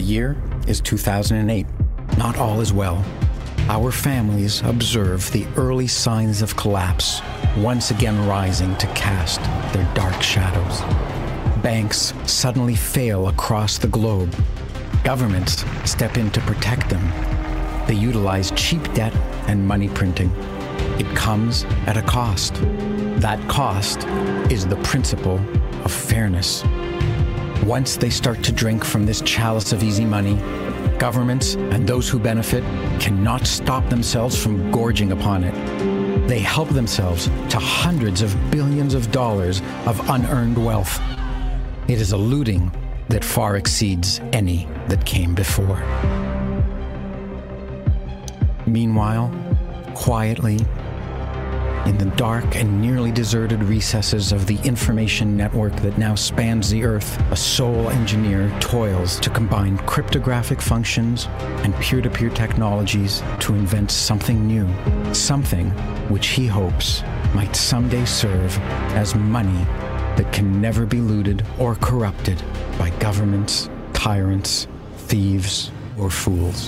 year is 2008. Not all is well. Our families observe the early signs of collapse, once again rising to cast their dark shadows. Banks suddenly fail across the globe. Governments step in to protect them. They utilize cheap debt and money printing. It comes at a cost. That cost is the principle of fairness. Once they start to drink from this chalice of easy money, governments and those who benefit cannot stop themselves from gorging upon it. They help themselves to hundreds of billions of dollars of unearned wealth. It is a looting that far exceeds any that came before. Meanwhile, quietly, in the dark and nearly deserted recesses of the information network that now spans the earth, a sole engineer toils to combine cryptographic functions and peer-to-peer technologies to invent something new, something which he hopes might someday serve as money that can never be looted or corrupted by governments, tyrants, thieves, or fools.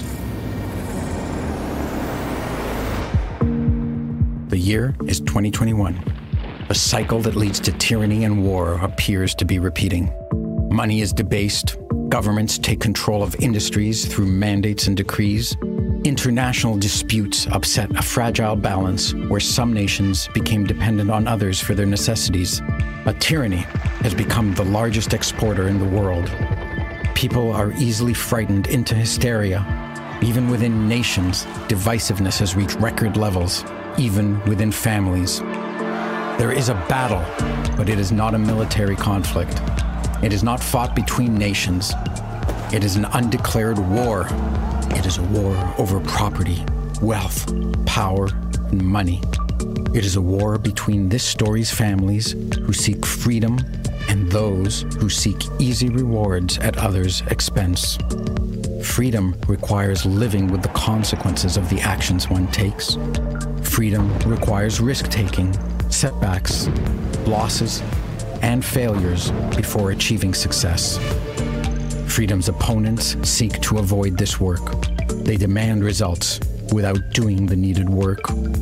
The year is 2021. A cycle that leads to tyranny and war appears to be repeating. Money is debased. Governments take control of industries through mandates and decrees. International disputes upset a fragile balance where some nations became dependent on others for their necessities. A tyranny has become the largest exporter in the world. People are easily frightened into hysteria. Even within nations, divisiveness has reached record levels. Even within families. There is a battle, but it is not a military conflict. It is not fought between nations. It is an undeclared war. It is a war over property, wealth, power, and money. It is a war between this story's families who seek freedom and those who seek easy rewards at others' expense. Freedom requires living with the consequences of the actions one takes. Freedom requires risk-taking, setbacks, losses, and failures before achieving success. Freedom's opponents seek to avoid this work. They demand results without doing the needed work.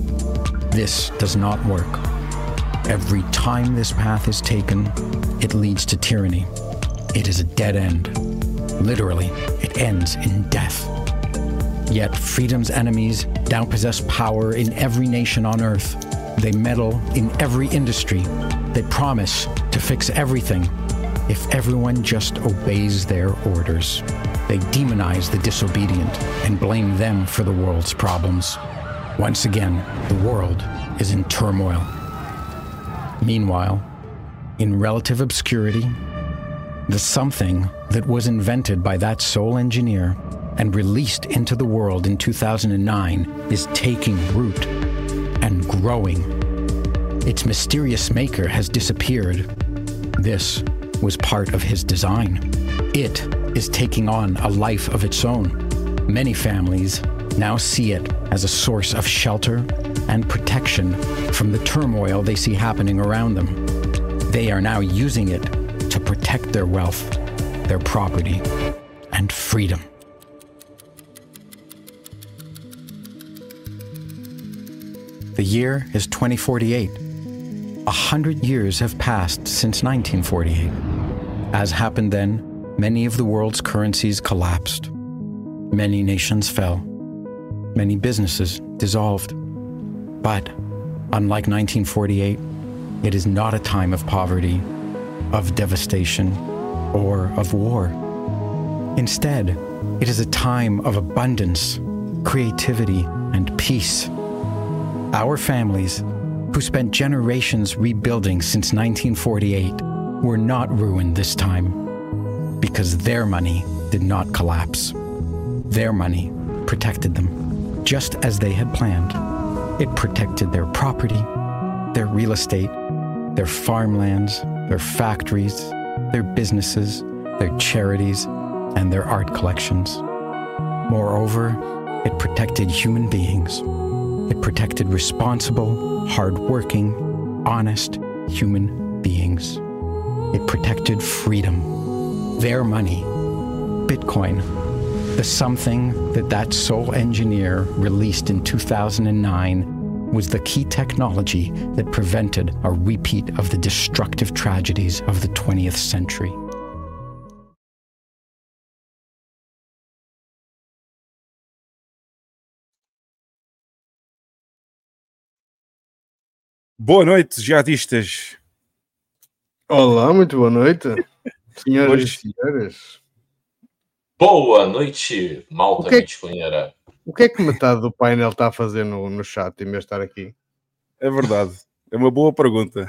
This does not work. Every time this path is taken, it leads to tyranny. It is a dead end. Literally, it ends in death. Yet freedom's enemies now possess power in every nation on earth. They meddle in every industry. They promise to fix everything if everyone just obeys their orders. They demonize the disobedient and blame them for the world's problems. Once again, the world is in turmoil. Meanwhile, in relative obscurity, the something that was invented by that sole engineer and released into the world in 2009 is taking root and growing. Its mysterious maker has disappeared. This was part of his design. It is taking on a life of its own. Many families now see it as a source of shelter and protection from the turmoil they see happening around them. They are now using it to protect their wealth, their property, and freedom. The year is 2048. 100 years have passed since 1948. As happened then, many of the world's currencies collapsed. Many nations fell. Many businesses dissolved. But, unlike 1948, it is not a time of poverty, of devastation, or of war. Instead, it is a time of abundance, creativity, and peace. Our families, who spent generations rebuilding since 1948, were not ruined this time because their money did not collapse. Their money protected them, just as they had planned. It protected their property, their real estate, their farmlands, their factories, their businesses, their charities, and their art collections. Moreover, it protected human beings. It protected responsible, hard-working, honest human beings. It protected freedom. Their money Bitcoin, the something that sole engineer released in 2009 was the key technology that prevented a repeat of the destructive tragedies of the 20th century. Boa noite, jihadistas. Olá, muito boa noite, senhoras e senhores. Boa noite, malta bitcoinera. O que é que metade do painel está a fazer no chat em vez de estar aqui? É verdade, é uma boa pergunta.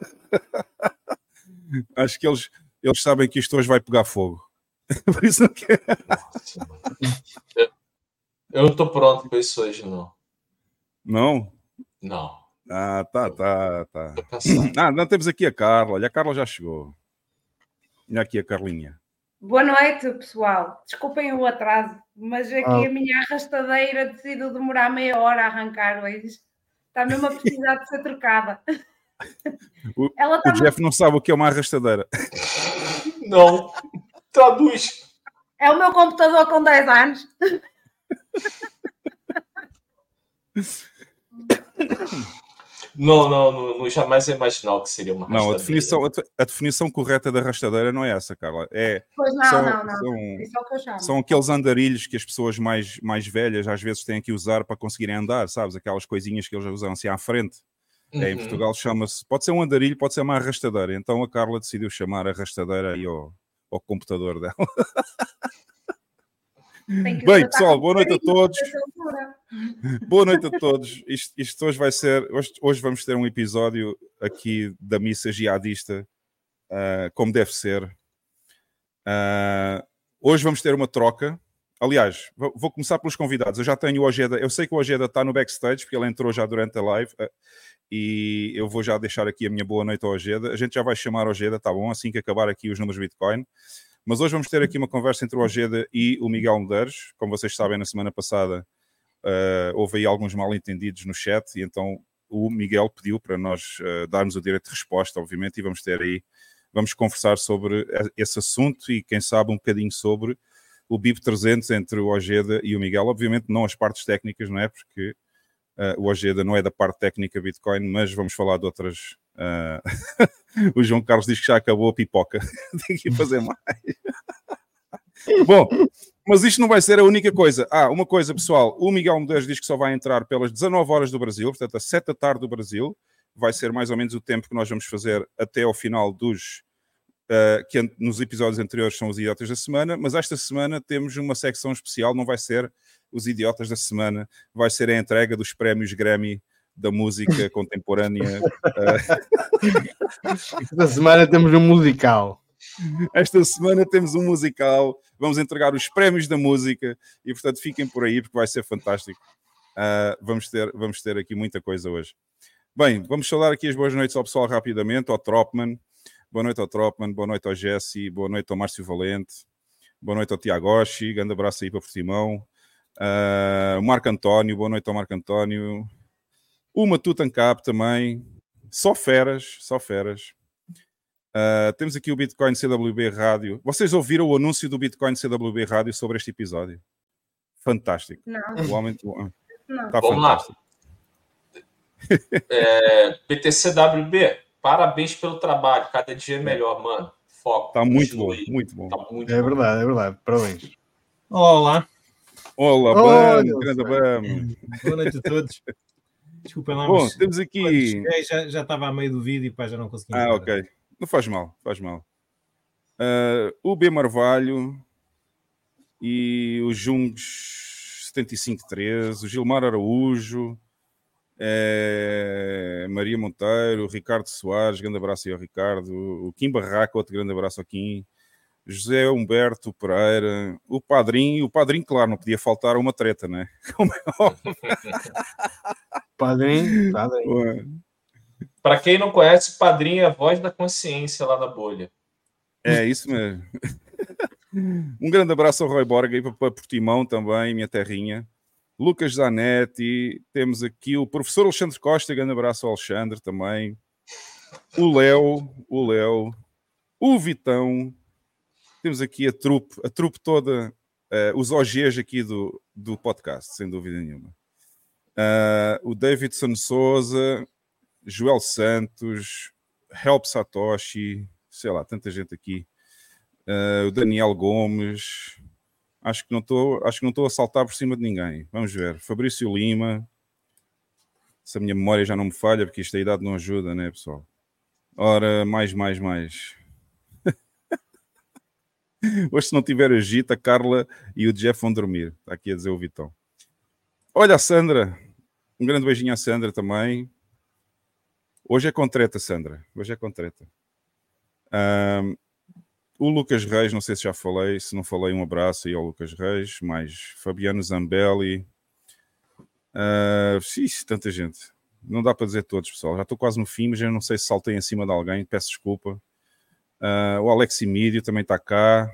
Acho que eles sabem que isto hoje vai pegar fogo. Por isso não quer. Eu não estou pronto para isso hoje, não. Não? Não. Ah, tá. Tô cansado. Não, temos aqui a Carla. Olha, a Carla já chegou. Olha aqui a Carlinha. Boa noite, pessoal. Desculpem o atraso, mas aqui a minha arrastadeira decidiu demorar meia hora a arrancar hoje. Está mesmo a precisar de ser trocada. O Jeff não sabe o que é uma arrastadeira. Não. Traduz. É o meu computador com 10 anos. Não, jamais ia imaginar o que seria uma arrastadeira. Não, a definição correta da arrastadeira não é essa, Carla. Pois não. Isso é o que eu chamo. São aqueles andarilhos que as pessoas mais velhas às vezes têm que usar para conseguirem andar, sabes? Aquelas coisinhas que eles usam assim à frente. Em Portugal chama-se... Pode ser um andarilho, pode ser uma arrastadeira. Então a Carla decidiu chamar a arrastadeira aí ao computador dela. Bem, pessoal, boa noite a todos. Boa noite a todos. Isto hoje vai ser... Hoje vamos ter um episódio aqui da missa jihadista, como deve ser. Hoje vamos ter uma troca. Aliás, vou começar pelos convidados. Eu já tenho o Ojeda. Eu sei que o Ojeda está no backstage, porque ele entrou já durante a live. E eu vou já deixar aqui a minha boa noite ao Ojeda. A gente já vai chamar o Ojeda, tá bom? Assim que acabar aqui os números Bitcoin. Mas hoje vamos ter aqui uma conversa entre o Ojeda e o Miguel Medeiros. Como vocês sabem, na semana passada houve aí alguns mal-entendidos no chat e então o Miguel pediu para nós darmos o direito de resposta, obviamente, e vamos conversar sobre esse assunto e quem sabe um bocadinho sobre o BIP 300 entre o Ojeda e o Miguel. Obviamente não as partes técnicas, não é? Porque o Ojeda não é da parte técnica Bitcoin, mas vamos falar de outras... O João Carlos diz que já acabou a pipoca. Tem que ir fazer mais. Bom, mas isto não vai ser a única coisa. Uma coisa, pessoal. O Miguel Medeiros diz que só vai entrar pelas 19 horas do Brasil, portanto, às 7 da tarde do Brasil. Vai ser mais ou menos o tempo que nós vamos fazer até ao final dos... que nos episódios anteriores são os idiotas da semana, mas esta semana temos uma secção especial. Não vai ser os idiotas da semana, vai ser a entrega dos prémios Grammy da música contemporânea. Esta semana temos um musical. Esta semana temos um musical. Vamos entregar os prémios da música e, portanto, fiquem por aí porque vai ser fantástico. Vamos ter aqui muita coisa hoje. Bem, vamos falar aqui as boas noites ao pessoal rapidamente, ao Tropman. Boa noite ao Tropman, boa noite ao Jesse, boa noite ao Márcio Valente, boa noite ao Tiago Oshi, grande abraço aí para Portimão. O Marco António, boa noite ao Marco António. O Matutancap também. Só feras. Temos aqui o Bitcoin CWB Rádio. Vocês ouviram o anúncio do Bitcoin CWB Rádio sobre este episódio? Fantástico. Não. O homem... Não. Está Vamos fantástico. Lá. PTCWB, parabéns pelo trabalho. Cada dia é melhor, mano. Foco. Está muito bom, muito bom. Tá muito É bom. verdade. Parabéns. Olá. Olá, Olha, Bam, grande Bam. Boa noite a todos. Desculpem lá, Bom, mas temos quando aqui... cheguei, já estava a meio do vídeo e já não consegui. Ok. Não faz mal. O B Marvalho e o Jungs 7513, o Gilmar Araújo, Maria Monteiro, o Ricardo Soares, grande abraço aí ao Ricardo, o Kim Barraca, outro grande abraço ao Kim, José Humberto Pereira, o Padrinho, claro, não podia faltar uma treta, não é? Como é óbvio. Padrinho. Para quem não conhece, o Padrinho é a voz da consciência lá na bolha. É isso mesmo. Um grande abraço ao Roy Borga e para Portimão também, minha terrinha. Lucas Zanetti, temos aqui o professor Alexandre Costa, grande abraço ao Alexandre também. O Léo, o Vitão, Temos aqui a trupe toda, os OGs aqui do podcast, sem dúvida nenhuma. O Davidson Souza, Joel Santos, Help Satoshi, sei lá, tanta gente aqui. O Daniel Gomes, acho que não estou a saltar por cima de ninguém. Vamos ver. Fabrício Lima, se a minha memória já não me falha, porque isto a idade não ajuda, né, pessoal? Ora, mais. Hoje, se não tiver a Gita, a Carla e o Jeff vão dormir. Está aqui a dizer o Vitão. Olha a Sandra. Um grande beijinho à Sandra também. Hoje é com treta, Sandra. Hoje é com treta. O Lucas Reis, não sei se já falei. Se não falei, um abraço aí ao Lucas Reis. Mais Fabiano Zambelli. Tanta gente. Não dá para dizer todos, pessoal. Já estou quase no fim, mas eu não sei se saltei em cima de alguém. Peço desculpa. O Alex Emílio também está cá.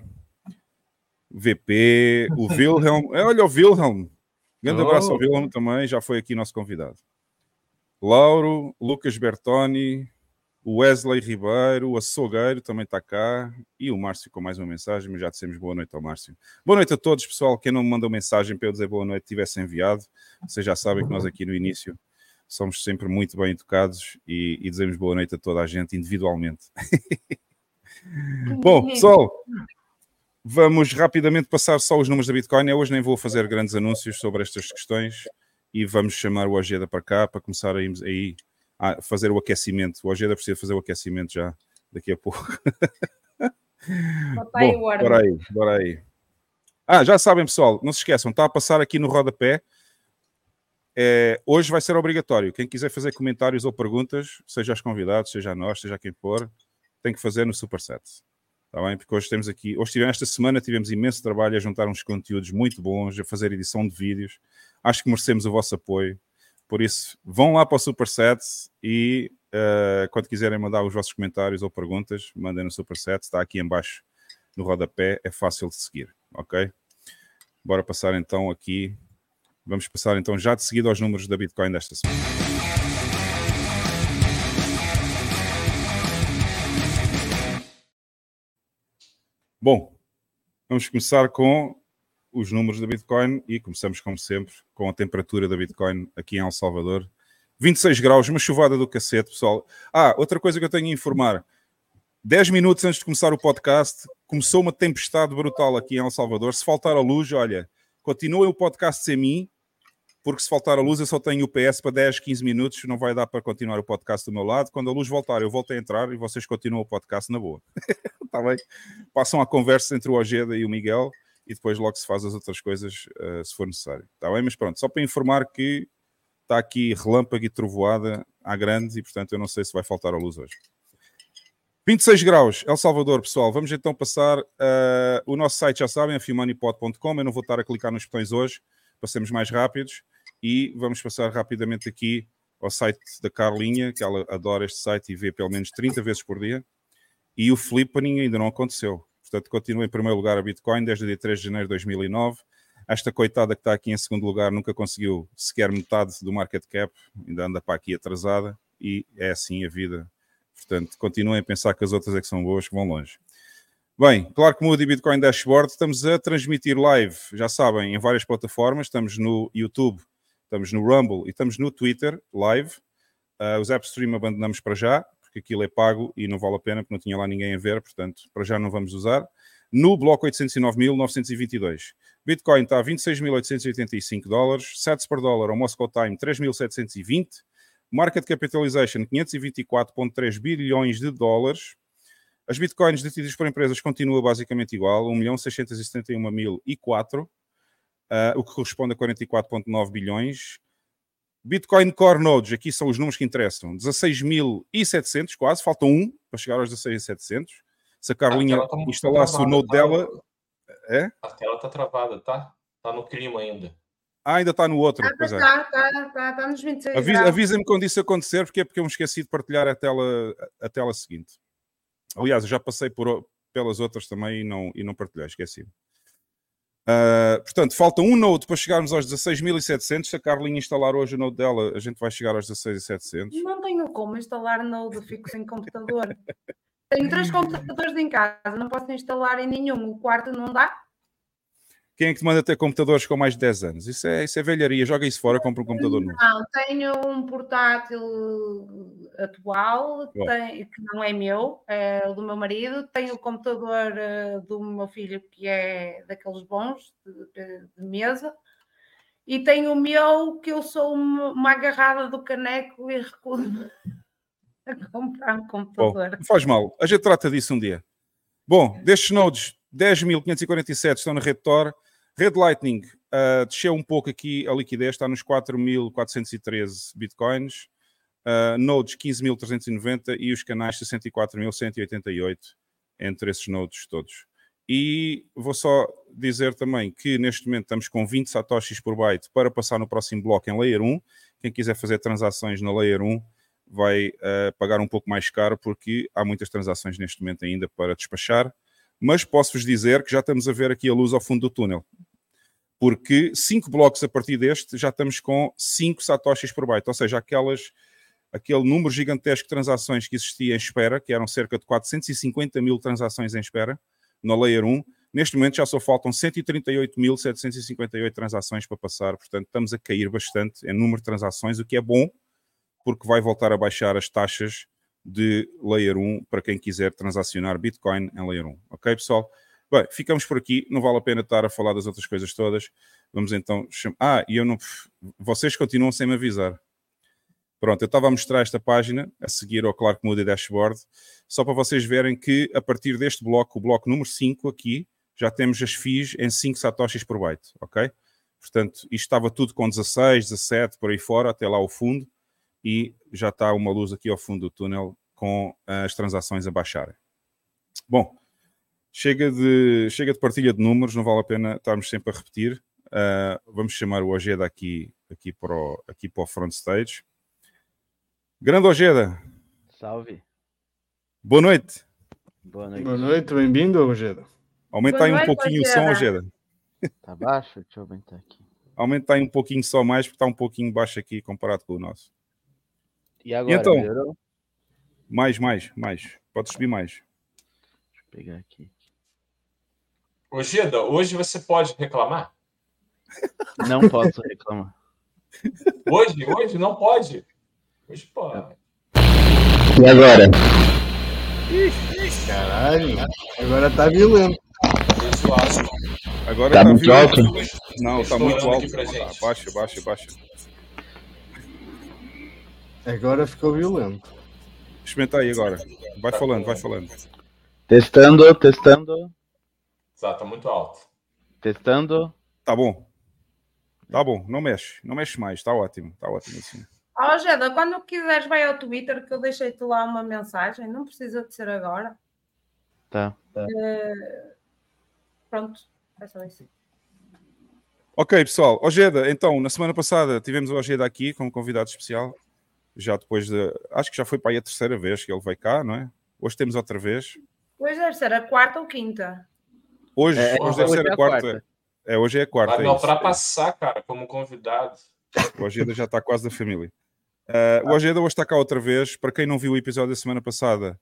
VP. O Wilhelm. Olha o Wilhelm. Grande abraço ao Wilhelm também. Já foi aqui nosso convidado. Lauro. Lucas Bertoni. O Wesley Ribeiro. O Açougueiro também está cá. E o Márcio com mais uma mensagem. Mas já dissemos boa noite ao Márcio. Boa noite a todos, pessoal. Quem não me mandou mensagem para eu dizer boa noite tivesse enviado. Vocês já sabem que nós aqui no início somos sempre muito bem educados e dizemos boa noite a toda a gente individualmente. Bom, pessoal, vamos rapidamente passar só os números da Bitcoin. Eu hoje nem vou fazer grandes anúncios sobre estas questões e vamos chamar o Ojeda para cá para começar aí a fazer o aquecimento. O Ojeda precisa fazer o aquecimento já daqui a pouco. Bom, bora aí. Já sabem, pessoal, não se esqueçam, está a passar aqui no rodapé. Hoje vai ser obrigatório. Quem quiser fazer comentários ou perguntas, seja aos convidados, seja a nós, seja a quem for, tem que fazer no Superset. Está bem? Porque hoje esta semana tivemos imenso trabalho a juntar uns conteúdos muito bons, a fazer edição de vídeos. Acho que merecemos o vosso apoio. Por isso, vão lá para o Superset e quando quiserem mandar os vossos comentários ou perguntas, mandem no Superset. Está aqui em baixo no rodapé. É fácil de seguir. Ok? Bora passar então aqui. Vamos passar então já de seguida aos números da Bitcoin desta semana. Bom, vamos começar com os números da Bitcoin e começamos, como sempre, com a temperatura da Bitcoin aqui em El Salvador. 26 graus, uma chuvada do cacete, pessoal. Outra coisa que eu tenho a informar. 10 minutos antes de começar o podcast, começou uma tempestade brutal aqui em El Salvador. Se faltar a luz, olha, continuem o podcast sem mim, porque se faltar a luz eu só tenho o PS para 10, 15 minutos, não vai dar para continuar o podcast do meu lado. Quando a luz voltar, eu volto a entrar e vocês continuam o podcast na boa. Está bem? Passam a conversa entre o Ojeda e o Miguel e depois logo se faz as outras coisas se for necessário. Está bem? Mas pronto, só para informar que está aqui relâmpago e trovoada à grande e, portanto, eu não sei se vai faltar a luz hoje. 26 graus, El Salvador, pessoal. Vamos então passar o nosso site, já sabem, afimoneypod.com. Eu não vou estar a clicar nos botões hoje, para sermos mais rápidos. E vamos passar rapidamente aqui ao site da Carlinha, que ela adora este site e vê pelo menos 30 vezes por dia. E o flipping ainda não aconteceu. Portanto, continua em primeiro lugar a Bitcoin desde o dia 3 de janeiro de 2009. Esta coitada que está aqui em segundo lugar nunca conseguiu sequer metade do market cap, ainda anda para aqui atrasada e é assim a vida. Portanto, continuem a pensar que as outras é que são boas, que vão longe. Bem, claro que muda o Bitcoin Dashboard. Estamos a transmitir live, já sabem, em várias plataformas. Estamos no YouTube, estamos no Rumble e estamos no Twitter live. Os AppStream abandonamos para já, porque aquilo é pago e não vale a pena, porque não tinha lá ninguém a ver, portanto, para já não vamos usar. No bloco 809.922. Bitcoin está a 26.885 dólares, sats por dólar ao Moscow Time 3.720, market capitalization 524,3 bilhões de dólares. As bitcoins detidas por empresas continua basicamente igual, 1.671.004, o que corresponde a 44,9 bilhões. Bitcoin Core Nodes, aqui são os números que interessam, 16.700 quase, faltam um para chegar aos 16.700. Se a Carlinha instalasse o node dela... É? A tela está travada, tá? Está no clima ainda. Ainda está no outro. Está nos 26 Avisa-me quando isso acontecer, porque eu me esqueci de partilhar a tela seguinte. Aliás, eu já passei pelas outras também e não partilhei, esqueci-me. Portanto, falta um node para chegarmos aos 16.700. Se a Carlinha instalar hoje o node dela, a gente vai chegar aos 16.700. Não tenho como instalar node, fico sem computador. Tenho 3 computadores em casa, não posso instalar em nenhum. O quarto não dá. Quem é que te manda ter computadores com mais de 10 anos? Isso é velharia. Joga isso fora, compra um computador novo. Não, tenho um portátil atual, que não é meu, é o do meu marido. Tenho o computador do meu filho, que é daqueles bons, de mesa. E tenho o meu, que eu sou uma agarrada do caneco e recuso a comprar um computador. Não faz mal. A gente trata disso um dia. Bom, destes nodes, 10.547 estão na rede Tor. Rede Lightning desceu um pouco aqui a liquidez, está nos 4.413 bitcoins. Nodes 15.390 e os canais 64.188 entre esses nodes todos. E vou só dizer também que neste momento estamos com 20 satoshis por byte para passar no próximo bloco em Layer 1. Quem quiser fazer transações na Layer 1 vai pagar um pouco mais caro porque há muitas transações neste momento ainda para despachar. Mas posso-vos dizer que já estamos a ver aqui a luz ao fundo do túnel. Porque 5 blocos a partir deste já estamos com 5 satoshis por byte. Ou seja, aquele número gigantesco de transações que existia em espera, que eram cerca de 450 mil transações em espera, na Layer 1, neste momento já só faltam 138.758 transações para passar. Portanto, estamos a cair bastante em número de transações, o que é bom, porque vai voltar a baixar as taxas de Layer 1 para quem quiser transacionar Bitcoin em Layer 1. Ok, pessoal? Bem, ficamos por aqui. Não vale a pena estar a falar das outras coisas todas. Vamos então... e eu não... Vocês continuam sem me avisar. Pronto, eu estava a mostrar esta página, a seguir ao Clark Moody Dashboard, só para vocês verem que a partir deste bloco, o bloco número 5 aqui, já temos as fees em 5 satoshis por byte, ok? Portanto, isto estava tudo com 16, 17, por aí fora, até lá ao fundo, e já está uma luz aqui ao fundo do túnel com as transações a baixarem. Bom, chega de partilha de números, não vale a pena estarmos sempre a repetir. Vamos chamar o Ojeda aqui para o front stage. Grande Ojeda. Salve. Boa noite. Boa noite, bem-vindo, Ojeda. Aumenta aí um pouquinho o som, Ojeda. Tá baixo? Deixa eu aumentar aqui. Aumenta aí um pouquinho só mais, porque está um pouquinho baixo aqui comparado com o nosso. E agora, então? Melhorou? Mais. Pode subir mais. Deixa eu pegar aqui. Ojeda, hoje você pode reclamar? Não posso reclamar. Hoje não pode? Hoje pode. E agora? Caralho, agora tá violento. Agora tá muito violento. alto? Não, tá muito alto. Baixa. Agora ficou violento. Experimenta aí agora. Vai falando. Testando. Exato, tá muito alto. Testando. Tá bom. Não mexe mais. Tá ótimo assim. Ojeda, quando quiseres vai ao Twitter, que eu deixei-te lá uma mensagem. Não precisa de ser agora. Tá. Pronto, é só isso. Ok, pessoal. Ojeda, então, na semana passada tivemos o Ojeda aqui como convidado especial. Já depois de... Acho que já foi para aí a terceira vez que ele veio cá, não é? Hoje temos outra vez. Hoje deve ser a quarta ou quinta. Hoje deve ser a quarta. Hoje é a quarta. Vai me ultrapassar, cara, como convidado. O Ojeda já está quase da família. O Ojeda hoje está cá outra vez. Para quem não viu o episódio da semana passada,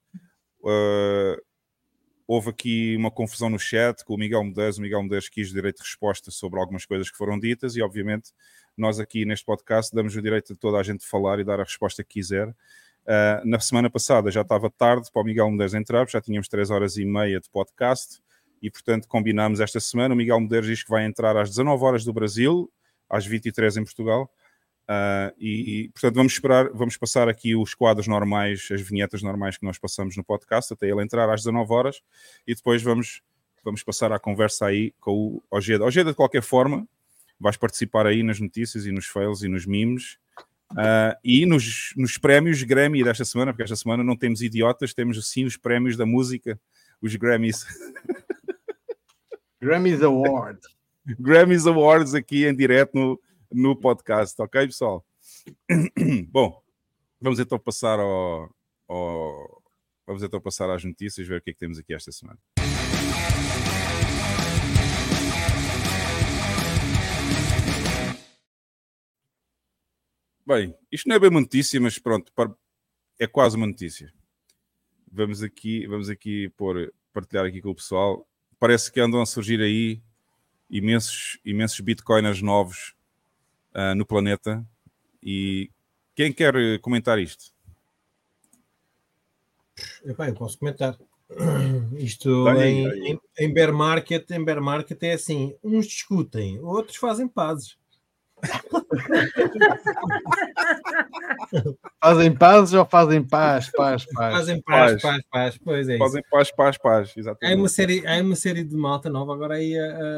houve aqui uma confusão no chat com o Miguel Medeiros. O Miguel Medeiros quis direito de resposta sobre algumas coisas que foram ditas e, obviamente, nós aqui neste podcast damos o direito de toda a gente falar e dar a resposta que quiser. Na semana passada já estava tarde para o Miguel Medeiros entrar, já tínhamos 3h30 de podcast e, portanto, combinámos esta semana. O Miguel Medeiros diz que vai entrar às 19h do Brasil, às 23h em Portugal. Portanto, vamos passar aqui os quadros normais, as vinhetas normais que nós passamos no podcast, até ele entrar às 19h e depois vamos passar a conversa aí com o Ojeda. Ojeda, de qualquer forma, vais participar aí nas notícias e nos fails e nos memes e nos prémios Grammy desta semana, porque esta semana não temos idiotas, temos sim os prémios da música, os Grammys. Grammys Award. Grammys Awards aqui em direto no podcast, ok, pessoal? Bom, vamos então passar às notícias, ver o que é que temos aqui esta semana. Bem, isto não é bem uma notícia, mas pronto, é quase uma notícia. vamos aqui partilhar aqui com o pessoal. Parece que andam a surgir aí imensos bitcoiners novos no planeta. E quem quer comentar isto? Epá, eu posso comentar. Isto Dá-lhe em bear market é assim, uns discutem, outros fazem pazes. Fazem pazes ou fazem paz? Fazem paz. Pois é isso. Fazem paz, exatamente. Há uma série de malta nova agora aí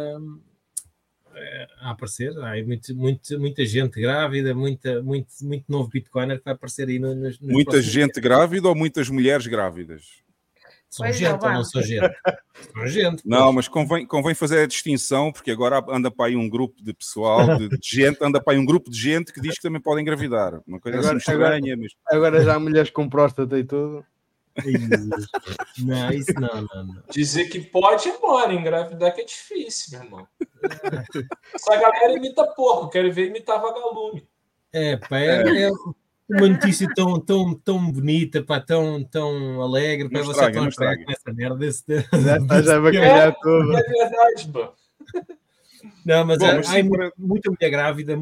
a aparecer. Há aí muita gente grávida, muito novo Bitcoiner que vai aparecer aí nos Muita gente grávida ou muitas mulheres grávidas? São gente ou não são gente? São gente. Não, mas convém fazer a distinção, porque agora anda para aí um grupo de pessoal, de gente, anda para aí um grupo de gente que diz que também pode engravidar. Uma coisa assim estranha. Mas... Agora já há mulheres com próstata e tudo. Não, isso não. Dizer que pode é mole, engravidar que é difícil, meu irmão. Essa galera imita porco, quero ver imitar vagalume. É uma notícia tão bonita, pá, tão alegre, para você tão alegre com essa merda. Já vai calhar tudo. É verdade, pô. Não, mas há muita mulher grávida,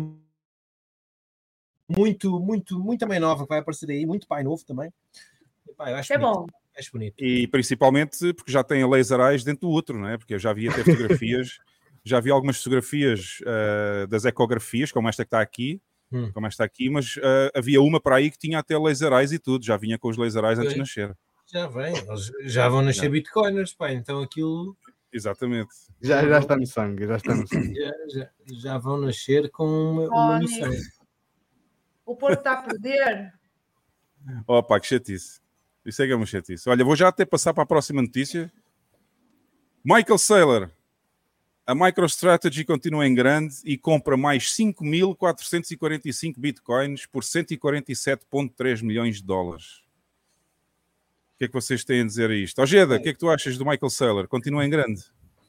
muita mãe nova que vai aparecer aí, muito pai novo também. Epá, eu acho é bonito. bom. Acho bonito. E principalmente porque já tem laser eyes dentro do útero, não é? Porque eu já vi até fotografias, já vi algumas fotografias das ecografias, como esta que está aqui, mas havia uma para aí que tinha até laser eyes e tudo, já vinha com os laser eyes antes de nascer. Já vem, já vão nascer bitcoiners, pá, então aquilo... Exatamente. Já está no sangue, Já vão nascer com uma missão. O Porto está a perder. Opa, que chatice. Isso é que é uma chatice. Olha, vou já até passar para a próxima notícia. Michael Saylor. A MicroStrategy continua em grande e compra mais 5.445 bitcoins por 147,3 milhões de dólares. O que é que vocês têm a dizer a isto? Ojeda, o que é que tu achas do Michael Saylor? Continua em grande?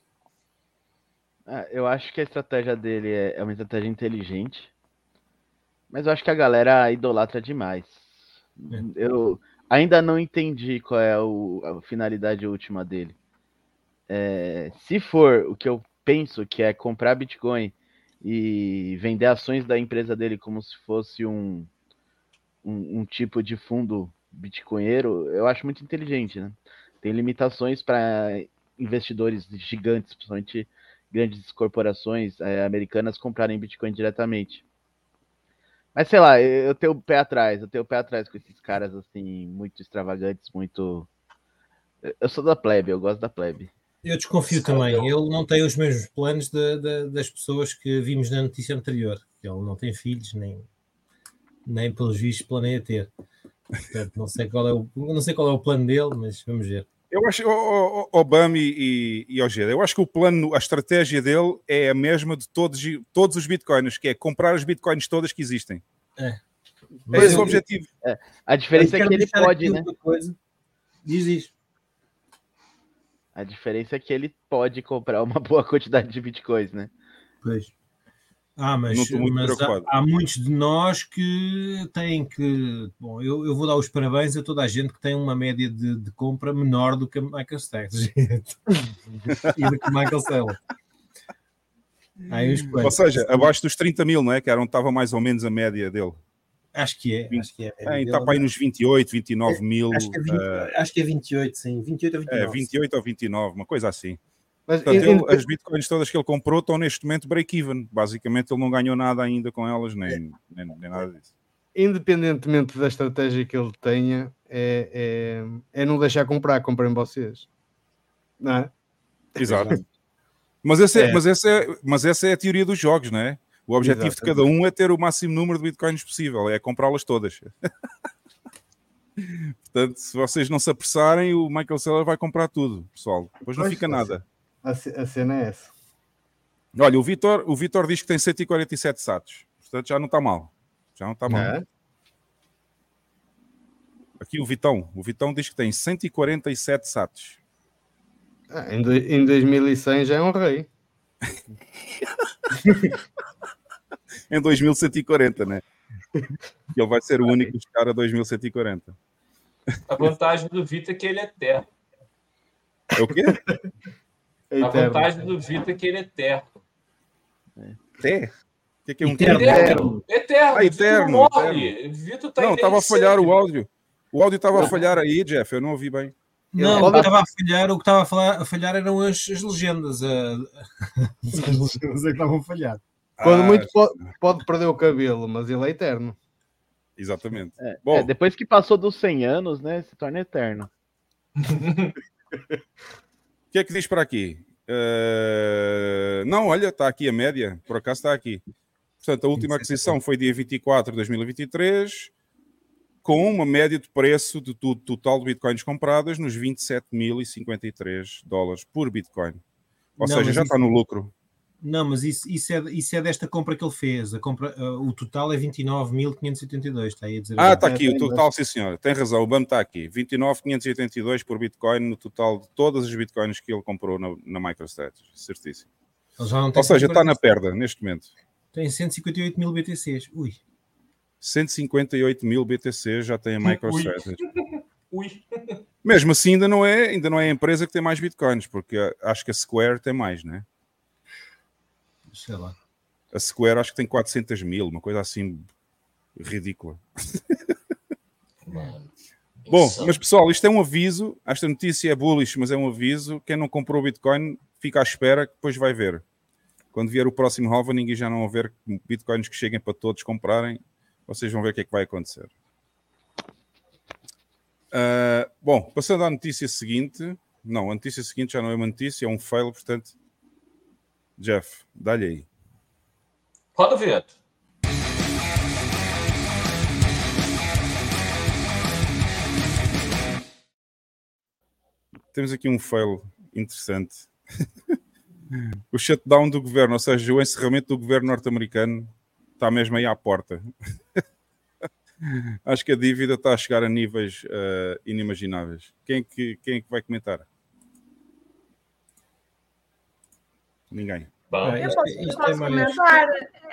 Eu acho que a estratégia dele é uma estratégia inteligente, mas eu acho que a galera idolatra demais. Eu ainda não entendi qual é a finalidade última dele. Se for o que eu penso que é comprar Bitcoin e vender ações da empresa dele como se fosse um tipo de fundo bitcoinheiro, eu acho muito inteligente, né? Tem limitações para investidores gigantes, principalmente grandes corporações americanas, comprarem Bitcoin diretamente. Mas sei lá, eu tenho o pé atrás com esses caras assim, muito extravagantes, muito... Eu sou da plebe, eu gosto da plebe. Eu desconfio também, ele não tem os mesmos planos das pessoas que vimos na notícia anterior. Ele não tem filhos, nem pelos vistos planeia ter. Portanto, não sei qual é o plano dele, mas vamos ver. Eu acho, Obama e Ojeda, eu acho que o plano, a estratégia dele é a mesma de todos os bitcoins, que é comprar as bitcoins todas que existem. Mas esse é o objetivo. A diferença é que ele pode, né? Diz. A diferença é que ele pode comprar uma boa quantidade de bitcoins, né? Pois. Mas preocupado. há muitos de nós que têm que... Bom, eu vou dar os parabéns a toda a gente que tem uma média de compra menor do que a MicroStrategy e do que o Michael Saylor. Ou seja, abaixo dos 30 mil, não é? Que estava mais ou menos a média dele. Acho que é. Está para aí nos 28, 29 mil. Acho que é 28, sim. 28 ou 29. 28 ou 29, uma coisa assim. Mas portanto, as bitcoins todas que ele comprou estão neste momento break-even. Basicamente, ele não ganhou nada ainda com elas, nem nada disso. Independentemente da estratégia que ele tenha, é não deixar comprar, comprem vocês. Não é? Exato. Mas essa é a teoria dos jogos, não é? O objetivo de cada um é ter o máximo número de bitcoins possível, é comprá-las todas. Portanto, se vocês não se apressarem, o Michael Saylor vai comprar tudo, pessoal. Depois não fica nada. A cena é essa. Olha, o Vitor diz que tem 147 sats. Portanto, já não está mal. Aqui o Vitão diz que tem 147 sats. Em 2100 já é um rei. Em 2140, né? Ele vai ser o único a chegar a 2140. A vantagem do Vita é que ele é eterno. É o quê? A vantagem do Vita é que ele é eterno. Té? O que é um Eterno. Eterno. Eterno. Ah, eterno, Vito não morre. Vito tá Não, aí estava a desde falhar sempre. o áudio. O áudio estava a falhar aí, Jeff. Eu não ouvi bem. Não, Ele o que estava a falhar eram as legendas. As legendas é que estavam a falhar. Quando muito pode perder o cabelo, mas ele é eterno. Exatamente. Bom, Depois que passou dos 100 anos, né, se torna eterno. o que é que diz para aqui? Não, olha, está aqui a média. Por acaso está aqui. Portanto, a última aquisição foi dia 24 de 2023, com uma média de preço do total de bitcoins compradas nos $27.053 por bitcoin. Ou seja, já está no lucro. Não, mas isso é desta compra que ele fez. O total é 29.582. Está aí a dizer. Está aqui o total, sim senhor. Tem razão, o BAM está aqui. 29.582 por bitcoin no total de todas as bitcoins que ele comprou na MicroStrategy. Certíssimo. Ele já não tem Ou seja, está na perda neste momento. Tem 158 mil BTCs. Ui. 158 mil BTCs já tem a MicroStrategy. Ui. Mesmo assim, ainda não é a empresa que tem mais bitcoins, porque acho que a Square tem mais, né? Sei lá. A Square acho que tem 400 mil, uma coisa assim ridícula. Mano, Bom, insano. mas pessoal, isto é um aviso. Esta notícia é bullish, mas é um aviso. Quem não comprou Bitcoin, fica à espera, que depois vai ver. Quando vier o próximo halving e já não houver Bitcoins que cheguem para todos comprarem, vocês vão ver o que é que vai acontecer. Bom, passando à notícia seguinte. Não, a notícia seguinte já não é uma notícia, é um fail, portanto... Jeff, dá-lhe aí. Roda o vento. Temos aqui um fail interessante. O shutdown do governo, ou seja, o encerramento do governo norte-americano está mesmo aí à porta. Acho que a dívida está a chegar a níveis inimagináveis. Quem é que vai comentar? Ninguém. Bom, Eu Isto posso é mais- comentar.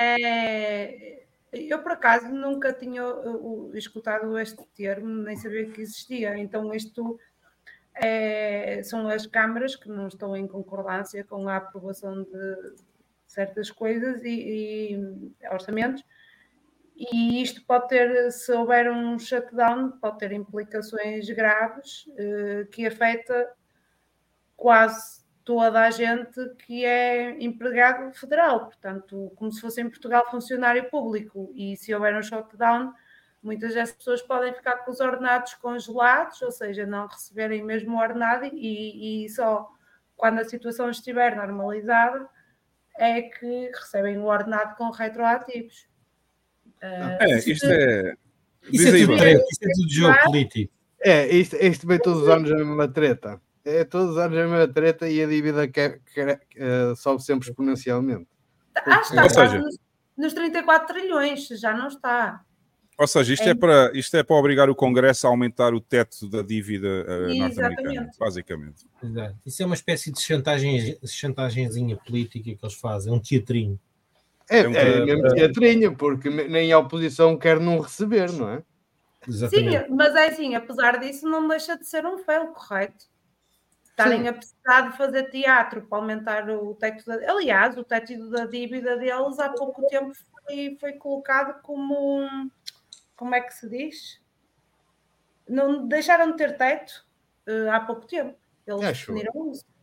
Eu, por acaso, nunca tinha escutado este termo, nem sabia que existia. Então, isto são as câmaras que não estão em concordância com a aprovação de certas coisas e orçamentos. E isto pode ter, se houver um shutdown, pode ter implicações graves que afeta quase toda a gente que é empregado federal, portanto, como se fosse em Portugal funcionário público, e se houver um shutdown, muitas dessas pessoas podem ficar com os ordenados congelados, ou seja, não receberem mesmo o ordenado e só quando a situação estiver normalizada é que recebem o ordenado com retroativos. Isto é... Isso é tudo treta, isso é tudo jogo político. Isto vem todos os anos a mesma treta. É todos os anos a mesma treta e a dívida sobe sempre exponencialmente. Está Ou seja- quase nos 34 trilhões, já não está. Ou seja, isto é para obrigar o Congresso a aumentar o teto da dívida norte-americana, Exatamente. basicamente. Exato. Isso é uma espécie de chantagenzinha política que eles fazem, um teatrinho. É um- mesmo teatrinho, porque nem a oposição quer não receber, não é? Exatamente. Sim, mas é assim, apesar disso, não deixa de ser um fail, correto? Estarem a precisar de fazer teatro para aumentar o teto da... Aliás, o teto da dívida deles há pouco tempo foi colocado como... Como é que se diz? Não deixaram de ter teto há pouco tempo. Eles Acho. definiram isso.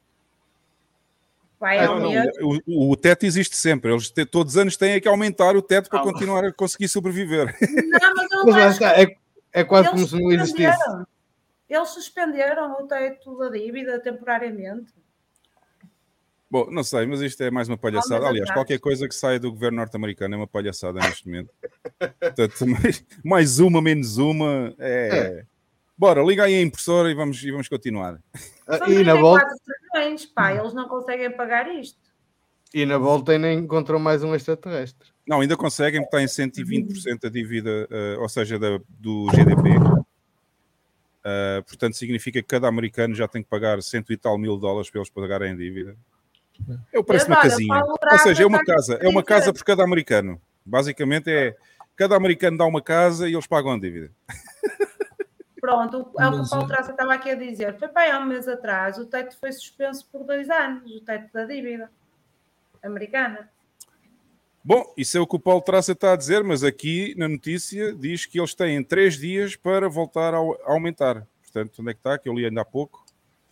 Vai ao Não, mês. o teto existe sempre. Eles todos os anos têm que aumentar o teto para continuar a conseguir sobreviver. Não, mas eu Mas lá acho está, é quase que como se não existisse. Eles suspenderam o teto da dívida temporariamente. Bom, não sei, mas isto é mais uma palhaçada. Mas Aliás, atrás. qualquer coisa que saia do governo norte-americano é uma palhaçada neste momento. Portanto, mais uma, menos uma. Bora, liga aí a impressora e vamos continuar. São E na 34 volta, trilhões, pá, eles não conseguem pagar isto. ainda encontram mais um extraterrestre. Não, ainda conseguem, porque está em 120% a dívida, ou seja, do GDP. Portanto, significa que cada americano já tem que pagar $100 e tal mil para eles pagarem a dívida. Parece uma Olha, casinha. Paulo Ou seja, é uma Braga casa. É uma casa por cada americano. Basicamente cada americano dá uma casa e eles pagam a dívida. pronto, é o que o Mas, Paulo Traça estava aqui a dizer. Foi para aí há um mês atrás, o teto foi suspenso por 2 anos, o teto da dívida americana. Bom, isso é o que o Paulo Traça está a dizer, mas aqui na notícia diz que eles têm 3 dias para voltar a aumentar. Portanto, onde é que está? Que eu li ainda há pouco.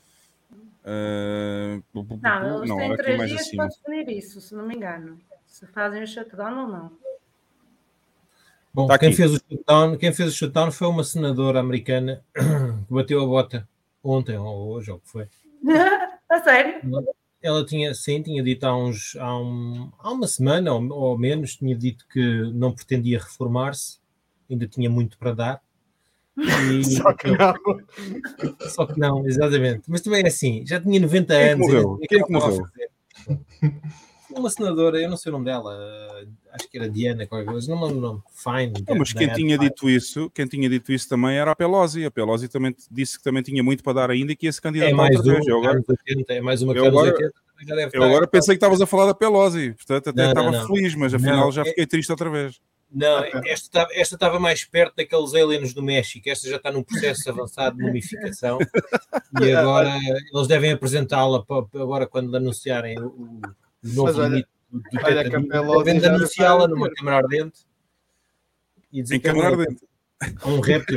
Não, eles têm aqui 3 mais dias acima. para definir isso, se não me engano. Se fazem o shutdown ou não. bom, Tá quem aqui. fez o shutdown foi uma senadora americana que bateu a bota ontem ou hoje, ou o que foi. A sério? Ela tinha dito há uma semana ou menos, tinha dito que não pretendia reformar-se, ainda tinha muito para dar. Só que não, exatamente. Mas também é assim, já tinha 90 Quem é que anos. morreu? Quem é que morreu? Uma senadora, eu não sei o nome dela, acho que era Diana, qualquer coisa, não me lembro o nome. Fine. Não, mas quem tinha dito isso também era a Pelosi. A Pelosi também disse que também tinha muito para dar ainda e que ia se candidatar outra vez. É mais uma que anos 80. Eu agora pensei que estavas a falar da Pelosi, portanto até estava feliz, mas afinal já fiquei triste outra vez. Não, esta estava mais perto daqueles aliens do México. Esta já está num processo avançado de mumificação e agora eles devem apresentá-la agora quando anunciarem o novo limite do teto. Devem anunciá-la numa câmara ardente e dizer que é um réptil.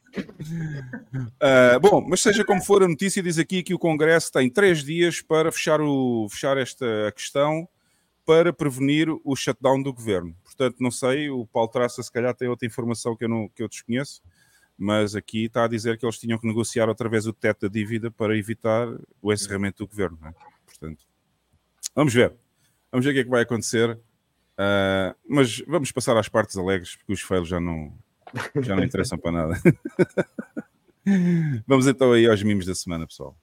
Bom, mas seja como for, a notícia diz aqui que o Congresso tem 3 dias para fechar esta questão para prevenir o shutdown do governo. Portanto, não sei, o Paulo Traça se calhar tem outra informação que eu desconheço, mas aqui está a dizer que eles tinham que negociar outra vez o teto da dívida para evitar o encerramento do governo. Não é? Portanto, vamos ver o que é que vai acontecer, mas vamos passar às partes alegres, porque os fails já não interessam para nada. Vamos então aí aos mimos da semana, pessoal.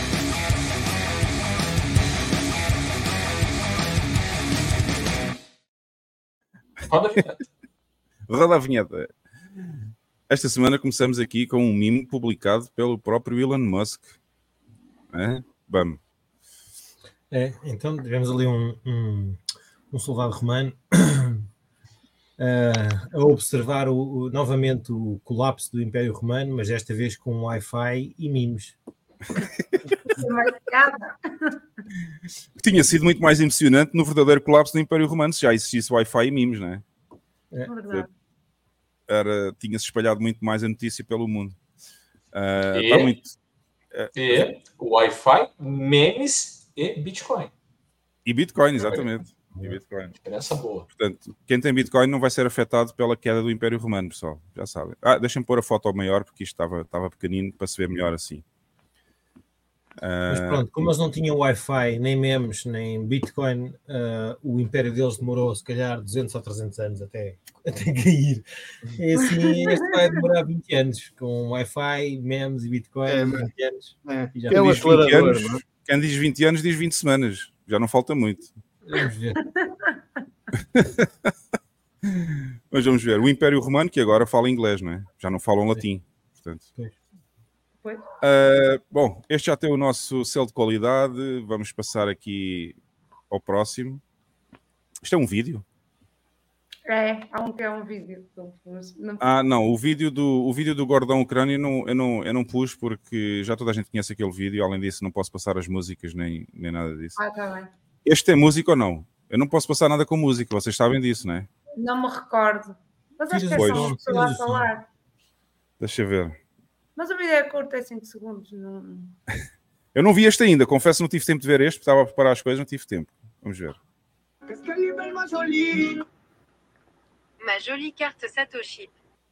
Roda a vinheta. Roda a vinheta. Esta semana começamos aqui com um mimo publicado pelo próprio Elon Musk. Vamos. Então tivemos ali um soldado romano a observar novamente o colapso do Império Romano, mas desta vez com Wi-Fi e mimos. Tinha sido muito mais emocionante no verdadeiro colapso do Império Romano se já existisse Wi-Fi e mimos, não é? Verdade. Tinha-se espalhado muito mais a notícia pelo mundo. Wi-Fi, memes e Bitcoin. E Bitcoin, exatamente. E Bitcoin. Diferença boa. Portanto, quem tem Bitcoin não vai ser afetado pela queda do Império Romano, pessoal. Já sabem. Deixem-me pôr a foto maior, porque isto estava pequenino para se ver melhor assim. Mas pronto, como eles não tinham Wi-Fi, nem memes, nem Bitcoin, o império deles demorou se calhar 200 ou 300 anos até cair. E assim, este vai demorar 20 anos, com Wi-Fi, memes e Bitcoin, 20 anos. E já um acelerador. Quem diz 20 anos diz 20 semanas. Já não falta muito. Vamos ver. Mas vamos ver. O Império Romano, que agora fala inglês, não é? Já não falam latim. Portanto. Bom, este já tem o nosso selo de qualidade. Vamos passar aqui ao próximo. Isto é um vídeo? Há um que é um vídeo. Não, o vídeo do Gordão Ucrânio eu não pus porque já toda a gente conhece aquele vídeo. Além disso, não posso passar as músicas nem nada disso. Tá bem. Este é música ou não? Eu não posso passar nada com música, vocês sabem disso, não é? Não me recordo. Mas acho que é só uma pessoa a falar. Deixa eu ver. Mas o vídeo é curto, é 5 segundos. Não... Eu não vi este ainda, confesso que não tive tempo de ver este, estava a preparar as coisas, não tive tempo. Vamos ver. Ma jolie carte Satoshi.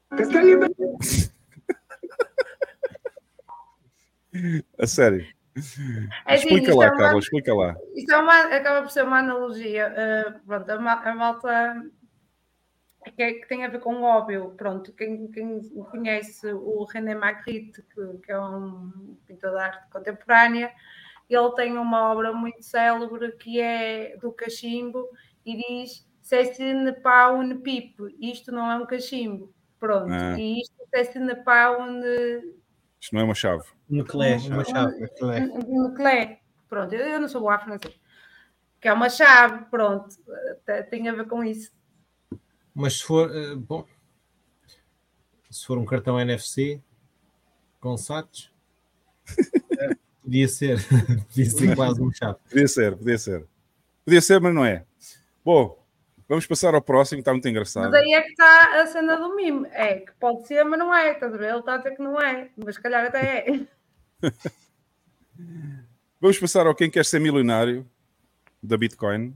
A sério. Assim, explica lá, Carla, explica lá. Isto acaba por ser uma analogia. Pronto, a malta que tem a ver com o óbvio. Pronto, quem conhece o René Magritte, que é um pintor de arte contemporânea, ele tem uma obra muito célebre que é do cachimbo e diz "C'est ne pas une pipe", isto não é um cachimbo. Pronto, e isto "C'est ne pas une..." Isto não é uma chave. Nuclear, uma chave. Nuclear. Pronto, eu não sou boa a francês. Que é uma chave, pronto. Tem a ver com isso. Mas se for, se for um cartão NFC, com SATs. Podia ser quase um chato. Podia ser. Podia ser, mas não é. Bom, vamos passar ao próximo, que está muito engraçado. Mas aí é que está a cena do mime. É que pode ser, mas não é. Estás a ver? Ele está a dizer que não é. Mas se calhar até é. Vamos passar ao Quem Quer Ser Milionário, da Bitcoin.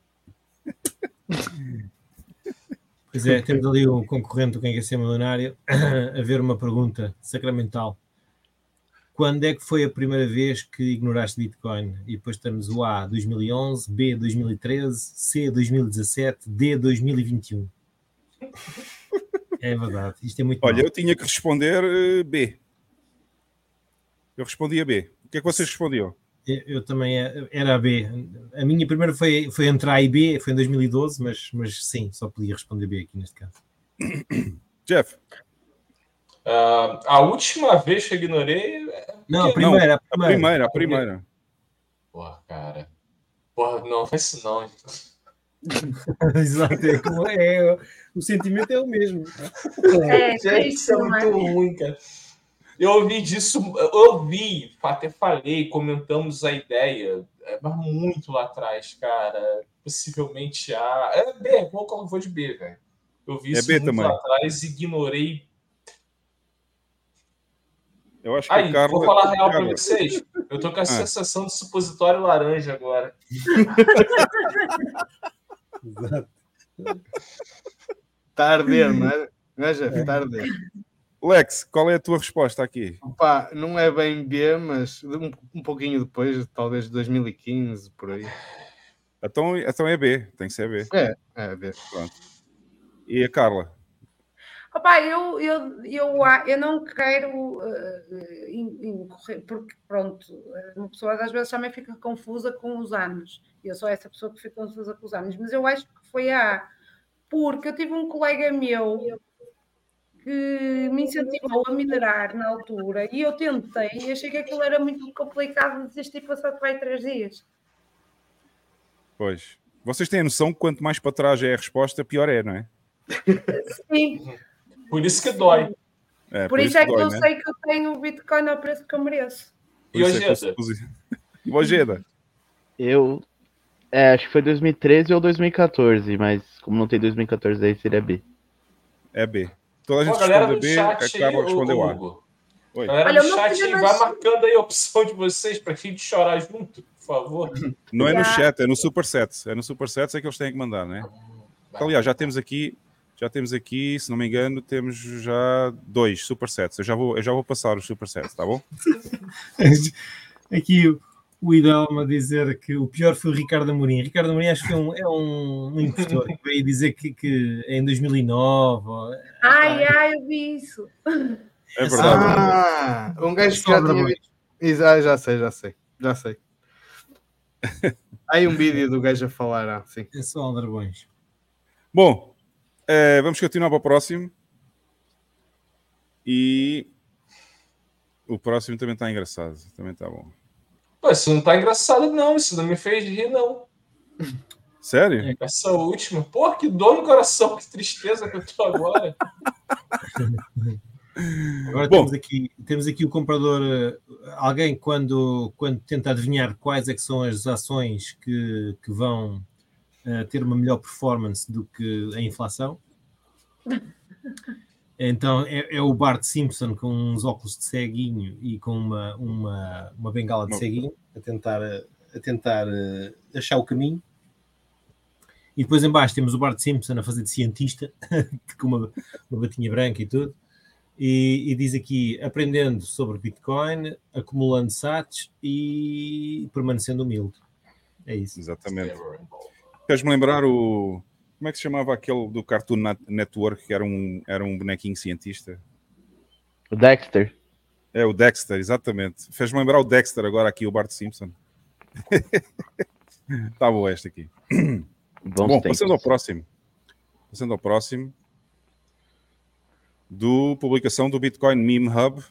Pois é, temos ali o concorrente do Quem Quer Ser Milionário a ver uma pergunta sacramental. Quando é que foi a primeira vez que ignoraste Bitcoin? E depois temos o A, 2011, B, 2013, C, 2017, D, 2021. É verdade, isto é muito Olha, mal. eu tinha que responder B. Eu respondi a B. O que é que vocês respondiam? Eu também era a B. A minha primeira foi entre A e B, foi em 2012, mas sim, só podia responder B aqui neste caso. Jeff? A última vez que eu ignorei... Não, a primeira. A primeira. Porra, cara. Porra, não, faz isso não. Exato, o sentimento é o mesmo. Isso é muito ruim, cara. Eu ouvi disso, até falei, comentamos a ideia, mas muito lá atrás, cara. Possivelmente A. É B, vou de B, velho. Eu vi isso muito também. lá atrás e ignorei. Eu acho que a Carla... vou falar a real pra vocês. Eu tô com a sensação de supositório laranja agora. Exato. Está a arder, não é? Não é, Jeff? Está a arder. Lex, qual é a tua resposta aqui? Opa, não é bem B, mas um pouquinho depois, talvez 2015, por aí. Então é B, tem que ser B. É B. Pronto. E a Carla? Opa, eu não quero incorrer, porque pronto, uma pessoa às vezes também fica confusa com os anos. Eu sou essa pessoa que fica confusa com os anos, mas eu acho que foi A, porque eu tive um colega meu que me incentivou a minerar na altura e eu tentei e achei que aquilo era muito complicado, desisti passado para aí 3 dias. Pois. Vocês têm a noção que quanto mais para trás é a resposta, pior é, não é? Sim. Por isso que dói. Por isso é que eu sei que eu tenho o Bitcoin ao preço que eu mereço. E Ojeda? E Ojeda? Eu acho que foi 2013 ou 2014, mas como não tem 2014 aí seria B. É B. Toda a gente responde B, acaba respondendo A. Oi. Galera do chat aí, vai marcando aí a opção de vocês para fim de chorar junto, por favor. Não é no chat, é no Supersets. É no Supersets é que eles têm que mandar, né? Então, aliás, já temos aqui, se não me engano, temos já 2 Supersets. Eu já vou passar os Supersets, tá bom? Aqui o Idalma dizer que o pior foi o Ricardo Amorim. Ricardo Amorim acho que é um impostor que veio dizer que em 2009... eu vi isso. É verdade. Um gajo que já tinha visto. Já sei. Há aí um vídeo do gajo a falar, sim. É só aldrabões. Bom, vamos continuar para o próximo. E o próximo também está engraçado. Também está bom. Pô, isso não está engraçado, não. Isso não me fez rir, não. Sério? Essa última. Pô, que dor no coração, que tristeza que eu tô agora. Agora temos aqui o comprador, alguém quando tenta adivinhar quais é que são as ações que vão ter uma melhor performance do que a inflação. Então é o Bart Simpson com uns óculos de ceguinho e com uma bengala de ceguinho a tentar achar o caminho. E depois em baixo temos o Bart Simpson a fazer de cientista com uma batinha branca e tudo. E diz aqui, aprendendo sobre Bitcoin, acumulando sats e permanecendo humilde. É isso. Exatamente. Queres-me lembrar como é que se chamava aquele do Cartoon Network que era um bonequinho cientista? O Dexter. É, o Dexter, exatamente. Fez-me lembrar o Dexter agora aqui, o Bart Simpson. Tá bom esta aqui. Bom, passando ao próximo. Do publicação do Bitcoin Meme Hub.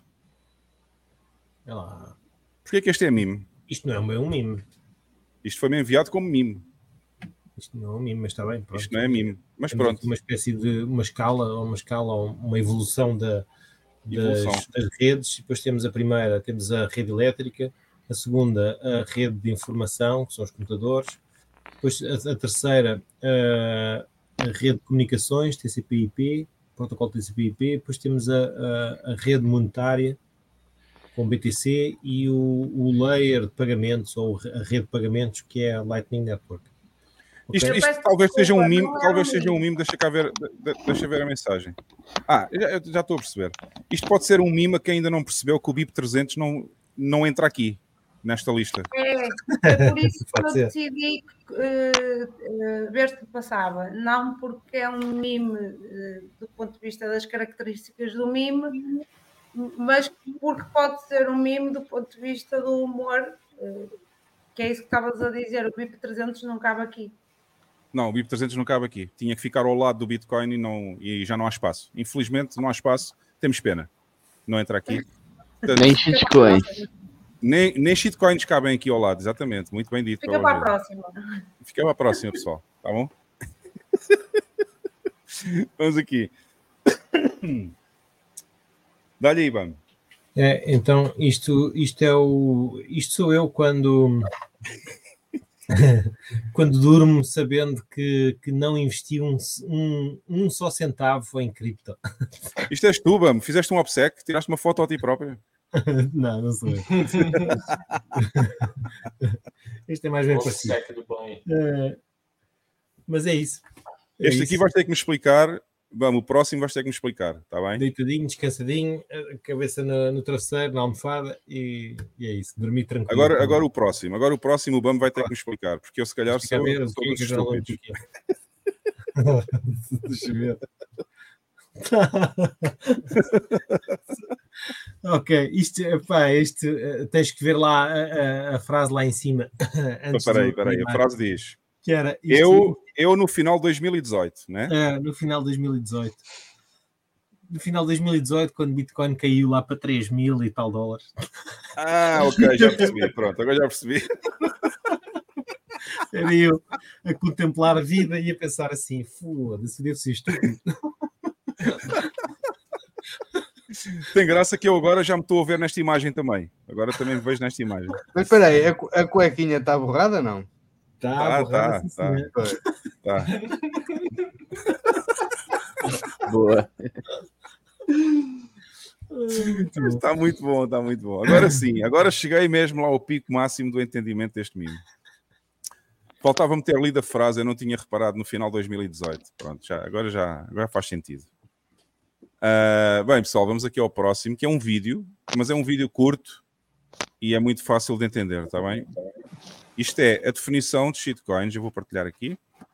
Porquê que este é meme? Isto não é um meme. Isto foi-me enviado como meme. Isto não é um meme, mas está bem. Pronto. Isto não é meme, mas pronto. Uma espécie de uma escala ou uma evolução das redes. Depois temos a primeira, temos a rede elétrica, a segunda, a rede de informação, que são os computadores. Depois a terceira, a rede de comunicações, TCP/IP, protocolo TCP/IP. Depois temos a rede monetária, com BTC, e o layer de pagamentos, ou a rede de pagamentos, que é a Lightning Network. Okay. Isto talvez seja um mimo, deixa ver a mensagem. Eu já estou a perceber. Isto pode ser um mimo que ainda não percebeu que o BIP 300 não entra aqui, nesta lista. É por isso que eu decidi ver se passava. Não porque é um mime do ponto de vista das características do mime, mas porque pode ser um mime do ponto de vista do humor, que é isso que estavas a dizer. O BIP 300 não cabe aqui. Não, o BIP 300 não cabe aqui. Tinha que ficar ao lado do Bitcoin e já não há espaço. Infelizmente, não há espaço. Temos pena. Não entra aqui. Portanto, nem shitcoins. Nem shitcoins cabem aqui ao lado, exatamente. Muito bem dito. Fica para a próxima. Fica para a próxima, pessoal. Tá bom? Vamos aqui. Dá-lhe aí, vamos. Então, isto sou eu quando durmo sabendo que não investi um só centavo em cripto. Isto és tu, Bam. Fizeste um obsequio? Tiraste uma foto a ti própria? Não sou eu. Este é mais bem parecido. Mas é isso. Este aqui vais ter que me explicar. Vamos, o próximo vais ter que me explicar, está bem? Deitadinho, descansadinho, a cabeça no travesseiro, na almofada, e é isso, dormir tranquilo. Agora o próximo o Bam vai ter que me explicar, porque eu se calhar sou dos estúpidos. Deixa eu ver. Ok, isto tens que ver lá a frase lá em cima. Espera aí, a frase diz... Que era eu no final de 2018, né? No final de 2018. No final de 2018, quando o Bitcoin caiu lá para 3.000 e tal dólares. Ok, já percebi. Pronto, agora já percebi. Era eu a contemplar a vida e a pensar assim, foda-se, devo ser estúpido. Tem graça que eu agora já me estou a ver nesta imagem também. Agora também me vejo nesta imagem. Mas espera aí, a cuequinha está borrada, não? Tá. Boa. Está muito bom. Agora sim, agora cheguei mesmo lá ao pico máximo do entendimento deste mimo. Faltava-me ter lido a frase, eu não tinha reparado no final de 2018. Pronto, agora faz sentido. Bem, pessoal, vamos aqui ao próximo, que é um vídeo, mas é um vídeo curto e é muito fácil de entender, está bem? Isto é a definição de shitcoins. Eu vou partilhar aqui.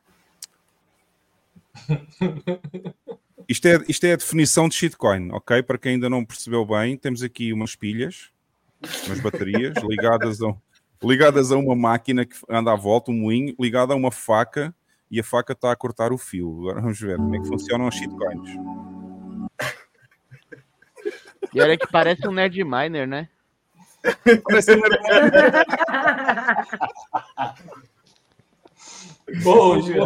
Isto é a definição de shitcoin, ok? Para quem ainda não percebeu bem, temos aqui umas pilhas, umas baterias ligadas a uma máquina que anda à volta, um moinho, ligada a uma faca, e a faca está a cortar o fio. Agora vamos ver como é que funcionam as shitcoins. E olha que parece um Nerd Miner, né? Hoje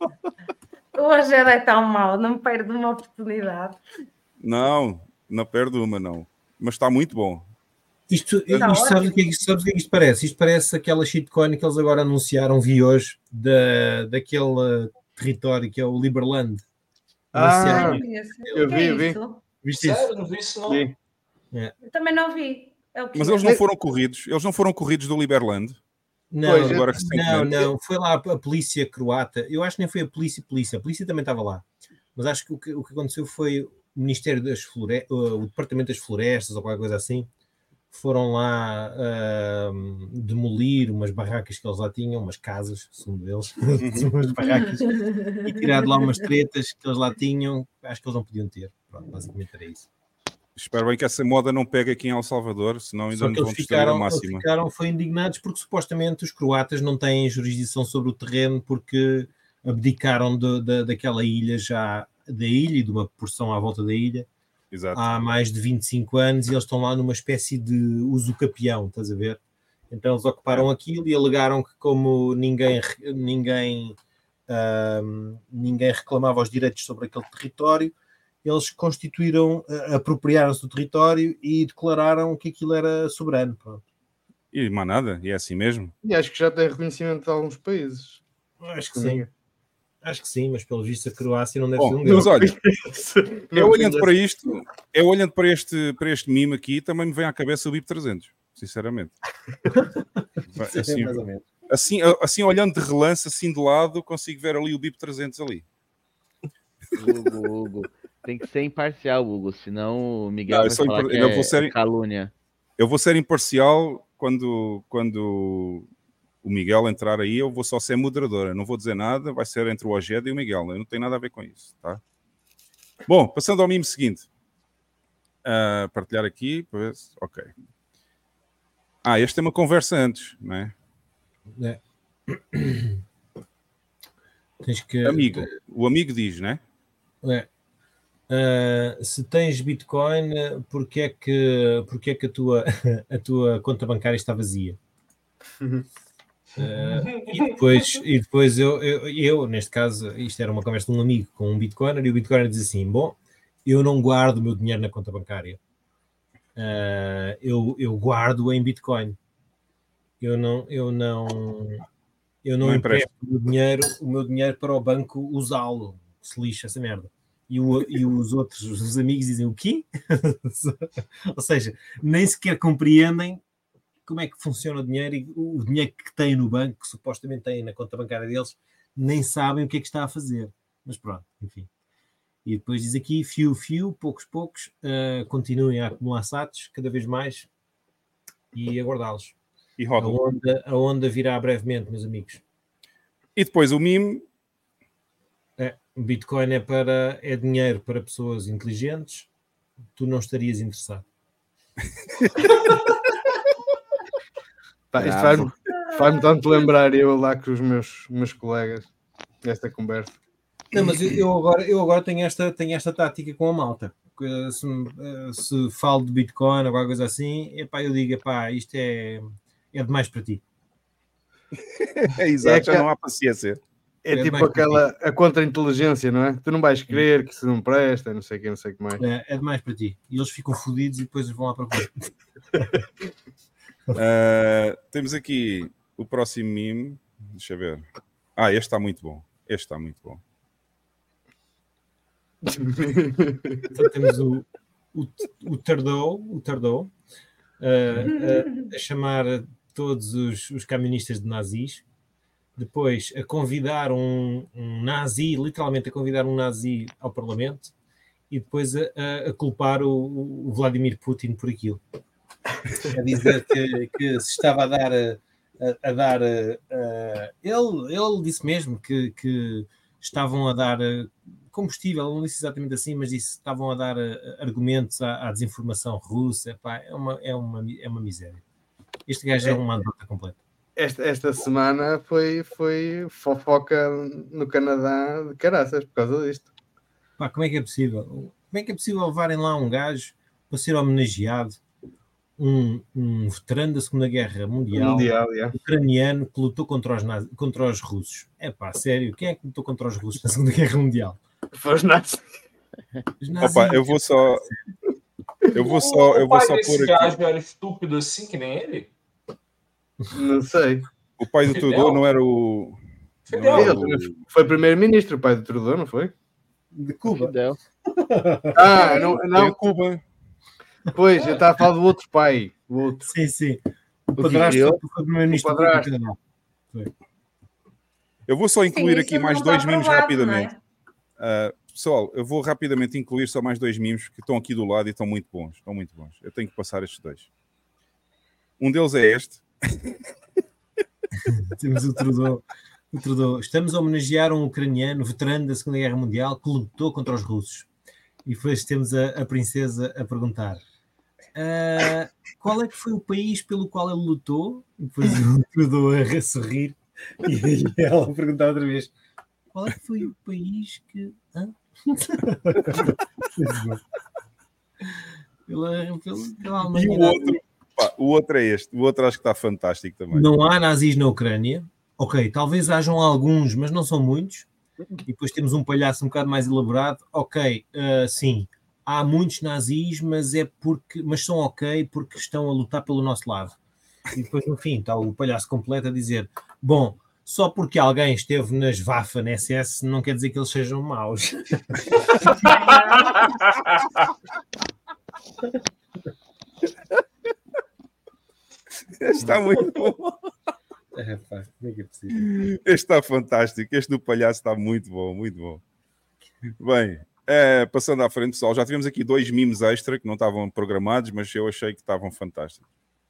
é tão mau, não perdo uma oportunidade. Não perdo uma, não. Mas está muito bom. Isto sabe o que é que isto parece? Isto parece aquela shitcoin que eles agora anunciaram, vi hoje, daquele território que é o Liberland. Eu vi. Viste sério, isso? não vi isso, não. Sim. Eu também não vi. Mas eles não foram corridos do Liberland? Não, Pois, agora não. Foi lá a polícia croata. Eu acho que nem foi a polícia. A polícia também estava lá. Mas acho que o que aconteceu foi o Ministério das Florestas, o Departamento das Florestas ou qualquer coisa assim, foram lá demolir umas barracas que eles lá tinham, umas casas, segundo eles, umas barracas, e tirar de lá umas tretas que eles lá tinham. Acho que eles não podiam ter. Pronto, basicamente era isso. Espero bem que essa moda não pegue aqui em El Salvador, senão ainda Só não que vão destruir a máxima. eles ficaram indignados porque supostamente os croatas não têm jurisdição sobre o terreno porque abdicaram daquela ilha da ilha e de uma porção à volta da ilha. Exato. Há mais de 25 anos e eles estão lá numa espécie de usucapião, estás a ver? Então eles ocuparam aquilo e alegaram que como ninguém reclamava os direitos sobre aquele território, eles constituíram, apropriaram-se do território e declararam que aquilo era soberano. Pronto. E mais nada, e é assim mesmo. E acho que já tem reconhecimento de alguns países. Acho que sim. Acho que sim, mas pelo visto a Croácia não deve ser um Mas deles. olha, eu olhando para este meme aqui, também me vem à cabeça o BIP 300, sinceramente. Sim, mais ou menos. Assim, olhando de relance, assim de lado, consigo ver ali o BIP 300 ali. Hugo, tem que ser imparcial, Hugo, senão o Miguel vai falar que é calúnia. Eu vou ser imparcial quando o Miguel entrar aí, eu vou só ser moderador. Eu não vou dizer nada, vai ser entre o Ojeda e o Miguel. Eu não tenho nada a ver com isso, tá? Bom, passando ao meme seguinte. Partilhar aqui. Ok. Este é uma conversa antes, não é? É. Tens que... O amigo diz, não é? Se tens Bitcoin, porque é que a tua conta bancária está vazia? E depois eu, neste caso, isto era uma conversa de um amigo com um Bitcoiner, e o Bitcoiner diz assim: bom, eu não guardo o meu dinheiro na conta bancária, eu guardo em Bitcoin. Eu não empresto o meu dinheiro para o banco usá-lo. Se lixa essa merda. E os amigos dizem o quê? Ou seja, nem sequer compreendem como é que funciona o dinheiro, e o dinheiro que têm no banco, que supostamente têm na conta bancária deles, nem sabem o que é que está a fazer. Mas pronto, enfim. E depois diz aqui, poucos, continuem a acumular satos cada vez mais e a guardá-los. E a onda virá brevemente, meus amigos. E depois o meme. Bitcoin é dinheiro para pessoas inteligentes. Tu não estarias interessado. Isto faz-me tanto lembrar eu lá com os meus colegas desta conversa. Não, mas eu agora tenho esta tática com a malta. Se falo de Bitcoin ou alguma coisa assim, eu digo, isto é demais para ti. Exato, já não há paciência. É tipo a contra-inteligência, não é? Tu não vais crer que se não presta, não sei o que mais. É demais para ti. E eles ficam fodidos e depois vão lá para fora. Temos aqui o próximo meme. Deixa eu ver. Este está muito bom. Então temos o Tardou a chamar todos os camionistas de nazis. Depois a convidar um nazi, literalmente a convidar um nazi ao Parlamento, e depois a culpar o Vladimir Putin por aquilo. A dizer que se estava a dar ele disse mesmo que estavam a dar combustível, não disse exatamente assim, mas disse que estavam a dar argumentos à desinformação russa. É uma miséria. Este gajo é uma andota completa. Esta semana foi fofoca no Canadá de caraças por causa disto. Como é que é possível? Como é que é possível levarem lá um gajo para ser homenageado, um veterano da Segunda Guerra Mundial ucraniano que lutou contra os russos? Sério? Quem é que lutou contra os russos na Segunda Guerra Mundial? Foi os nazis. Eu vou só pôr esse gajo era estúpido assim que nem ele? Não sei. O pai do Trudeau não era o... Foi primeiro-ministro, o pai do Trudeau, não foi? De Cuba. Não. Cuba. Pois, eu estava a falar do outro pai. O outro. Sim. O padrasto foi primeiro-ministro. Eu vou só incluir aqui mais 2 memes rapidamente. Pessoal, eu vou rapidamente incluir só mais 2 memes que estão aqui do lado e estão muito bons. Eu tenho que passar estes 2. Um deles é este. Temos o Trudeau. Estamos a homenagear um ucraniano veterano da Segunda Guerra Mundial que lutou contra os russos. E depois temos a princesa a perguntar qual é que foi o país pelo qual ele lutou? E depois o Trudeau a sorrir e ela a perguntar outra vez qual é que foi o país que... pela Alemanha. E o outro é este. O outro acho que está fantástico também. Não há nazis na Ucrânia. Ok, talvez hajam alguns, mas não são muitos. e depois temos um palhaço um bocado mais elaborado, ok, sim, há muitos nazis, mas são ok porque estão a lutar pelo nosso lado. E depois, no fim, está o palhaço completo a dizer, bom, só porque alguém esteve nas Waffen-SS não quer dizer que eles sejam maus. Está muito bom. Pá, como é que é possível? Este está fantástico. Este do palhaço está muito bom, muito bom. Bem, passando à frente, pessoal, já tivemos aqui 2 memes extra que não estavam programados, mas eu achei que estavam fantásticos.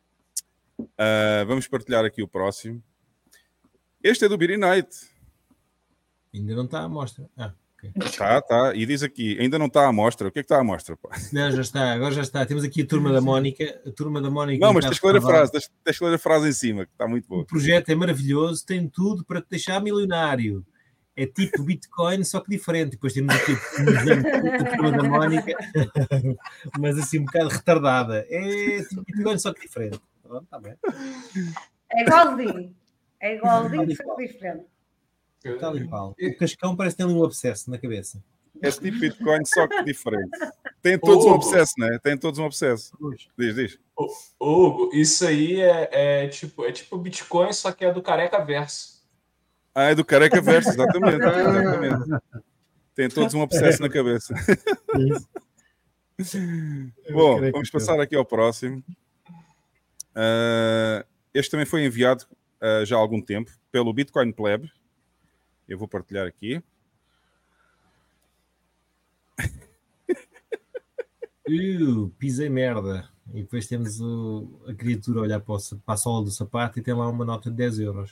Vamos partilhar aqui o próximo. Este é do Beery Night. Ainda não está à mostra. Okay. Tá. E diz aqui, ainda não está à mostra. O que é que está à mostra? Pá? Não, já está. Agora já está. Temos aqui a Turma da Mónica. A Turma da Mónica. Não, mas tens que ler a frase. Tens que ler a frase em cima, que está muito boa. O projeto é maravilhoso. Tem tudo para te deixar milionário. É tipo Bitcoin, só que diferente. Depois temos aqui a Turma da Mónica, mas assim um bocado retardada. É tipo Bitcoin, só que diferente. Pronto, está bem. É igualzinho, só que diferente. Tal e qual. O Cascão parece que tem um obsesso na cabeça. É tipo Bitcoin, só que diferente. Tem todos um obsesso, né? Tem todos um obsesso. Diz. Hugo, isso aí é tipo Bitcoin, só que é do Careca Verso. É do Careca Verso, exatamente. Tem todos um obsesso na cabeça. Bom, vamos passar aqui ao próximo. Este também foi enviado já há algum tempo pelo Bitcoin Pleb. Eu vou partilhar aqui. Pisei merda. E depois temos a criatura a olhar para a sola do sapato e tem lá uma nota de 10 euros.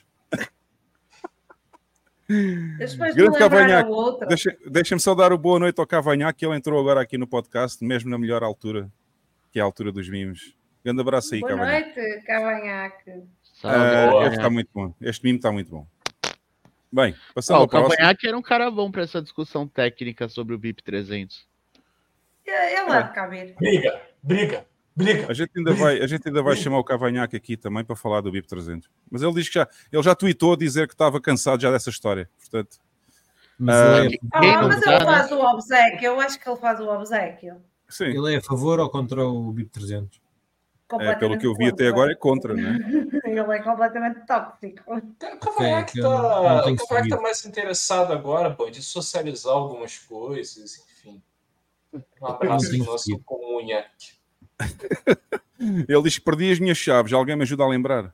Grande Cavanhaque. Deixa-me só dar o boa noite ao Cavanhaque, que ele entrou agora aqui no podcast, mesmo na melhor altura, que é a altura dos mimos. Grande abraço aí, Cavanhaque. Boa noite, Cavanhaque. Este está muito bom. Este mimo está muito bom. Bem, passando ao próximo. O Cavanhaque era um cara bom para essa discussão técnica sobre o BIP 300. Eu levo cá ver. Briga. A gente ainda vai chamar o Cavanhaque aqui também para falar do BIP 300. Mas ele diz que ele já tweetou a dizer que estava cansado já dessa história. Portanto, mas ele faz o obséquio. Eu acho que ele faz o obséquio. Sim. Ele é a favor ou contra o BIP 300? Pelo que eu vi até agora é contra, não é? Ele é completamente tóxico. O Cavanhaque está mais interessado agora, pô, de socializar algumas coisas, enfim. Um abraço do nosso comunhaque. Ele diz que perdi as minhas chaves. Alguém me ajuda a lembrar?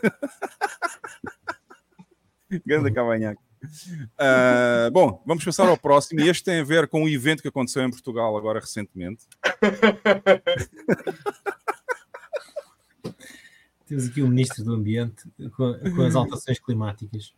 Grande Cavanhaque. Bom, vamos passar ao próximo. E este tem a ver com um evento que aconteceu em Portugal agora recentemente. Temos aqui o Ministro do Ambiente com as alterações climáticas.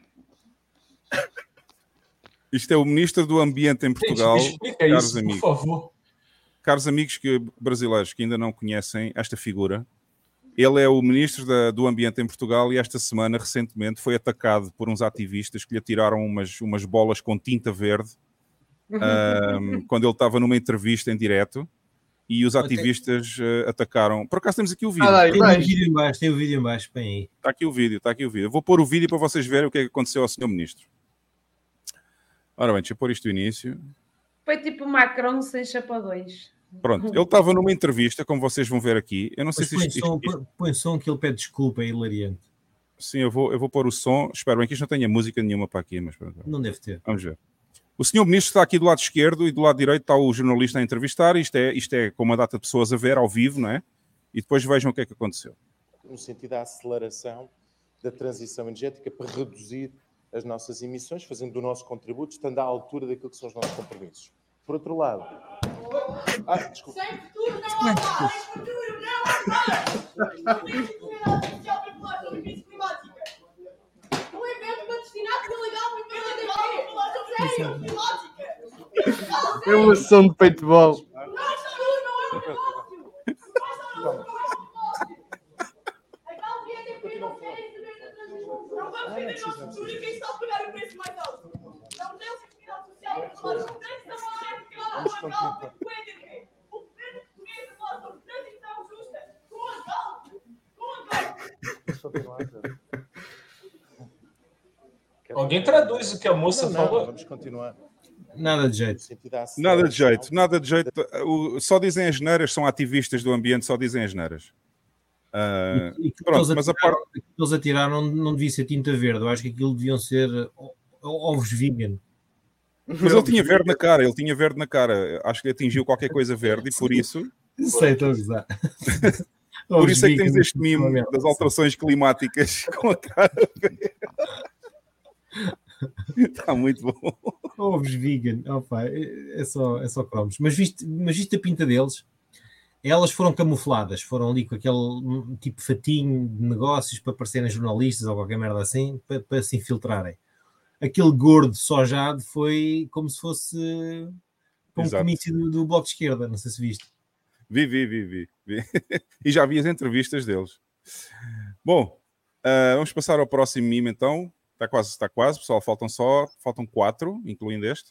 Isto é o Ministro do Ambiente em Portugal. Gente, explica caros isso, amigos. por favor. Caros amigos brasileiros que ainda não conhecem esta figura, ele é o Ministro do Ambiente em Portugal e esta semana, recentemente, foi atacado por uns ativistas que lhe atiraram umas bolas com tinta verde quando ele estava numa entrevista em direto. E os ativistas atacaram. Por acaso temos aqui o vídeo. Tem o vídeo em baixo, bem aí. Está aqui o vídeo. Eu vou pôr o vídeo para vocês verem o que é que aconteceu ao Sr. Ministro. Ora bem, deixa eu pôr isto no início. Foi tipo Macron sem chapadões. Pronto, ele estava numa entrevista, como vocês vão ver aqui. Eu não sei se põe som que ele pede desculpa, é hilariante. Sim, eu vou pôr o som. Espero bem que isto não tenha música nenhuma para aqui, mas pronto. Não deve ter. Vamos ver. O senhor Ministro está aqui do lado esquerdo e do lado direito está o jornalista a entrevistar. Isto é com uma data de pessoas a ver, ao vivo, não é? E depois vejam o que é que aconteceu. No sentido da aceleração da transição energética para reduzir as nossas emissões, fazendo do nosso contributo, estando à altura daquilo que são os nossos compromissos. Por outro lado... desculpa. Sem futuro não há paz! Sem futuro não há paz! Um evento patrocinado ilegal por é uma ação de paintball. Não vamos vender o nosso futuro e quem está a pagar o preço mais alto. Não temos seguridade social, não temos transição O governo português fala sobre transição justa, com a calma. Alguém traduz o que a moça falou? Vamos continuar. Nada de jeito. Nada de jeito, nada de jeito. Só dizem as neiras, são ativistas do ambiente, só dizem as neiras. Pronto, mas a parte que eles atiraram não devia ser tinta verde. Eu acho que aquilo deviam ser ovos vegan. Mas ele tinha verde na cara, Acho que atingiu qualquer coisa verde e por isso. Sei, estou a gozar. Por isso é que temos este mimo das alterações climáticas com a cara verde. Está muito bom. Ovos vegan, opa, é só cromos. Mas viste a pinta deles? Elas foram camufladas, foram ali com aquele tipo fatinho de negócios para parecerem jornalistas ou qualquer merda assim, para se infiltrarem. Aquele gordo sojado foi como se fosse um comício do Bloco de Esquerda, não sei se viste. Vi. E já vi as entrevistas deles. Bom, vamos passar ao próximo meme então. Está quase, pessoal. Faltam 4, incluindo este.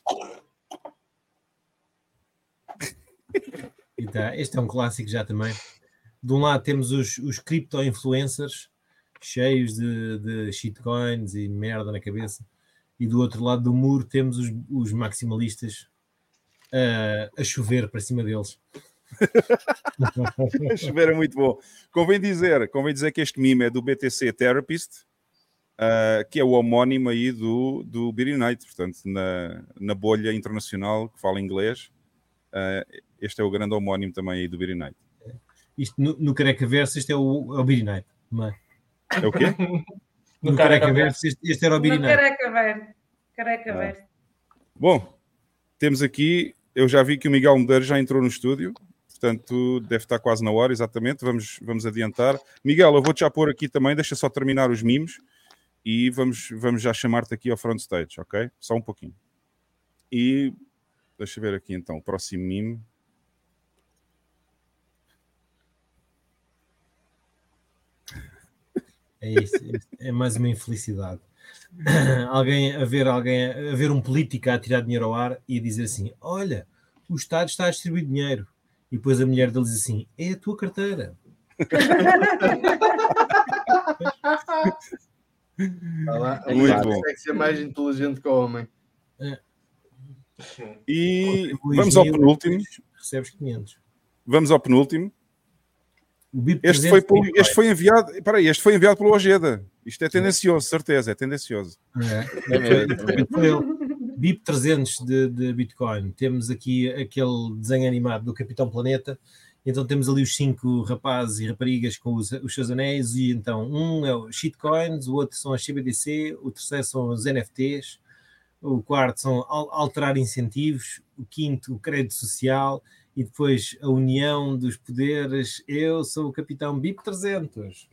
E tá, este é um clássico já também. De um lado temos os cripto-influencers cheios de shitcoins e merda na cabeça. E do outro lado do muro temos os maximalistas a chover para cima deles. A chover é muito bom. Convém dizer que este meme é do BTC Therapist, que é o homónimo aí do Beer Night, portanto, na bolha internacional que fala inglês. Este é o grande homónimo também aí do Beer Night. Isto no Careca Verso, este é o Beer Night, não é? É o quê? No Careca Verso, este era o Beer Night. Careca Verso. Bom, temos aqui, eu já vi que o Miguel Medeiros já entrou no estúdio, portanto deve estar quase na hora, exatamente, vamos adiantar. Miguel, eu vou-te já pôr aqui também, deixa só terminar os mimos e vamos já chamar-te aqui ao front stage, ok? Só um pouquinho. E deixa eu ver aqui então, o próximo mime. É isso, é mais uma infelicidade. A ver um político a tirar dinheiro ao ar e a dizer assim: olha, o Estado está a distribuir dinheiro. E depois a mulher dele diz assim: é a tua carteira. Muito bom. Tem que ser mais inteligente que o homem. E vamos ao penúltimo. Recebes 500. Vamos ao penúltimo. Este foi enviado. Espera aí, este foi enviado pelo Ojeda. Isto é tendencioso, certeza, é tendencioso. BIP 300 de Bitcoin. Temos aqui aquele desenho animado do Capitão Planeta. Então temos ali os 5 rapazes e raparigas com os seus anéis. E então um é o shitcoins, o outro são as CBDC, o terceiro são os NFTs, o quarto são alterar incentivos, o quinto o crédito social. E depois a união dos poderes. Eu sou o Capitão BIP 300.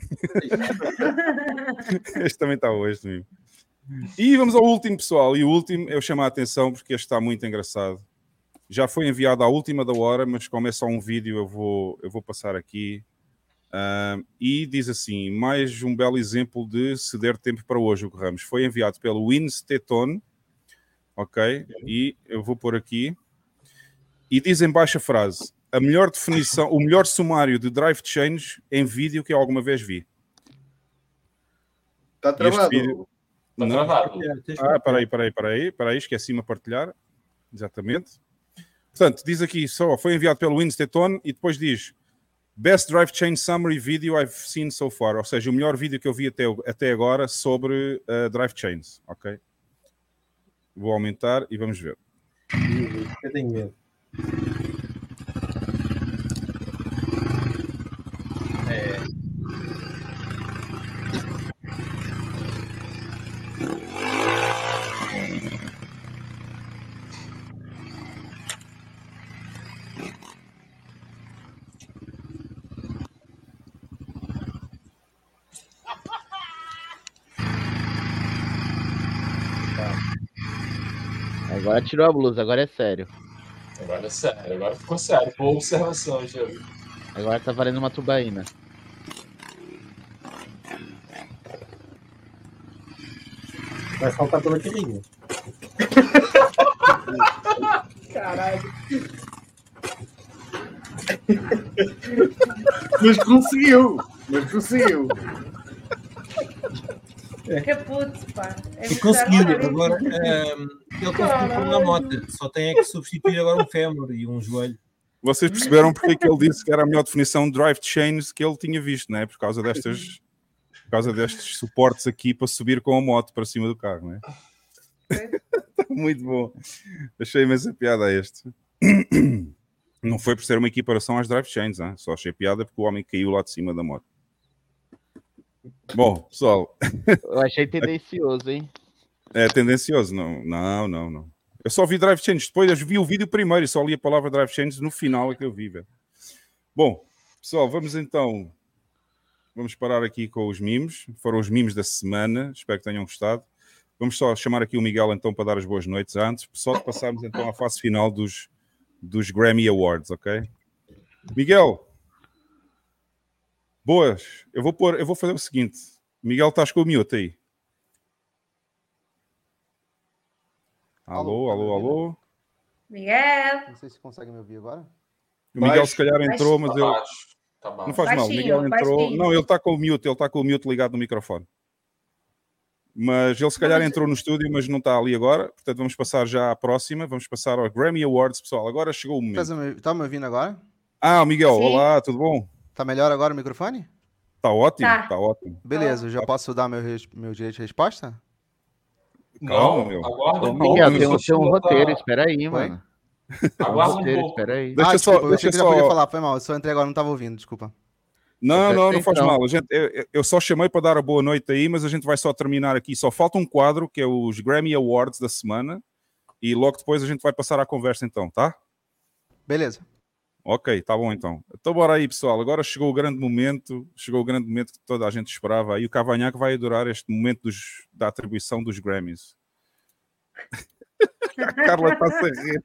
Este também está hoje mesmo. E vamos ao último, pessoal. E o último eu chamo a atenção porque este está muito engraçado. Já foi enviado à última da hora, mas como é só um vídeo eu vou passar aqui. E diz assim, mais um belo exemplo de ceder tempo para hoje, Hugo Ramos. Foi enviado pelo Winsteton. Ok? E eu vou pôr aqui. E diz em baixa frase, a melhor definição, o melhor sumário de drive change em vídeo que eu alguma vez vi. Está travado. Vídeo... Está travado. Peraí, esqueci-me a partilhar. Exatamente. Portanto, diz aqui só, foi enviado pelo Winsteton e depois diz Best Drive Change Summary Video I've seen so far. Ou seja, o melhor vídeo que eu vi até agora sobre Drive Chains. Ok? Vou aumentar e vamos ver. Eu tenho medo. Agora tirou a blusa, agora é sério. Agora é sério, agora ficou sério. Boa observação, Diego. Agora tá valendo uma tubaína. Vai faltar pela queridinha. Caralho. Mas conseguiu. Caput, pá. E conseguiu, agora ele conseguiu pôr na moto, só tem é que substituir agora um fémur e um joelho. Vocês perceberam porque é que ele disse que era a melhor definição de drive chains que ele tinha visto, não é? Por causa destes suportes aqui para subir com a moto para cima do carro, não é? Muito bom. Achei imensa piada a este. Não foi por ser uma equiparação às drive chains, hein? Só achei piada porque o homem caiu lá de cima da moto. Bom, pessoal. Eu achei tendencioso, hein? É tendencioso, não. Eu só vi drive chains depois, eu vi o vídeo primeiro e só li a palavra drive chains no final é que eu vi, velho. Bom, pessoal, vamos parar aqui com os mimos. Foram os mimos da semana, espero que tenham gostado. Vamos só chamar aqui o Miguel então para dar as boas noites antes, só de passarmos então à fase final dos Grammy Awards, ok? Miguel, boas. Eu vou fazer o seguinte. Miguel, estás com o mute aí? Alô. Miguel. Não sei se conseguem me ouvir agora. O Miguel se calhar entrou, mas eu... Tá não faz mal, o Miguel entrou... Baixinho. Não, ele está com o mute ligado no microfone. Mas ele se calhar entrou no estúdio, mas não está ali agora. Portanto, vamos passar já à próxima. Vamos passar aos Grammy Awards, pessoal. Agora chegou o momento. Está-me ouvindo agora? Ah, Miguel, Sim. olá, tudo bom? Está melhor agora o microfone? Está ótimo, Tá. está ótimo. Beleza, eu já posso dar meu direito de resposta? Calma, meu. Aguarda um Miguel, pouco. tem um roteiro, espera aí, Foi? mano. Aguarda um Roteiro, pouco. espera aí. Deixa só... Desculpa, eu achei que já podia só... falar, foi mal. Eu só entrei agora, não estava ouvindo, desculpa. Não faz Então. mal. Eu só chamei para dar a boa noite aí, mas a gente vai só terminar aqui. Só falta um quadro, que é os Grammy Awards da semana. E logo depois a gente vai passar à conversa então, tá? Beleza. Ok, tá bom então. Então bora aí, pessoal. Agora chegou o grande momento que toda a gente esperava. Aí o Cavanhaque vai adorar este momento da atribuição dos Grammys. A Carla está-se a rir.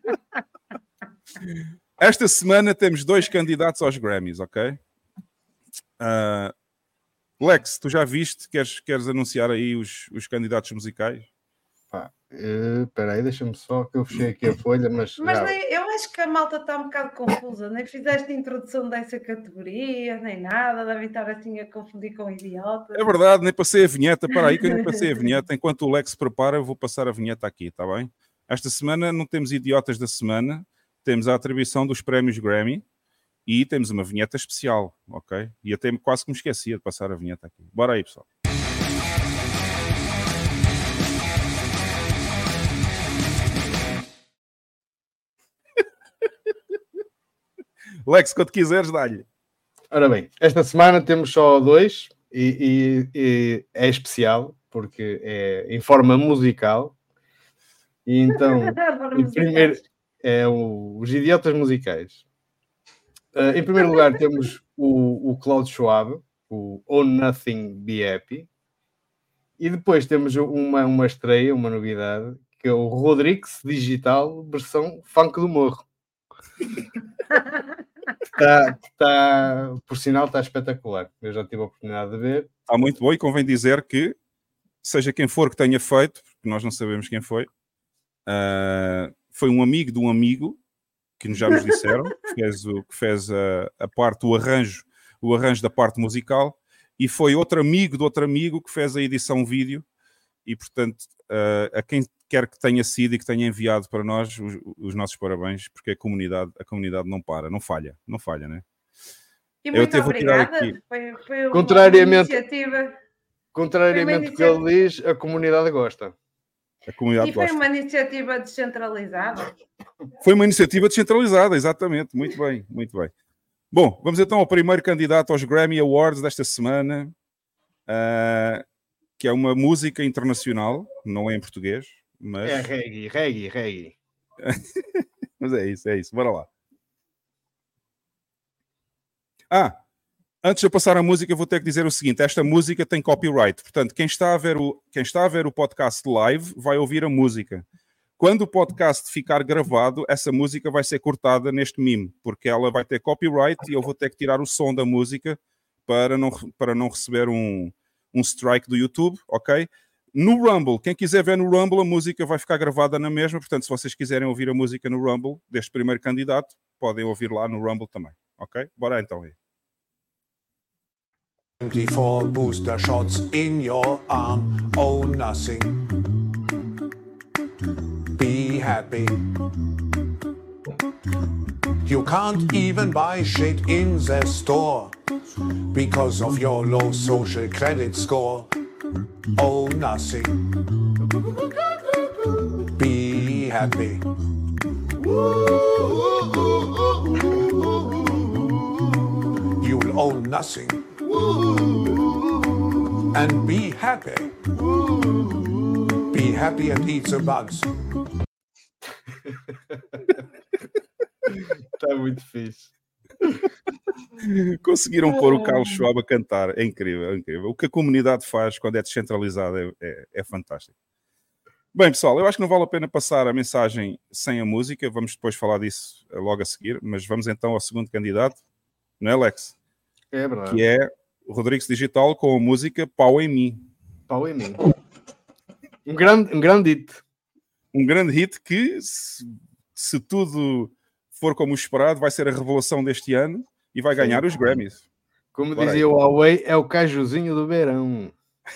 Esta semana temos 2 candidatos aos Grammys, ok? Lex, tu já viste? Queres anunciar aí os candidatos musicais? Espera aí, deixa-me só que eu fechei aqui a folha, mas Eu acho que a malta está um bocado confusa. Nem fizeste introdução dessa categoria, nem nada. Devem estar assim a confundir com idiota. É verdade, nem passei a vinheta. Para aí que eu nem passei a vinheta. Enquanto o Lex se prepara, eu vou passar a vinheta aqui, está bem? Esta semana não temos idiotas da semana. Temos a atribuição dos prémios Grammy e temos uma vinheta especial, ok? E até quase que me esquecia de passar a vinheta aqui. Bora aí, pessoal. Lex, quando quiseres, dá-lhe. Ora bem, esta semana temos só 2 e é especial porque é em forma musical. E então, em primeiro, os idiotas musicais. Em primeiro lugar temos o Klaus Schwab, o Oh Nothing Be Happy. E depois temos uma estreia, uma novidade, que é o Rodrigues Digital, versão funk do morro. Por sinal, está espetacular. Eu já tive a oportunidade de ver. Está muito bom e convém dizer que, seja quem for que tenha feito, porque nós não sabemos quem foi um amigo de um amigo, que já nos disseram, que fez a parte, o arranjo da parte musical, e foi outro amigo de outro amigo que fez a edição vídeo, e portanto, a quem quer que tenha sido e que tenha enviado para nós os nossos parabéns, porque a comunidade não para, não falha, né? E muito obrigada. Foi contrariamente iniciativa. ao que ele diz, a comunidade gosta. A comunidade foi gosta. uma iniciativa descentralizada. Foi uma iniciativa descentralizada, exatamente. Muito bem, muito bem. Bom, vamos então ao primeiro candidato aos Grammy Awards desta semana, que é uma música internacional, não é em português, mas... É reggae. Mas é isso, bora lá. Antes de eu passar a música, eu vou ter que dizer o seguinte: esta música tem copyright, portanto, quem está a ver o podcast live vai ouvir a música. Quando o podcast ficar gravado, essa música vai ser cortada neste meme, porque ela vai ter copyright e eu vou ter que tirar o som da música para não receber um strike do YouTube, ok? No Rumble, quem quiser ver no Rumble, a música vai ficar gravada na mesma, portanto, se vocês quiserem ouvir a música no Rumble deste primeiro candidato, podem ouvir lá no Rumble também, ok? Bora então aí. 24 booster shots in your arm. Oh, nothing. Be happy. You can't even buy shit in the store because of your low social credit score. Oh, nothing. Be happy. You'll own nothing. And be happy. Be happy and eat the bugs. Está muito fixe. Conseguiram pôr o Carlos Schwab a cantar. É incrível, é incrível. O que a comunidade faz quando é descentralizada é fantástico. Bem, pessoal, eu acho que não vale a pena passar a mensagem sem a música. Vamos depois falar disso logo a seguir. Mas vamos então ao segundo candidato. Não é, Alex? É verdade. Que é o Rodrigues Digital com a música Pau em Mim. Pau em Mim. Um grande hit. Um grande hit que, se tudo for como esperado, vai ser a revelação deste ano e vai ganhar os Grammys. Como dizia o Huawei, é o cajuzinho do verão.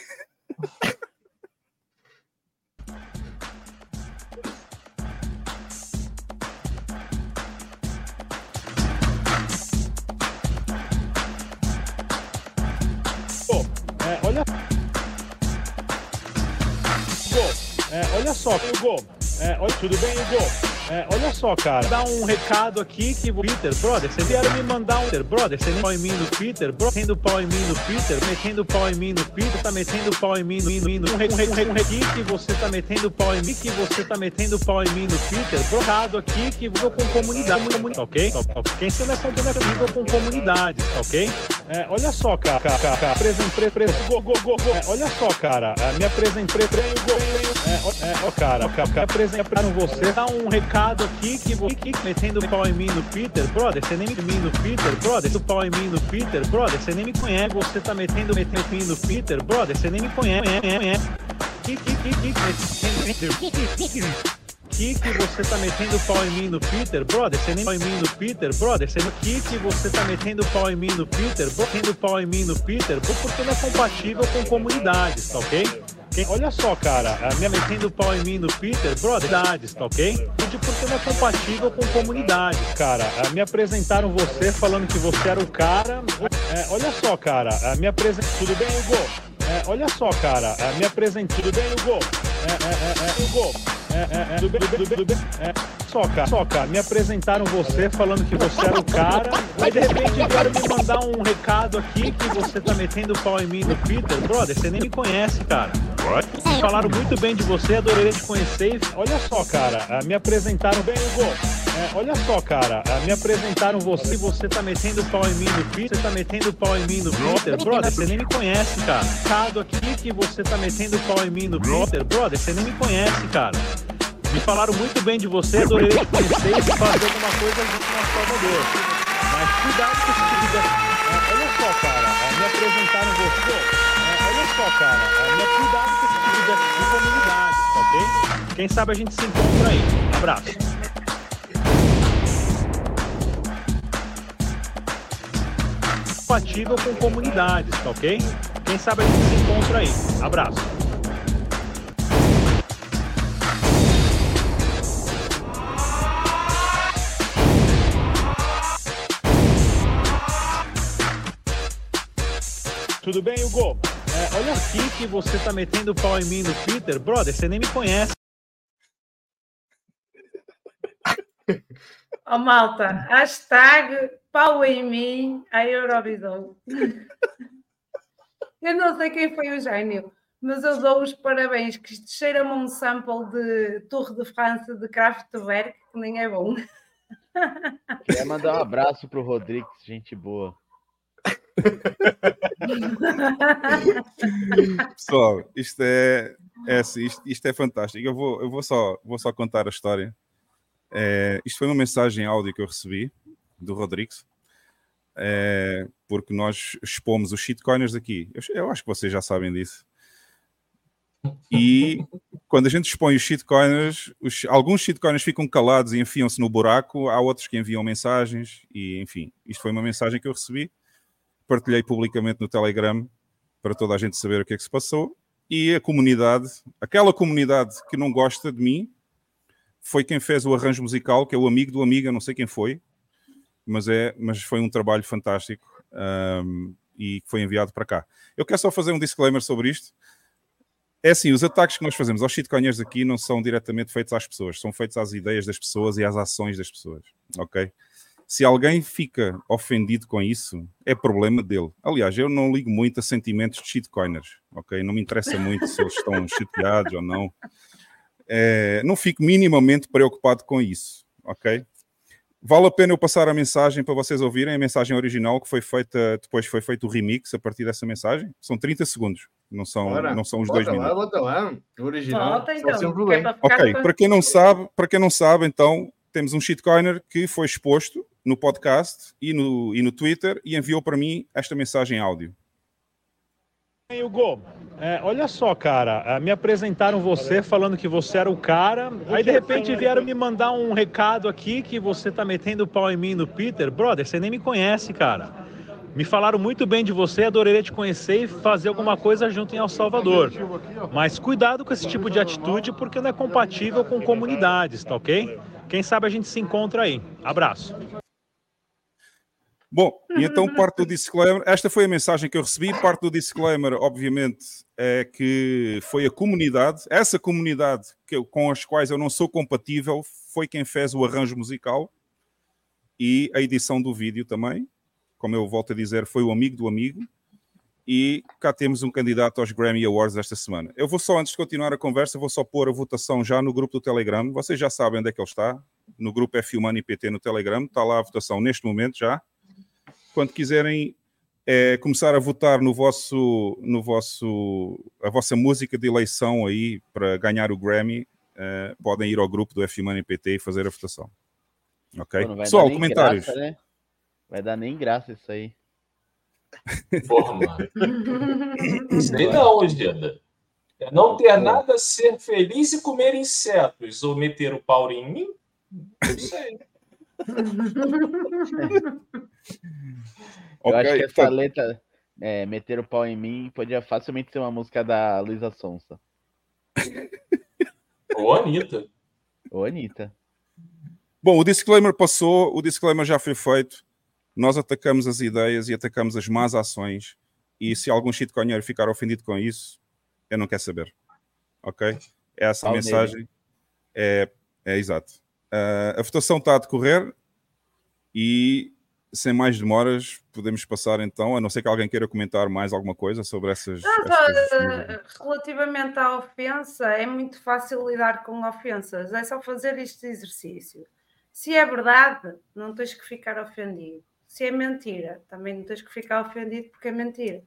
Olha só, Hugo. Olha, tudo bem, Hugo? Olha só, cara, dá um recado aqui que o Peter, brother, você vieram me mandar um brother, você nem pau em mim no Peter, metendo pau em mim no Peter, metendo pau em mim no Peter, tá metendo pau em mim no um aqui que você tá metendo pau em mim, que você tá metendo pau em mim no Peter, recado aqui que vou com comunidade, ok? Quem se nessa nível com comunidade, ok? Olha só, cara, olha só, cara, me apresentei, cara, apresentaram você, dá um recado aqui que vou metendo pau em mim no Peter, brother, você nem me no Peter, brother, do pau em mim no Peter, brother, você nem me conhece, você tá metendo em mim no Peter, brother, você nem me conhece, que você tá metendo pau em mim no Peter, brother, você nem pau em mim no Peter, brother, você que você tá metendo pau em mim no Peter, metendo pau em mim no Peter, porque não é compatível com comunidades, tá ok? Olha só, cara, me metendo pau em mim no Peter, brother, tá ok? Porque não é compatível com comunidades, cara. Me apresentaram você falando que você era o cara. Olha só, cara, me apresentaram. Tudo bem, Hugo? Olha só, cara, me apresentaram. Tudo bem, Hugo? Hugo? Tudo bem? Só, cara, me apresentaram você falando que você era o cara, aí de repente vieram me mandar um recado aqui que você tá metendo pau em mim no Peter, brother, você nem me conhece, cara. Me falaram muito bem de você, adorei te conhecer. Olha só, cara, me apresentaram bem, Hugo. Olha só, cara, me apresentaram você tá metendo pau em mim no Peter, você tá metendo pau em mim no Peter, brother, você nem me conhece, cara. Recado aqui que você tá metendo pau em mim no Peter, brother, você nem me conhece, cara. Me falaram muito bem de você, adorei te conhecer e fazer alguma coisa junto com o Salvador. Mas cuidado com esse tipo de... olha só, cara, me apresentaram você. Olha só, cara, cuidado com esse tipo de comunidade, ok? Quem sabe a gente se encontra aí. Abraço. Compatível com comunidades, tá ok? Quem sabe a gente se encontra aí. Abraço. Tudo bem, Hugo? Olha aqui que você tá metendo pau em mim no Peter, brother, você nem me conhece. Oh, malta, hashtag pau em mim a Eurovisão. Eu não sei quem foi o gênio, mas eu dou os parabéns, que isto cheira-me um sample de Tour de France de Kraftwerk, que nem é bom. Queria mandar um abraço pro Rodrigues, gente boa. Pessoal, isto é fantástico. Eu vou só contar a história. Isto foi uma mensagem áudio que eu recebi do Rodrigues, porque nós expomos os shitcoiners aqui. Eu acho que vocês já sabem disso. E quando a gente expõe os shitcoiners, alguns shitcoiners ficam calados e enfiam-se no buraco, há outros que enviam mensagens, e enfim, isto foi uma mensagem que eu recebi. partilhei publicamente no Telegram para toda a gente saber o que é que se passou. E a comunidade, aquela comunidade que não gosta de mim, foi quem fez o arranjo musical, que é o amigo do amigo, eu não sei quem foi, mas foi um trabalho fantástico e foi enviado para cá. Eu quero só fazer um disclaimer sobre isto. É assim, os ataques que nós fazemos aos shitcoiners aqui não são diretamente feitos às pessoas, são feitos às ideias das pessoas e às ações das pessoas, ok? Se alguém fica ofendido com isso, é problema dele. Aliás, eu não ligo muito a sentimentos de shitcoiners, ok? Não me interessa muito se eles estão chateados ou não. Não fico minimamente preocupado com isso, ok? Vale a pena eu passar a mensagem para vocês ouvirem, a mensagem original que foi feita, depois foi feito o remix a partir dessa mensagem. São 30 segundos, não são os 2 minutos. Bota lá, o original. Então, Ok, para quem não sabe, então, temos um shitcoiner que foi exposto no podcast e no Twitter e enviou para mim esta mensagem áudio. Hey, Hugo, olha só, cara, me apresentaram você falando que você era o cara, aí de repente vieram me mandar um recado aqui que você tá metendo o pau em mim no Peter. Brother, você nem me conhece, cara. Me falaram muito bem de você, adoraria te conhecer e fazer alguma coisa junto em El Salvador. Mas cuidado com esse tipo de atitude porque não é compatível com comunidades, tá ok? Quem sabe a gente se encontra aí. Abraço. Bom, e então parte do disclaimer, esta foi a mensagem que eu recebi, parte do disclaimer, obviamente, é que foi a comunidade, essa comunidade com as quais eu não sou compatível, foi quem fez o arranjo musical e a edição do vídeo também, como eu volto a dizer, foi o amigo do amigo, e cá temos um candidato aos Grammy Awards esta semana. Eu vou só, antes de continuar a conversa, vou só pôr a votação já no grupo do Telegram, vocês já sabem onde é que ele está, no grupo F-Humano PT no Telegram, está lá a votação neste momento já. Quando quiserem começar a votar a vossa música de eleição aí para ganhar o Grammy, podem ir ao grupo do F-Humano PT e fazer a votação. Ok? Pô, Pessoal, comentários. Graça, né? Vai dar nem graça isso aí. Porra, mano. Sei não, Geda. É não ter nada a ser feliz e comer insetos ou meter o pau em mim? Não sei. Eu acho que essa letra, meter o pau em mim, podia facilmente ser uma música da Luísa Sonza. Ou Anitta. Ou Anitta. Bom, o disclaimer passou, o disclaimer já foi feito. Nós atacamos as ideias e atacamos as más ações. E se algum shitcoiner ficar ofendido com isso, eu não quero saber. Ok? É essa a mensagem. É exato. A votação está a decorrer e, sem mais demoras, podemos passar então, a não ser que alguém queira comentar mais alguma coisa sobre essas... Relativamente à ofensa, é muito fácil lidar com ofensas. É só fazer este exercício. Se é verdade, não tens que ficar ofendido. Se é mentira, também não tens que ficar ofendido porque é mentira.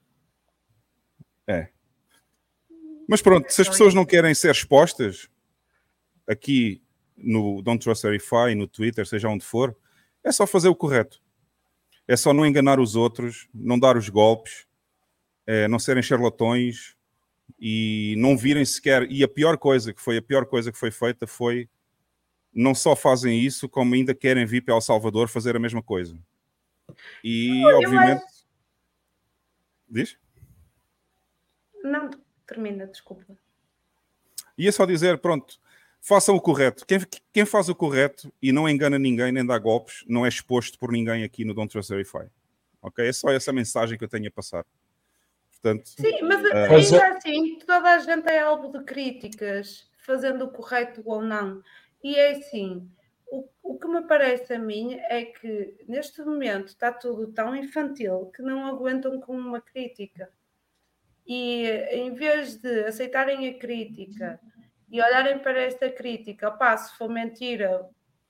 Mas pronto, se as pessoas não querem ser expostas aqui no Don't Trust Verify, no Twitter, seja onde for, é só fazer o correto. É só não enganar os outros, não dar os golpes, não serem charlatões e não virem sequer. E a pior coisa que foi feita foi não só fazem isso, como ainda querem vir para El Salvador fazer a mesma coisa. E obviamente. Diz? Não, termina, desculpa. Ia só dizer, pronto, façam o correto. Quem faz o correto e não engana ninguém, nem dá golpes, não é exposto por ninguém aqui no Don't Trust Verify. Ok? É só essa mensagem que eu tenho a passar. Portanto, sim, mas ainda assim, toda a gente é alvo de críticas, fazendo o correto ou não. E é assim, o que me parece a mim é que neste momento está tudo tão infantil que não aguentam com uma crítica. E em vez de aceitarem a crítica e olharem para esta crítica, se for mentira,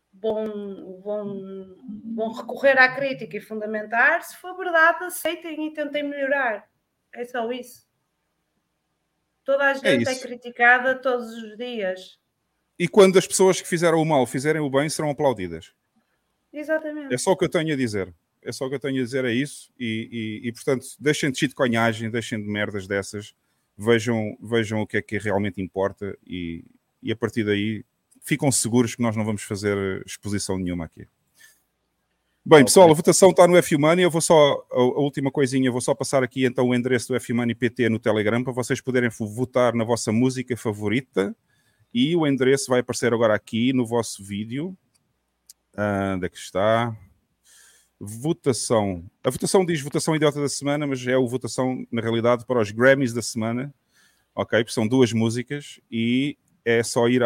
vão recorrer à crítica e fundamentar. Se for verdade, aceitem e tentem melhorar. É só isso. Toda a gente é criticada todos os dias. E quando as pessoas que fizeram o mal fizerem o bem, serão aplaudidas. Exatamente. É só o que eu tenho a dizer. É só o que eu tenho a dizer, é isso. E portanto, deixem de shitcoinhagem, deixem de merdas dessas. Vejam o que é que realmente importa e a partir daí ficam seguros que nós não vamos fazer exposição nenhuma aqui. Bem, pessoal, a votação está no F-Money. Eu vou só, a última coisinha, vou só passar aqui então o endereço do F-Money PT no Telegram para vocês poderem votar na vossa música favorita. E o endereço vai aparecer agora aqui no vosso vídeo. Onde é que está? Votação. A votação diz votação idiota da semana, mas é a votação, na realidade, para os Grammys da semana. Ok? Porque são 2 músicas e é só ir a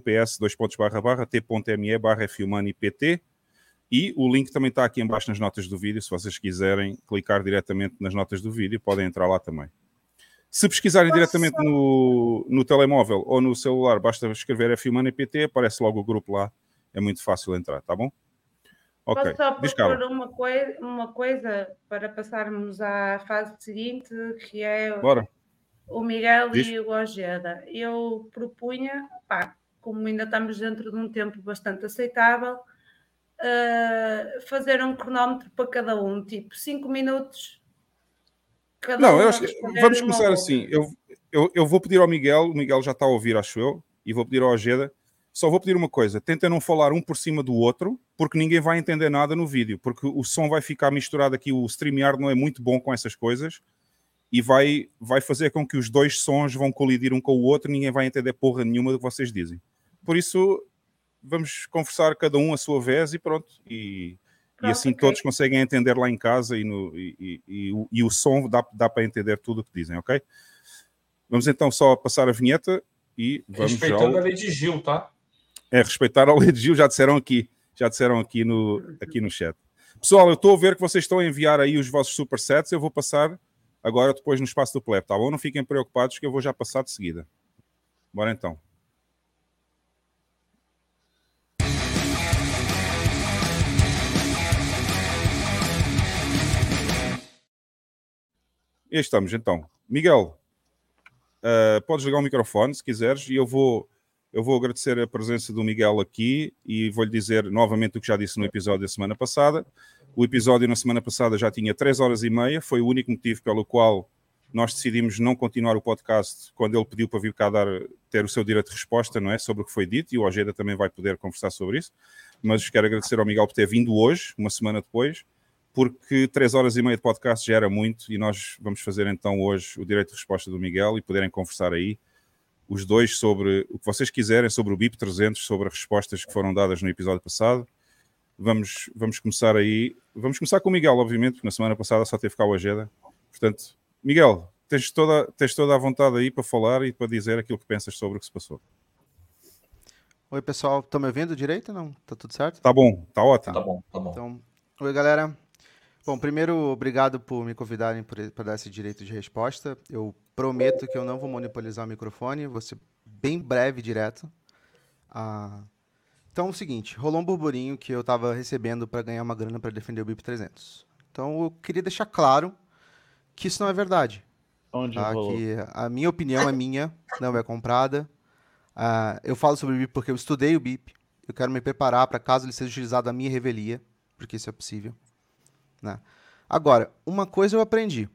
https://t.me/F-Money-pt. E o link também está aqui em baixo nas notas do vídeo. Se vocês quiserem clicar diretamente nas notas do vídeo, podem entrar lá também. Se pesquisarem diretamente no telemóvel ou no celular, basta escrever F-Money PT, aparece logo o grupo lá. É muito fácil entrar, tá bom? Ok. Posso só propor uma coisa para passarmos à fase seguinte, que é Bora. o Miguel e o Ojeda. Eu propunha, como ainda estamos dentro de um tempo bastante aceitável, fazer um cronómetro para cada um, tipo 5 minutos. Eu acho que vamos começar assim. Eu vou pedir ao Miguel, o Miguel já está a ouvir, acho eu, e vou pedir ao Ojeda. Só vou pedir uma coisa, tentem não falar um por cima do outro, porque ninguém vai entender nada no vídeo, porque o som vai ficar misturado aqui, o StreamYard não é muito bom com essas coisas, e vai fazer com que os 2 sons vão colidir um com o outro, ninguém vai entender porra nenhuma do que vocês dizem. Por isso, vamos conversar cada um a sua vez e pronto. E assim todos conseguem entender lá em casa e o som dá para entender tudo o que dizem, ok? Vamos então só passar a vinheta e vamos respeitando a lei de Gil, tá? É, respeitar a lei de Gil, já disseram aqui no chat. Pessoal, eu estou a ver que vocês estão a enviar aí os vossos supersets, eu vou passar agora depois no espaço do plebe, tá bom? Não fiquem preocupados que eu vou já passar de seguida. Bora então. E aí estamos então. Miguel, podes ligar o microfone se quiseres e eu vou agradecer a presença do Miguel aqui e vou-lhe dizer novamente o que já disse no episódio da semana passada. O episódio na semana passada já tinha 3 horas e meia, foi o único motivo pelo qual nós decidimos não continuar o podcast quando ele pediu para vir cá ter o seu direito de resposta, não é? Sobre o que foi dito, e o Ojeda também vai poder conversar sobre isso. Mas quero agradecer ao Miguel por ter vindo hoje, uma semana depois, porque 3 horas e meia de podcast já era muito e nós vamos fazer então hoje o direito de resposta do Miguel e poderem conversar aí os 2 sobre o que vocês quiserem, sobre o BIP 300, sobre as respostas que foram dadas no episódio passado. Vamos começar aí. Vamos começar com o Miguel, obviamente, porque na semana passada só teve cá o Ojeda. Portanto, Miguel, tens toda a vontade aí para falar e para dizer aquilo que pensas sobre o que se passou. Oi, pessoal. Estão me ouvindo direito? Não? Tá tudo certo? Tá bom, tá ótimo. Tá bom. Então, oi, galera. Bom, primeiro, obrigado por me convidarem para dar esse direito de resposta. Eu prometo que eu não vou monopolizar o microfone, vou ser bem breve e direto. Então, é o seguinte, rolou um burburinho que eu estava recebendo para ganhar uma grana para defender o BIP 300. Então, eu queria deixar claro que isso não é verdade. Que a minha opinião é minha, não é comprada. Eu falo sobre o BIP porque eu estudei o BIP. Eu quero me preparar para caso ele seja utilizado à minha revelia, porque isso é possível. Né? Agora, uma coisa eu aprendi,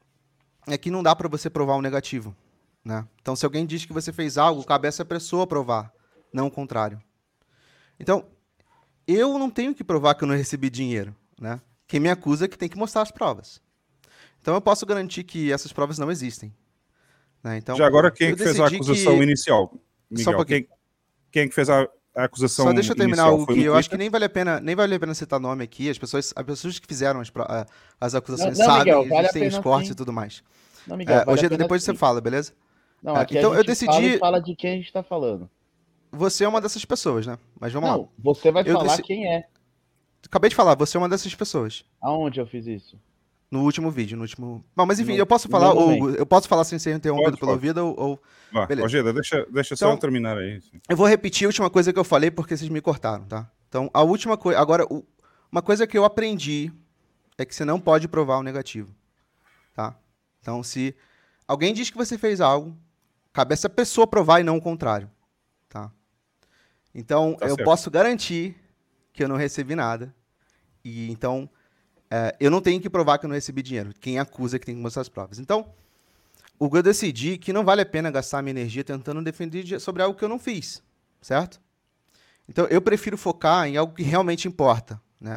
é que não dá para você provar um negativo. Né? Então, se alguém diz que você fez algo, cabe a essa pessoa provar, não o contrário. Então, eu não tenho que provar que eu não recebi dinheiro. Né? Quem me acusa é que tem que mostrar as provas. Então, eu posso garantir que essas provas não existem. Né? Então, já agora, quem é que fez a acusação inicial? Miguel, só um pouquinho. Quem é que fez a acusação Só deixa eu terminar inicial, algo que eu acho que nem vale a pena citar nome aqui. As pessoas que fizeram as acusações sabem, Miguel, vale existem os cortes e tudo mais. Não, Miguel, hoje depois você fala, beleza? Não, aqui então eu decidi. Fala de quem a gente tá falando. Você é uma dessas pessoas, né? Mas vamos lá. Não, você vai falar quem é. Acabei de falar, você é uma dessas pessoas. Aonde eu fiz isso? No último vídeo, Bom, mas enfim, eu posso falar, eu posso falar sem ser interrompido pelo ouvido ou... Beleza. Ojeda, deixa só eu terminar aí. Sim. Eu vou repetir a última coisa que eu falei porque vocês me cortaram, tá? Então, a última coisa... Agora, uma coisa que eu aprendi é que você não pode provar o negativo, tá? Então, se alguém diz que você fez algo, cabe a essa pessoa provar e não o contrário, tá? Então, eu posso garantir que eu não recebi nada e, então... eu não tenho que provar que eu não recebi dinheiro. Quem acusa é que tem que mostrar as provas. Então, eu decidi que não vale a pena gastar minha energia tentando defender sobre algo que eu não fiz, certo? Então, eu prefiro focar em algo que realmente importa, né?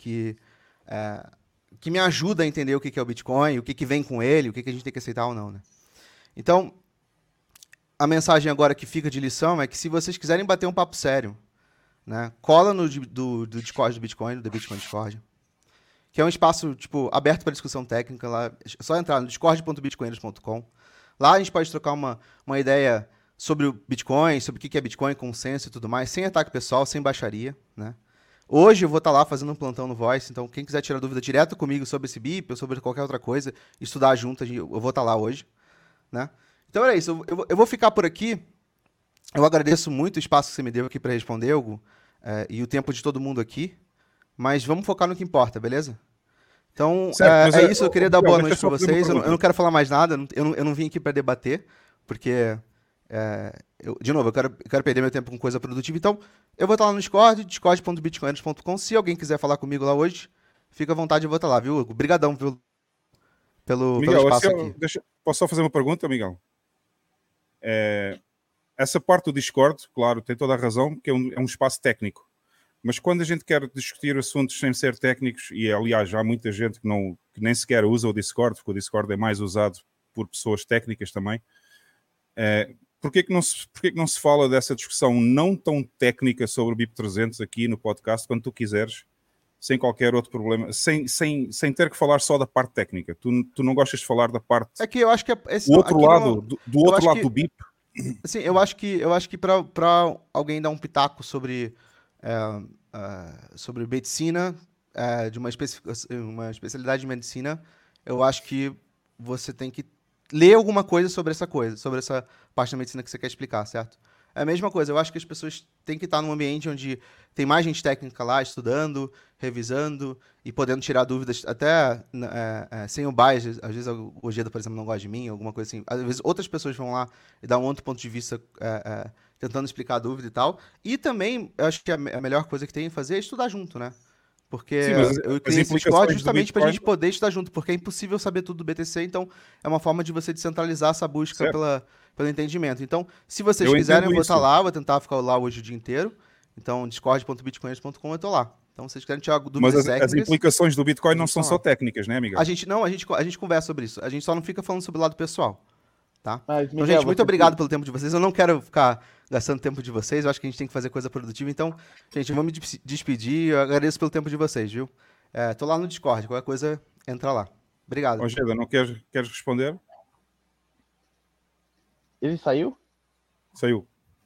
que me ajuda a entender o que é o Bitcoin, o que vem com ele, o que a gente tem que aceitar ou não, né? Então, a mensagem agora que fica de lição é que se vocês quiserem bater um papo sério, né, cola no do Discord do Bitcoin, do The Bitcoin Discord, que é um espaço tipo, aberto para discussão técnica. Lá, é só entrar no discord.bitcoiners.com. Lá a gente pode trocar uma ideia sobre o Bitcoin, sobre o que é Bitcoin, consenso e tudo mais, sem ataque pessoal, sem baixaria, né? Hoje eu vou estar lá fazendo um plantão no Voice, então quem quiser tirar dúvida direto comigo sobre esse BIP ou sobre qualquer outra coisa, estudar junto, eu vou estar lá hoje, né? Então era isso, eu vou ficar por aqui. Eu agradeço muito o espaço que você me deu aqui para responder, Hugo, e o tempo de todo mundo aqui, mas vamos focar no que importa, beleza? Então, é isso, eu queria dar boa noite para vocês, eu não quero falar mais nada, eu não vim aqui para debater, porque, de novo, eu quero perder meu tempo com coisa produtiva, então eu vou estar lá no Discord, discord.bitcoiners.com. Se alguém quiser falar comigo lá hoje, fica à vontade, eu vou estar lá, viu, Hugo? Obrigadão, viu, pelo espaço aqui. Posso só fazer uma pergunta, Miguel? Essa parte do Discord, claro, tem toda a razão, porque é um espaço técnico. Mas quando a gente quer discutir assuntos sem ser técnicos, e aliás, há muita gente que nem sequer usa o Discord, porque o Discord é mais usado por pessoas técnicas também, porquê que não se fala dessa discussão não tão técnica sobre o BIP 300 aqui no podcast, quando tu quiseres, sem qualquer outro problema, sem ter que falar só da parte técnica? Tu não gostas de falar da parte... É que eu acho que... o outro lado, do outro lado do BIP? Assim, eu acho que para alguém dar um pitaco sobre medicina, de uma especialidade de medicina, eu acho que você tem que ler alguma coisa sobre essa parte da medicina que você quer explicar, certo? É a mesma coisa, eu acho que as pessoas têm que estar num ambiente onde tem mais gente técnica lá, estudando, revisando e podendo tirar dúvidas, até sem o bias. Às vezes o Ojeda, por exemplo, não gosta de mim, alguma coisa assim. Às vezes outras pessoas vão lá e dar um outro ponto de vista tentando explicar a dúvida e tal. E também, eu acho que a melhor coisa que tem que fazer é estudar junto, né? Porque eu criei esse Discord justamente para a gente poder estudar junto, porque é impossível saber tudo do BTC, então é uma forma de você descentralizar essa busca pelo entendimento. Então, se vocês quiserem, eu vou estar lá, vou tentar ficar lá hoje o dia inteiro. Então, discord.bitcoiners.com, eu estou lá. Então, se vocês querem tirar dúvidas técnicas... Mas as implicações do Bitcoin não são só técnicas, né, amiga? A gente conversa sobre isso. A gente só não fica falando sobre o lado pessoal, tá? Então, gente, muito obrigado pelo tempo de vocês. Eu não quero ficar gastando tempo de vocês. Eu acho que a gente tem que fazer coisa produtiva. Então, gente, eu vou me despedir. Eu agradeço pelo tempo de vocês, viu? Tô lá no Discord. Qualquer coisa, entra lá. Obrigado. Ojeda, não queres responder? Ele saiu? Saiu.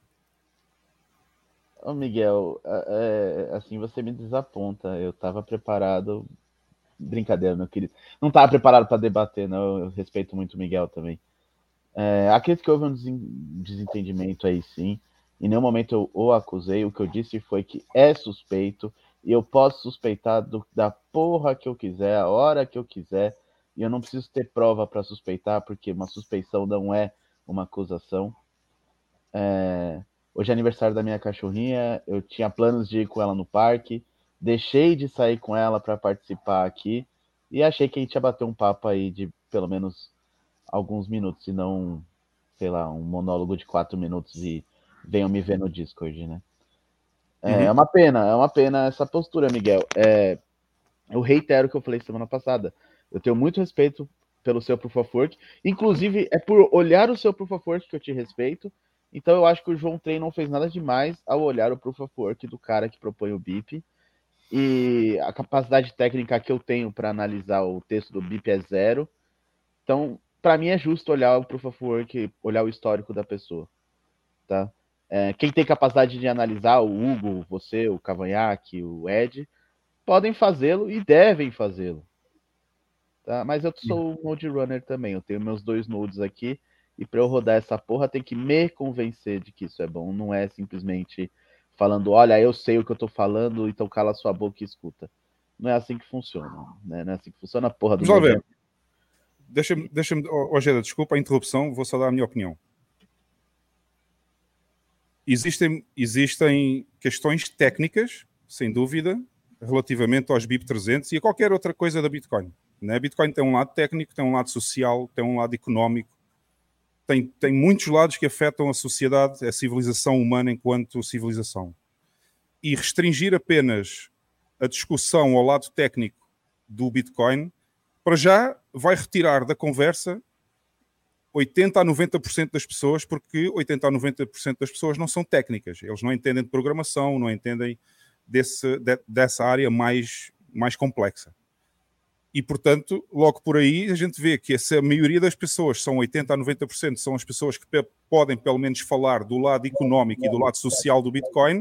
Ô, Miguel, assim, você me desaponta. Eu estava preparado... Brincadeira, meu querido. Não estava preparado para debater, não. Eu respeito muito o Miguel também. Acredito que houve um desentendimento aí, sim. Em nenhum momento eu o acusei. O que eu disse foi que é suspeito. E eu posso suspeitar da porra que eu quiser, a hora que eu quiser. E eu não preciso ter prova para suspeitar, porque uma suspeição não é uma acusação. Hoje é aniversário da minha cachorrinha. Eu tinha planos de ir com ela no parque. Deixei de sair com ela para participar aqui. E achei que a gente ia bater um papo aí de pelo menos alguns minutos, e não, sei lá, um monólogo de 4 minutos e venham me ver no Discord, né? É uma pena essa postura, Miguel. Eu reitero o que eu falei semana passada. Eu tenho muito respeito pelo seu Proof of Work. Inclusive, é por olhar o seu Proof of Work que eu te respeito. Então, eu acho que o João Trey não fez nada demais ao olhar o Proof of Work do cara que propõe o BIP. E a capacidade técnica que eu tenho para analisar o texto do BIP é 0. Então, para mim é justo olhar o Proof of Work, olhar o histórico da pessoa, tá? Quem tem capacidade de analisar, o Hugo, você, o Cavanhaque, o Ed, podem fazê-lo e devem fazê-lo, tá? Mas eu sou um node runner também, eu tenho meus 2 nodes aqui, e para eu rodar essa porra tem que me convencer de que isso é bom, não é simplesmente falando, olha, eu sei o que eu tô falando, então cala sua boca e escuta. Não é assim que funciona, né? Não é assim que funciona a porra do movimento. Deixa-me, Ojeda, desculpa a interrupção, vou só dar a minha opinião. Existem questões técnicas, sem dúvida, relativamente aos BIP 300 e a qualquer outra coisa da Bitcoin. Né? A Bitcoin tem um lado técnico, tem um lado social, tem um lado económico, tem muitos lados que afetam a sociedade, a civilização humana enquanto civilização. E restringir apenas a discussão ao lado técnico do Bitcoin, para já vai retirar da conversa 80% a 90% das pessoas, porque 80% a 90% das pessoas não são técnicas. Eles não entendem de programação, não entendem dessa área mais complexa. E, portanto, logo por aí, a gente vê que a maioria das pessoas, são 80% a 90%, são as pessoas que podem, pelo menos, falar do lado económico e do lado social do Bitcoin.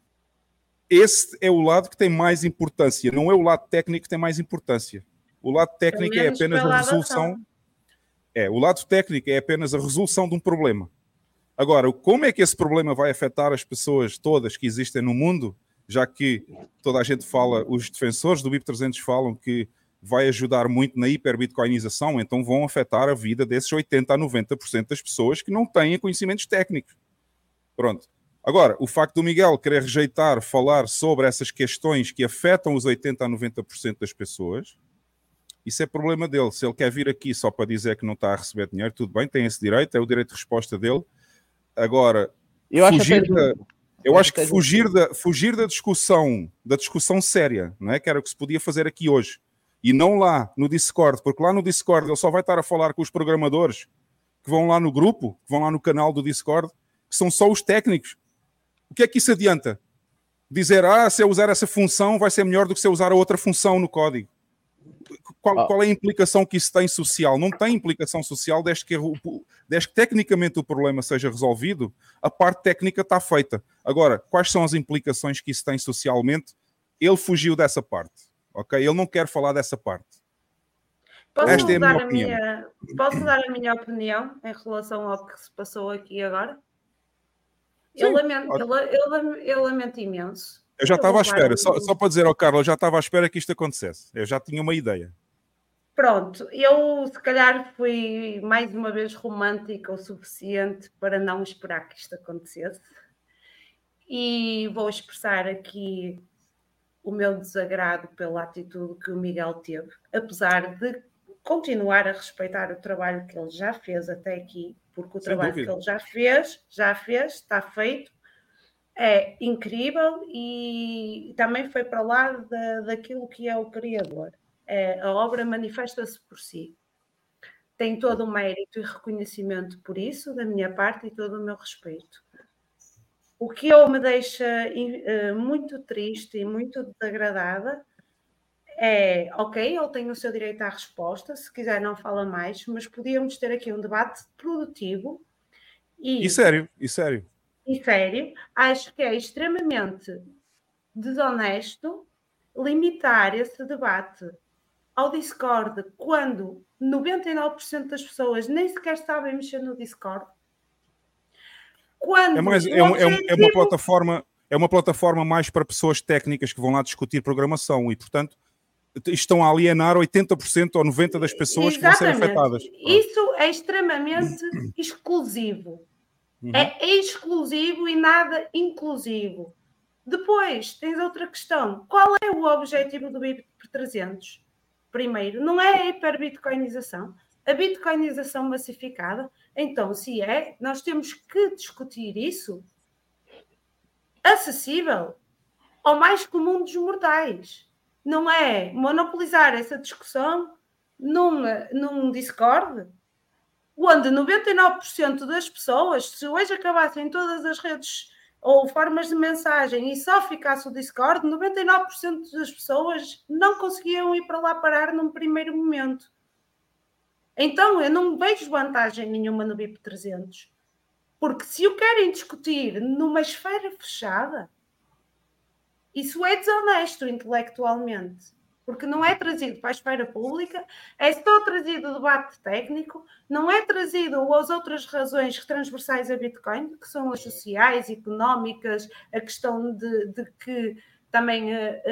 Esse é o lado que tem mais importância, não é o lado técnico que tem mais importância. O lado técnico é apenas a resolução. O lado técnico é apenas a resolução de um problema. Agora, como é que esse problema vai afetar as pessoas todas que existem no mundo, já que toda a gente fala, os defensores do BIP300 falam que vai ajudar muito na hiperbitcoinização, então vão afetar a vida desses 80% a 90% das pessoas que não têm conhecimentos técnicos. Pronto. Agora, o facto do Miguel querer rejeitar falar sobre essas questões que afetam os 80% a 90% das pessoas, isso é problema dele. Se ele quer vir aqui só para dizer que não está a receber dinheiro, tudo bem, tem esse direito, é o direito de resposta dele. Agora, eu acho que fugir da discussão séria, não é? Que era o que se podia fazer aqui hoje, e não lá no Discord, porque lá no Discord ele só vai estar a falar com os programadores que vão lá no grupo, que vão lá no canal do Discord, que são só os técnicos. O que é que isso adianta? Dizer, se eu usar essa função vai ser melhor do que se eu usar a outra função no código. Qual é a implicação que isso tem social? Não tem implicação social desde que tecnicamente o problema seja resolvido, a parte técnica está feita. Agora, quais são as implicações que isso tem socialmente? Ele fugiu dessa parte, ok? Ele não quer falar dessa parte. Posso dar a minha opinião em relação ao que se passou aqui agora? Eu lamento imenso. Eu já estava à espera, só para dizer ao Carlos, eu já estava à espera que isto acontecesse. Eu já tinha uma ideia. Pronto, eu se calhar fui mais uma vez romântica o suficiente para não esperar que isto acontecesse. E vou expressar aqui o meu desagrado pela atitude que o Miguel teve, apesar de continuar a respeitar o trabalho que ele já fez até aqui, porque o trabalho que ele já fez, está feito. É incrível e também foi para lá daquilo que é o criador. A obra manifesta-se por si. Tem todo o mérito e reconhecimento por isso, da minha parte, e todo o meu respeito. O que me deixa muito triste e muito desagradada é, ok, ele tem o seu direito à resposta, se quiser não fala mais, mas podíamos ter aqui um debate produtivo e sério. E sério, acho que é extremamente desonesto limitar esse debate ao Discord quando 99% das pessoas nem sequer sabem mexer no Discord. É uma plataforma mais para pessoas técnicas que vão lá discutir programação e, portanto, estão a alienar 80% ou 90% das pessoas que vão ser afetadas. Isso é extremamente exclusivo. É exclusivo e nada inclusivo. Depois, tens outra questão. Qual é o objetivo do BIP300? Primeiro, não é a hiperbitcoinização. A bitcoinização massificada. Então, se é, nós temos que discutir isso acessível ao mais comum dos mortais. Não é monopolizar essa discussão num Discord, onde 99% das pessoas, se hoje acabassem todas as redes ou formas de mensagem e só ficasse o Discord, 99% das pessoas não conseguiam ir para lá parar num primeiro momento. Então, eu não vejo vantagem nenhuma no BIP300. Porque se o querem discutir numa esfera fechada, isso é desonesto intelectualmente. Porque não é trazido para a esfera pública, é só trazido o debate técnico, não é trazido as outras razões transversais a Bitcoin, que são as sociais, económicas, a questão de que também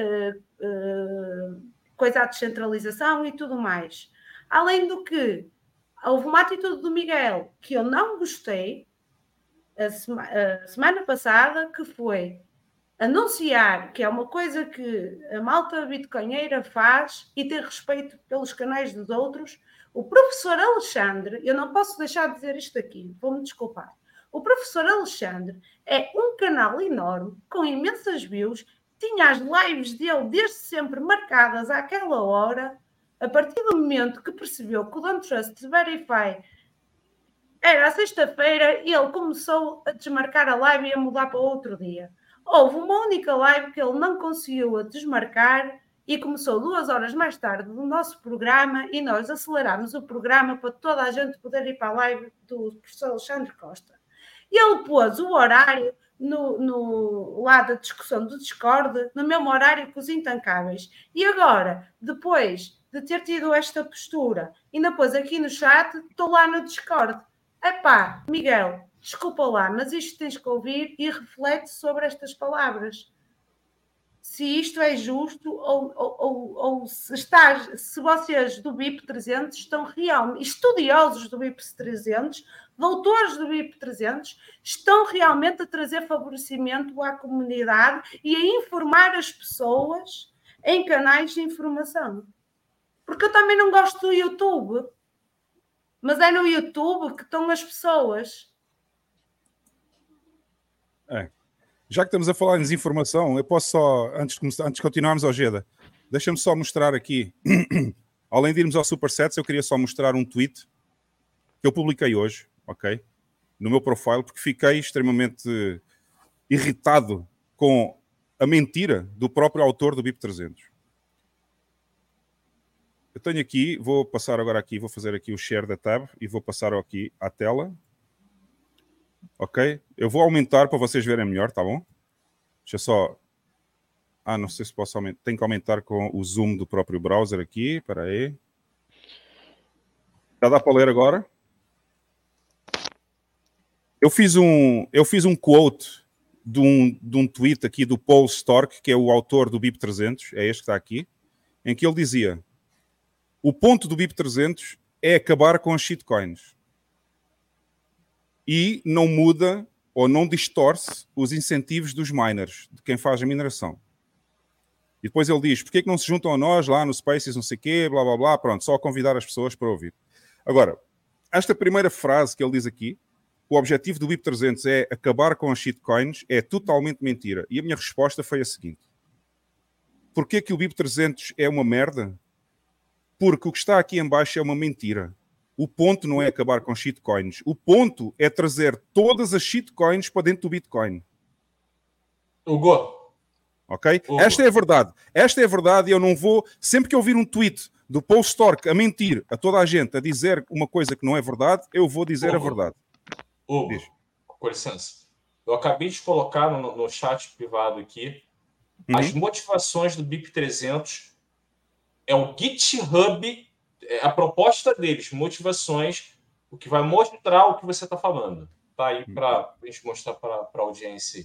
coisa à descentralização e tudo mais. Além do que, houve uma atitude do Miguel que eu não gostei a semana passada, que foi anunciar, que é uma coisa que a malta bitcoinheira faz, e ter respeito pelos canais dos outros. O professor Alexandre, eu não posso deixar de dizer isto aqui, vou-me desculpar. O professor Alexandre é um canal enorme, com imensas views, tinha as lives dele desde sempre marcadas àquela hora, a partir do momento que percebeu que o Don't Trust Verify era a sexta-feira, ele começou a desmarcar a live e a mudar para outro dia. Houve uma única live que ele não conseguiu a desmarcar e começou 2 horas mais tarde do nosso programa e nós acelerámos o programa para toda a gente poder ir para a live do professor Alexandre Costa. Ele pôs o horário no lado da discussão do Discord, no mesmo horário que os Intancáveis. E agora, depois de ter tido esta postura, ainda pôs aqui no chat, estou lá no Discord. Epá, Miguel, desculpa lá, mas isto tens que ouvir e reflete sobre estas palavras. Se isto é justo ou se vocês do BIP 300 estão realmente, estudiosos do BIP 300, doutores do BIP 300, estão realmente a trazer favorecimento à comunidade e a informar as pessoas em canais de informação. Porque eu também não gosto do YouTube, mas é no YouTube que estão as pessoas. Já que estamos a falar em desinformação, eu posso só, antes de continuarmos, Ojeda, deixa-me só mostrar aqui, além de irmos ao Supersets, eu queria só mostrar um tweet que eu publiquei hoje, ok? No meu profile, porque fiquei extremamente irritado com a mentira do próprio autor do BIP 300. Eu tenho aqui, vou passar agora aqui, vou fazer aqui o share da tab e vou passar aqui à tela. Ok? Eu vou aumentar para vocês verem melhor, tá bom? Deixa eu só... não sei se posso aumentar. Tenho que aumentar com o zoom do próprio browser aqui. Espera aí. Já dá para ler agora? Eu fiz um quote de um tweet aqui do Paul Stork, que é o autor do BIP 300, é este que está aqui, em que ele dizia: o ponto do BIP 300 é acabar com as shitcoins. E não muda ou não distorce os incentivos dos miners, de quem faz a mineração. E depois ele diz, porquê que não se juntam a nós lá no Spaces, não sei o quê, blá, blá, blá, pronto, só convidar as pessoas para ouvir. Agora, esta primeira frase que ele diz aqui, o objetivo do BIP 300 é acabar com as shitcoins, é totalmente mentira. E a minha resposta foi a seguinte: porquê que o BIP 300 é uma merda? Porque o que está aqui em baixo é uma mentira. O ponto não é acabar com shitcoins. O ponto é trazer todas as shitcoins para dentro do Bitcoin. Hugo. Ok? Hugo. Esta é a verdade. Esta é a verdade e eu não vou... Sempre que eu ouvir um tweet do Paul Stork a mentir a toda a gente, a dizer uma coisa que não é verdade, eu vou dizer a verdade. Hugo, com licença. Eu acabei de colocar no chat privado aqui as motivações do BIP 300. É o GitHub... a proposta deles, motivações, o que vai mostrar o que você está falando. Tá aí para a gente mostrar para a audiência.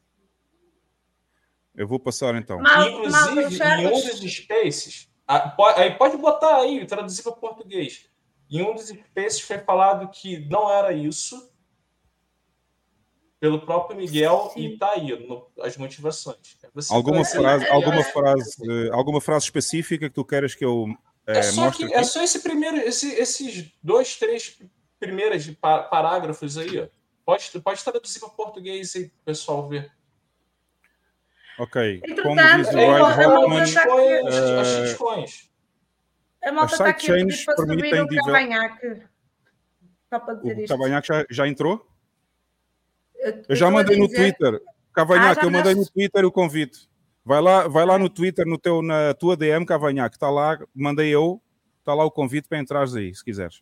Eu vou passar então. Inclusive, em um dos spaces, aí pode botar aí, traduzir para português. Em um dos spaces foi falado que não era isso, pelo próprio Miguel, e tá aí as motivações. Alguma frase específica que tu queres que eu... É só esses 2, 3 primeiros parágrafos aí. Ó. Pode traduzir para português aí para o pessoal ver. Ok. Como diz o Ryan Hoffman, as shitcoins. A malta está aqui a pedir para subir o Cavanhaque. Só para dizer isto. O Cavanhaque já entrou? Eu já mandei no Twitter. Cavanhaque, eu mandei no Twitter o convite. Vai lá no Twitter, na tua DM, Cavanhaque, está lá, mandei eu, está lá o convite para entrares aí, se quiseres.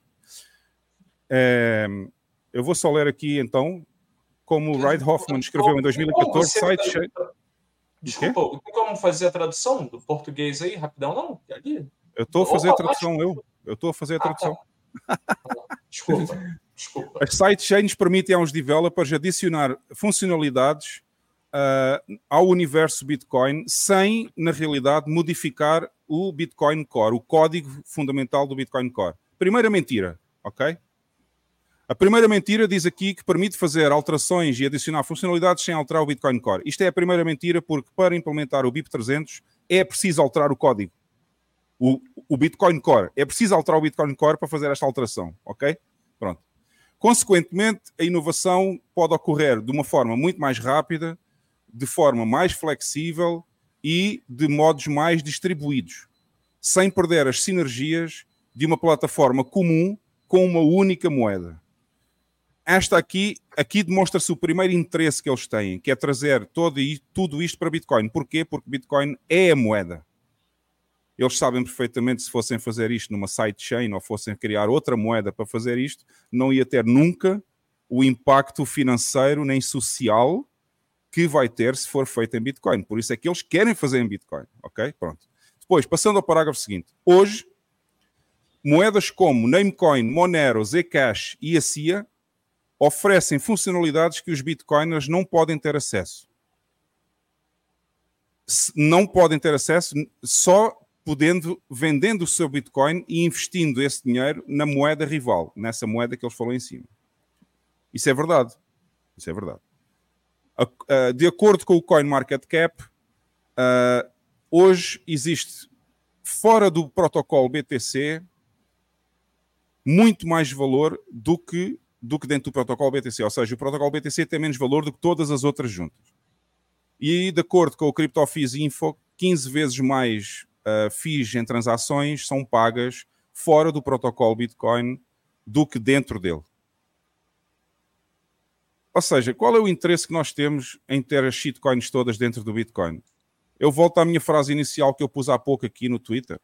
Eu vou só ler aqui, então, como o Reid Hoffman escreveu em 2014, Sidechain... Desculpa, tem como fazer a tradução do português aí, rapidão, não? Ali? Eu estou a fazer a tradução, eu estou a fazer a tradução. Tá. Desculpa. As sidechains permitem aos developers adicionar funcionalidades ao universo Bitcoin sem, na realidade, modificar o Bitcoin Core, o código fundamental do Bitcoin Core. Primeira mentira, ok? A primeira mentira diz aqui que permite fazer alterações e adicionar funcionalidades sem alterar o Bitcoin Core. Isto é a primeira mentira porque para implementar o BIP 300 é preciso alterar o código. O Bitcoin Core. É preciso alterar o Bitcoin Core para fazer esta alteração, ok? Pronto. Consequentemente, a inovação pode ocorrer de uma forma muito mais rápida, de forma mais flexível e de modos mais distribuídos, sem perder as sinergias de uma plataforma comum com uma única moeda. Esta aqui demonstra-se o primeiro interesse que eles têm, que é trazer tudo isto para Bitcoin. Porquê? Porque Bitcoin é a moeda. Eles sabem perfeitamente, se fossem fazer isto numa sidechain ou fossem criar outra moeda para fazer isto, não ia ter nunca o impacto financeiro nem social que vai ter se for feito em Bitcoin. Por isso é que eles querem fazer em Bitcoin. Ok? Pronto. Depois, passando ao parágrafo seguinte. Hoje, moedas como Namecoin, Monero, Zcash e a CIA oferecem funcionalidades que os Bitcoiners não podem ter acesso. Não podem ter acesso só vendendo o seu Bitcoin e investindo esse dinheiro na moeda rival, nessa moeda que eles falam em cima. Isso é verdade. Isso é verdade. De acordo com o CoinMarketCap, hoje existe, fora do protocolo BTC, muito mais valor do que dentro do protocolo BTC. Ou seja, o protocolo BTC tem menos valor do que todas as outras juntas. E, de acordo com o CryptoFees Info, 15 vezes mais fees em transações são pagas fora do protocolo Bitcoin do que dentro dele. Ou seja, qual é o interesse que nós temos em ter as shitcoins todas dentro do Bitcoin? Eu volto à minha frase inicial que eu pus há pouco aqui no Twitter,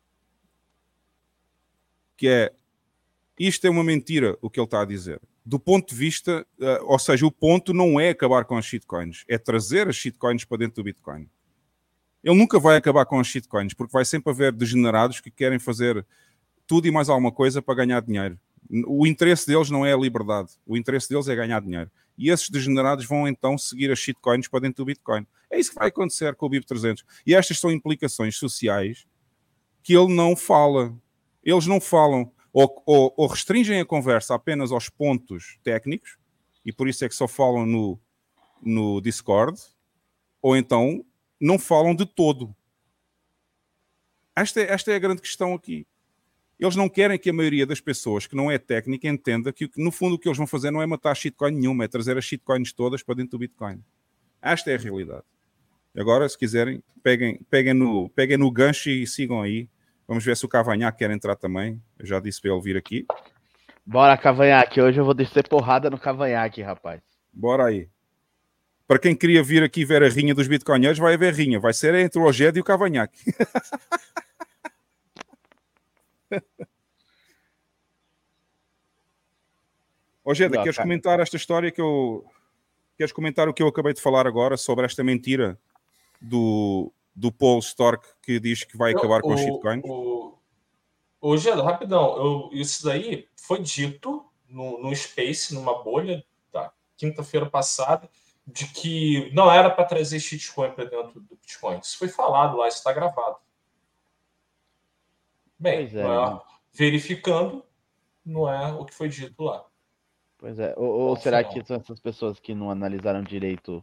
que é: isto é uma mentira, o que ele está a dizer. Do ponto de vista, ou seja, o ponto não é acabar com as shitcoins, é trazer as shitcoins para dentro do Bitcoin. Ele nunca vai acabar com as shitcoins, porque vai sempre haver degenerados que querem fazer tudo e mais alguma coisa para ganhar dinheiro. O interesse deles não é a liberdade, o interesse deles é ganhar dinheiro. E esses degenerados vão então seguir as shitcoins para dentro do Bitcoin. É isso que vai acontecer com o BIP300. E estas são implicações sociais que ele não fala. Eles não falam. Ou restringem a conversa apenas aos pontos técnicos, e por isso é que só falam no Discord, ou então não falam de todo. Esta é a grande questão aqui. Eles não querem que a maioria das pessoas que não é técnica entenda que, no fundo, o que eles vão fazer não é matar shitcoin nenhuma, é trazer as shitcoins todas para dentro do Bitcoin. Esta é a realidade. Agora, se quiserem, peguem no gancho e sigam aí. Vamos ver se o Cavanhaque quer entrar também. Eu já disse para ele vir aqui. Bora, Cavanhaque. Hoje eu vou descer porrada no Cavanhaque, rapaz. Bora aí. Para quem queria vir aqui ver a rinha dos bitcoinheiros, vai haver rinha. Vai ser entre o Ojeda e o Cavanhaque. Ojeda, queres comentar esta história Queres comentar o que eu acabei de falar agora sobre esta mentira do Paul Stork que diz que vai acabar com os shitcoins? Ojeda, rapidão. Isso daí foi dito no Space, numa bolha, tá? Quinta-feira passada, de que não era para trazer shitcoin para dentro do Bitcoin. Isso foi falado lá, isso está gravado. Bem, verificando, não é o que foi dito lá. Pois é. Ou será que são essas pessoas que não analisaram direito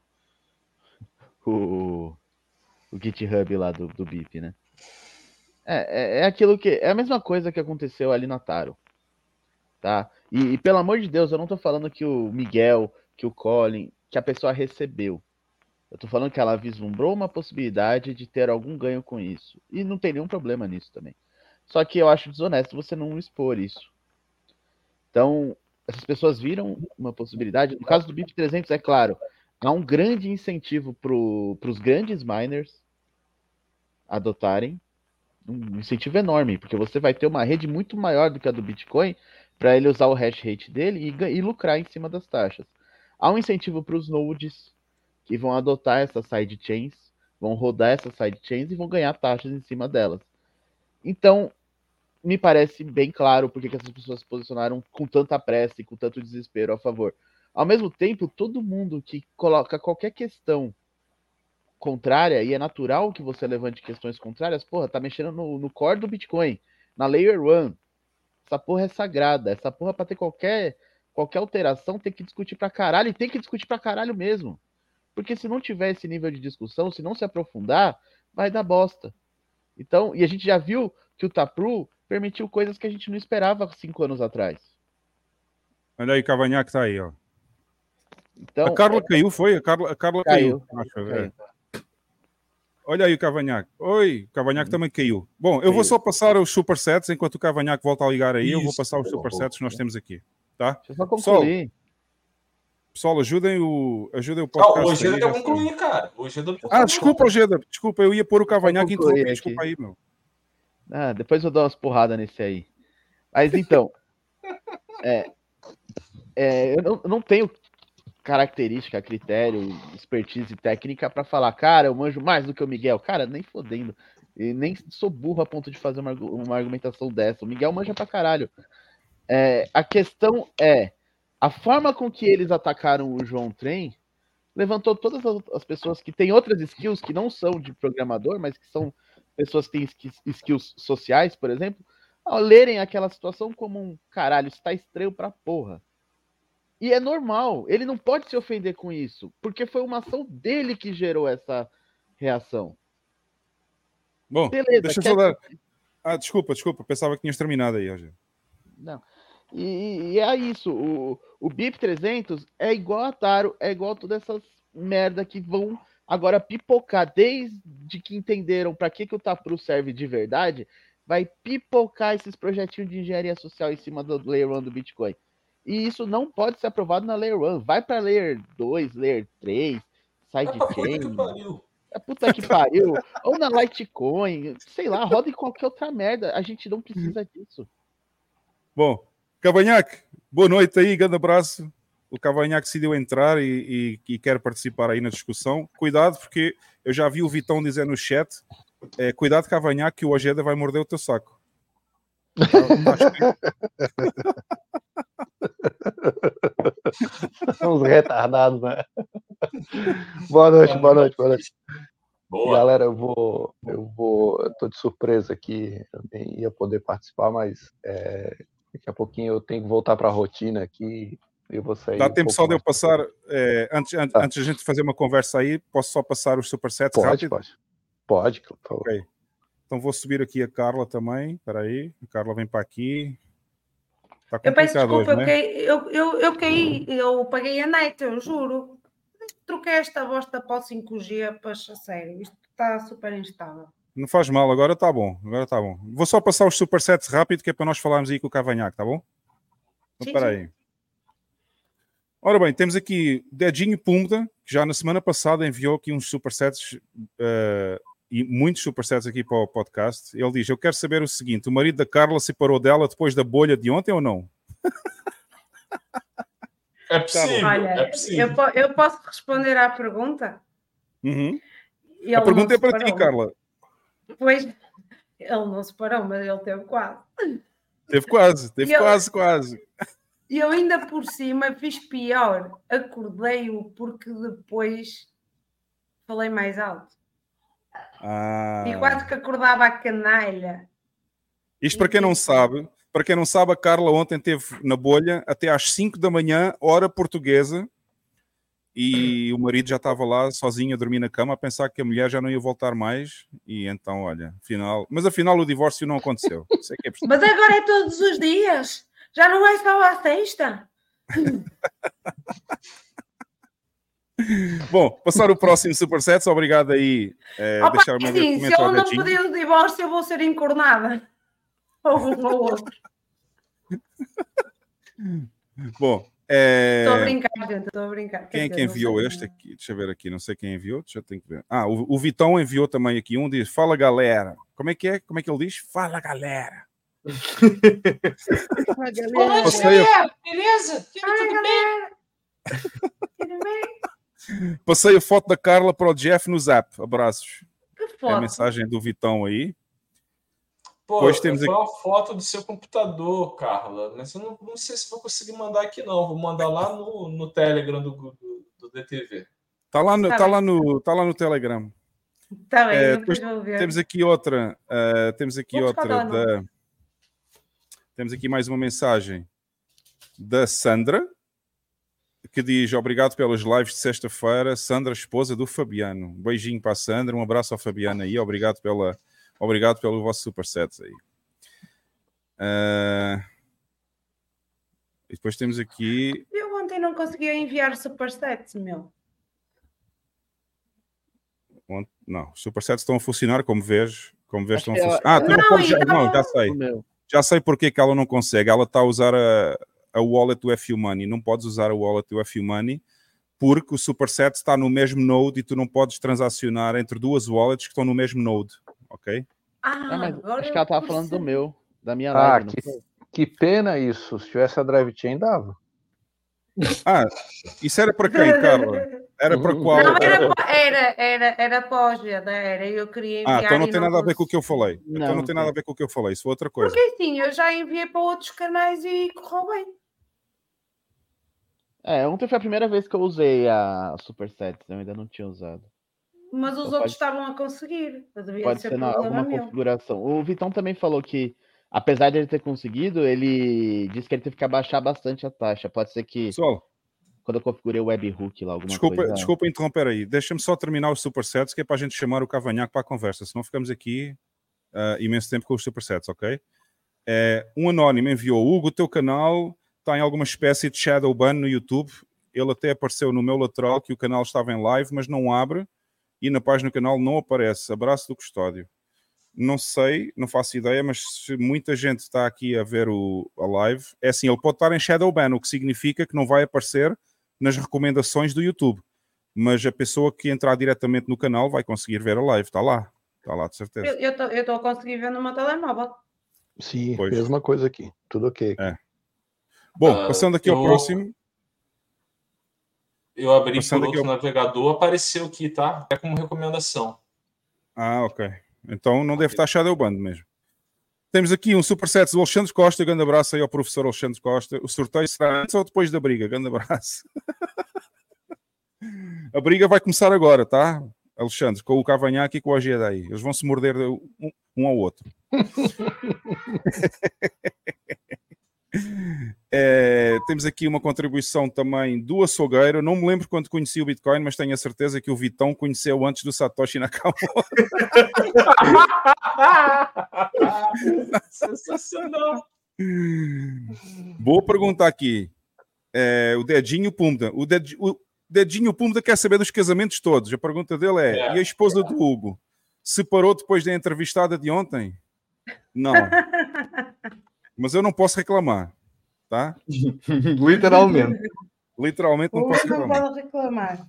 o GitHub lá do BIP, né? É aquilo que... É a mesma coisa que aconteceu ali na Taro. Tá? E pelo amor de Deus, eu não tô falando que o Miguel, que o Colin, que a pessoa recebeu. Eu tô falando que ela vislumbrou uma possibilidade de ter algum ganho com isso. E não tem nenhum problema nisso também. Só que eu acho desonesto você não expor isso. Então, essas pessoas viram uma possibilidade. No caso do BIP300, é claro, há um grande incentivo para os grandes miners adotarem. Um incentivo enorme, porque você vai ter uma rede muito maior do que a do Bitcoin para ele usar o hash rate dele e lucrar em cima das taxas. Há um incentivo para os nodes que vão adotar essas sidechains, vão rodar essas sidechains e vão ganhar taxas em cima delas. Então, me parece bem claro porque que essas pessoas se posicionaram com tanta pressa e com tanto desespero a favor. Ao mesmo tempo, todo mundo que coloca qualquer questão contrária, e é natural que você levante questões contrárias, porra, tá mexendo no core do Bitcoin, na Layer 1. Essa porra é sagrada. Essa porra, pra ter qualquer alteração, tem que discutir pra caralho, e tem que discutir pra caralho mesmo. Porque se não tiver esse nível de discussão, se não se aprofundar, vai dar bosta. Então, e a gente já viu que o Taproot permitiu coisas que a gente não esperava 5 anos atrás. Olha aí, Cavanhaque tá aí, ó. Então, a Carla caiu, foi? A Carla caiu. Caiu. Olha aí o Cavanhaque. Oi, o Cavanhaque também caiu. Bom, eu vou só passar os supersets enquanto o Cavanhaque volta a ligar aí. Eu vou passar os supersets que nós temos aqui. Tá? Deixa eu só concluir. Pessoal, ajudem o podcast. Hoje ainda tem que concluir, cara. Desculpa, Ojeda. Desculpa, eu ia pôr o Cavanhaque e interromper. Desculpa aí, meu. Depois eu dou umas porradas nesse aí. Mas então, eu não tenho característica, critério, expertise técnica para falar, cara, eu manjo mais do que o Miguel. Cara, nem fodendo. E nem sou burro a ponto de fazer uma argumentação dessa. O Miguel manja pra caralho. A questão é, a forma com que eles atacaram o João Trem levantou todas as pessoas que têm outras skills que não são de programador, mas que são pessoas que têm skills sociais, por exemplo, a lerem aquela situação como um caralho, isso tá estranho pra porra. E é normal, ele não pode se ofender com isso, porque foi uma ação dele que gerou essa reação. Bom, beleza, deixa eu só dar... Desculpa, pensava que tinhas terminado aí, Rogério. Não. E é isso, o BIP 300 é igual a Taro, é igual a todas essas merda que vão agora pipocar, desde que entenderam para que o Taproot serve de verdade, vai pipocar esses projetinhos de engenharia social em cima do Layer 1 do Bitcoin. E isso não pode ser aprovado na Layer 1. Vai para Layer 2, Layer 3, Sidechain. Puta que pariu. Ou na Litecoin, sei lá, roda em qualquer outra merda. A gente não precisa disso. Bom, Cavanhaque, boa noite aí, grande abraço. O Cavanhaque decidiu entrar e quer participar aí na discussão. Cuidado, porque eu já vi o Vitão dizer no chat, cuidado, Cavanhaque, que o Ojeda vai morder o teu saco. Somos retardados, né? Boa noite. Boa. Galera, eu tô de surpresa aqui, eu nem ia poder participar, mas daqui a pouquinho eu tenho que voltar para a rotina aqui. Eu vou sair. Dá tempo só de eu passar, antes de a gente fazer uma conversa aí, posso só passar os supersets rápido? Pode, por favor. Ok. Então vou subir aqui a Carla também, espera aí, a Carla vem para aqui. Tá eu peço desculpa, hoje, né? eu caí, eu paguei a net, eu juro. Troquei esta bosta para o 5G, poxa, sério, isto está super instável. Não faz mal, agora está bom, Vou só passar os supersets rápido, que é para nós falarmos aí com o Cavanhaque, tá bom? Então, espera aí. Ora bem, temos aqui Dedinho Pumda, que já na semana passada enviou aqui uns supersets, e muitos supersets aqui para o podcast. Ele diz, eu quero saber o seguinte, o marido da Carla separou dela depois da bolha de ontem ou não? É possível. Olha, é possível. Eu posso responder à pergunta? Uhum. A pergunta é para ti, Carla. Pois, ele não separou, mas ele teve quase. Teve quase. E eu ainda por cima fiz pior. Acordei-o porque depois falei mais alto. E quase que acordava a canalha. Isto para quem não sabe, a Carla ontem esteve na bolha até às 5 da manhã, hora portuguesa, e o marido já estava lá sozinho a dormir na cama a pensar que a mulher já não ia voltar mais, e então, olha, afinal o divórcio não aconteceu. Isso é que é preciso. Mas agora é todos os dias, já não é só à sexta. Bom, passar o próximo Supersets, obrigado aí. Deixar o meu sim, se eu não pedir o divórcio, eu vou ser encornada. Ou um ou outro. Bom, estou a brincar, gente, estou a brincar. Quem é que enviou este aqui? Deixa eu ver aqui, não sei quem enviou, deixa eu ter que ver. O Vitão enviou também aqui um, diz, fala galera. Como é que ele diz? Fala galera. Fala galera, beleza? Tudo bem? Passei a foto da Carla para o Jeff no Zap, abraços. Que foto? É a mensagem do Vitão aí. Pô, foi uma foto do seu computador, Carla, mas eu não sei se vou conseguir mandar aqui não, vou mandar lá no Telegram do DTV. Tá lá no Telegram. Tá bem, depois vou ver. Temos aqui outra, temos aqui mais uma mensagem da Sandra, que diz, obrigado pelas lives de sexta-feira, Sandra, esposa do Fabiano. Um beijinho para a Sandra, um abraço ao Fabiano aí, obrigado pelo vosso supersets aí. E depois temos aqui... Eu ontem não conseguia enviar supersets, meu. Não, os supersets estão a funcionar, como vês estão a que funcionar. Tu não podes... Não, já sei. Já sei porque é que ela não consegue. Ela está a usar a wallet do FU Money. Não podes usar a wallet do FU Money porque o superset está no mesmo node e tu não podes transacionar entre duas wallets que estão no mesmo node, ok? Mas acho que ela estava falando da minha live. Que pena isso. Se tivesse a Drive Chain, dava. Isso era para quem, Carla? Era para qual? Não, era para o Ojeda, era. Eu queria enviar. Então não tem nada a ver com o que eu falei. Então não tem nada a ver com o que eu falei. Isso foi outra coisa. Porque sim, eu já enviei para outros canais e correu bem. Ontem foi a primeira vez que eu usei a Supersets. Eu ainda não tinha usado. Mas os outros estavam a conseguir. Pode ser alguma configuração. O Vitão também falou que, apesar de ele ter conseguido, ele disse que ele teve que abaixar bastante a taxa. Pode ser que... Pessoal, quando eu configurei o webhook lá, alguma coisa... Desculpa interromper aí. Deixa-me só terminar os supersets, que é para a gente chamar o Cavanhaque para a conversa. Senão ficamos aqui imenso tempo com os supersets, ok? Um anónimo enviou: Hugo, o teu canal está em alguma espécie de shadow ban no YouTube. Ele até apareceu no meu lateral que o canal estava em live, mas não abre. E na página do canal não aparece. Abraço do Custódio. Não sei, não faço ideia, mas se muita gente está aqui a ver a live, é assim, ele pode estar em shadow ban, o que significa que não vai aparecer nas recomendações do YouTube. Mas a pessoa que entrar diretamente no canal vai conseguir ver a live. Está lá de certeza. Eu estou a conseguir ver no meu telemóvel. Sim, mesma coisa aqui. Tudo ok. Bom, passando aqui ao próximo. Eu abri por outro navegador, apareceu aqui, tá? É como recomendação. Ok. Então não deve estar shadowbanned mesmo. Temos aqui um superset do Alexandre Costa. Grande abraço aí ao professor Alexandre Costa. O sorteio será antes ou depois da briga? Grande abraço. A briga vai começar agora, tá, Alexandre? Com o Cavanhaque e com o Ojeda aí. Eles vão se morder um ao outro. Temos aqui uma contribuição também do açougueiro. Não me lembro quando conheci o Bitcoin, mas tenho a certeza que o Vitão conheceu antes do Satoshi Nakamoto. Sensacional. Boa pergunta aqui. O Dedinho Pumda. O Dedinho Pumda quer saber dos casamentos todos. A pergunta dele é: e a esposa do Hugo separou depois da entrevistada de ontem? Não. Mas eu não posso reclamar, tá? Literalmente. Literalmente não posso reclamar. Não pode reclamar.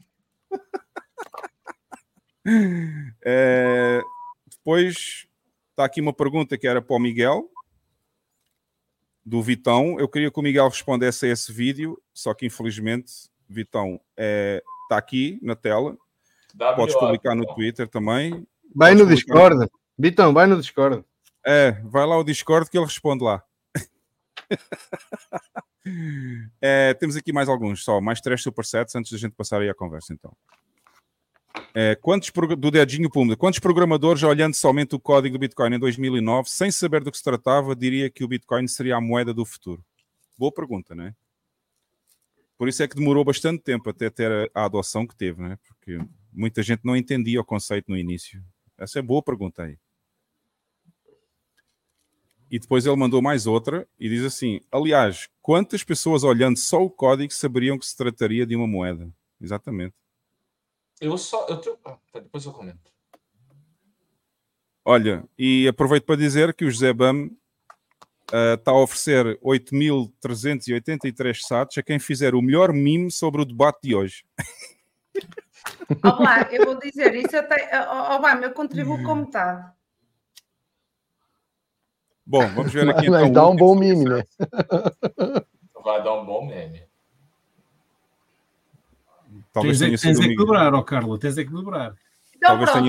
Depois está aqui uma pergunta que era para o Miguel, do Vitão. Eu queria que o Miguel respondesse a esse vídeo, só que infelizmente, Vitão, está aqui na tela. Podes publicar no Twitter também. Vai no Discord. Vitão, vai no Discord. Vai lá ao Discord que ele responde lá. Temos aqui mais alguns, mais 3 supersets antes da gente passar aí à conversa, então. Do Dedinho Pumba, quantos programadores, olhando somente o código do Bitcoin em 2009, sem saber do que se tratava, diria que o Bitcoin seria a moeda do futuro? Boa pergunta, não é? Por isso é que demorou bastante tempo até ter a adoção que teve, não é? Porque muita gente não entendia o conceito no início. Essa é boa pergunta aí. E depois ele mandou mais outra e diz assim: aliás, quantas pessoas olhando só o código saberiam que se trataria de uma moeda? Exatamente. Depois eu comento. Olha, e aproveito para dizer que o José Bam está a oferecer 8.383 sats a quem fizer o melhor meme sobre o debate de hoje. Olá, eu vou dizer, isso eu contribuo com metade. Bom, vamos ver aqui então. Vai dar um bom meme, né? Vai dar um bom meme. Talvez tens é que dobrar, Carla, tens é que dobrar. Então pronto,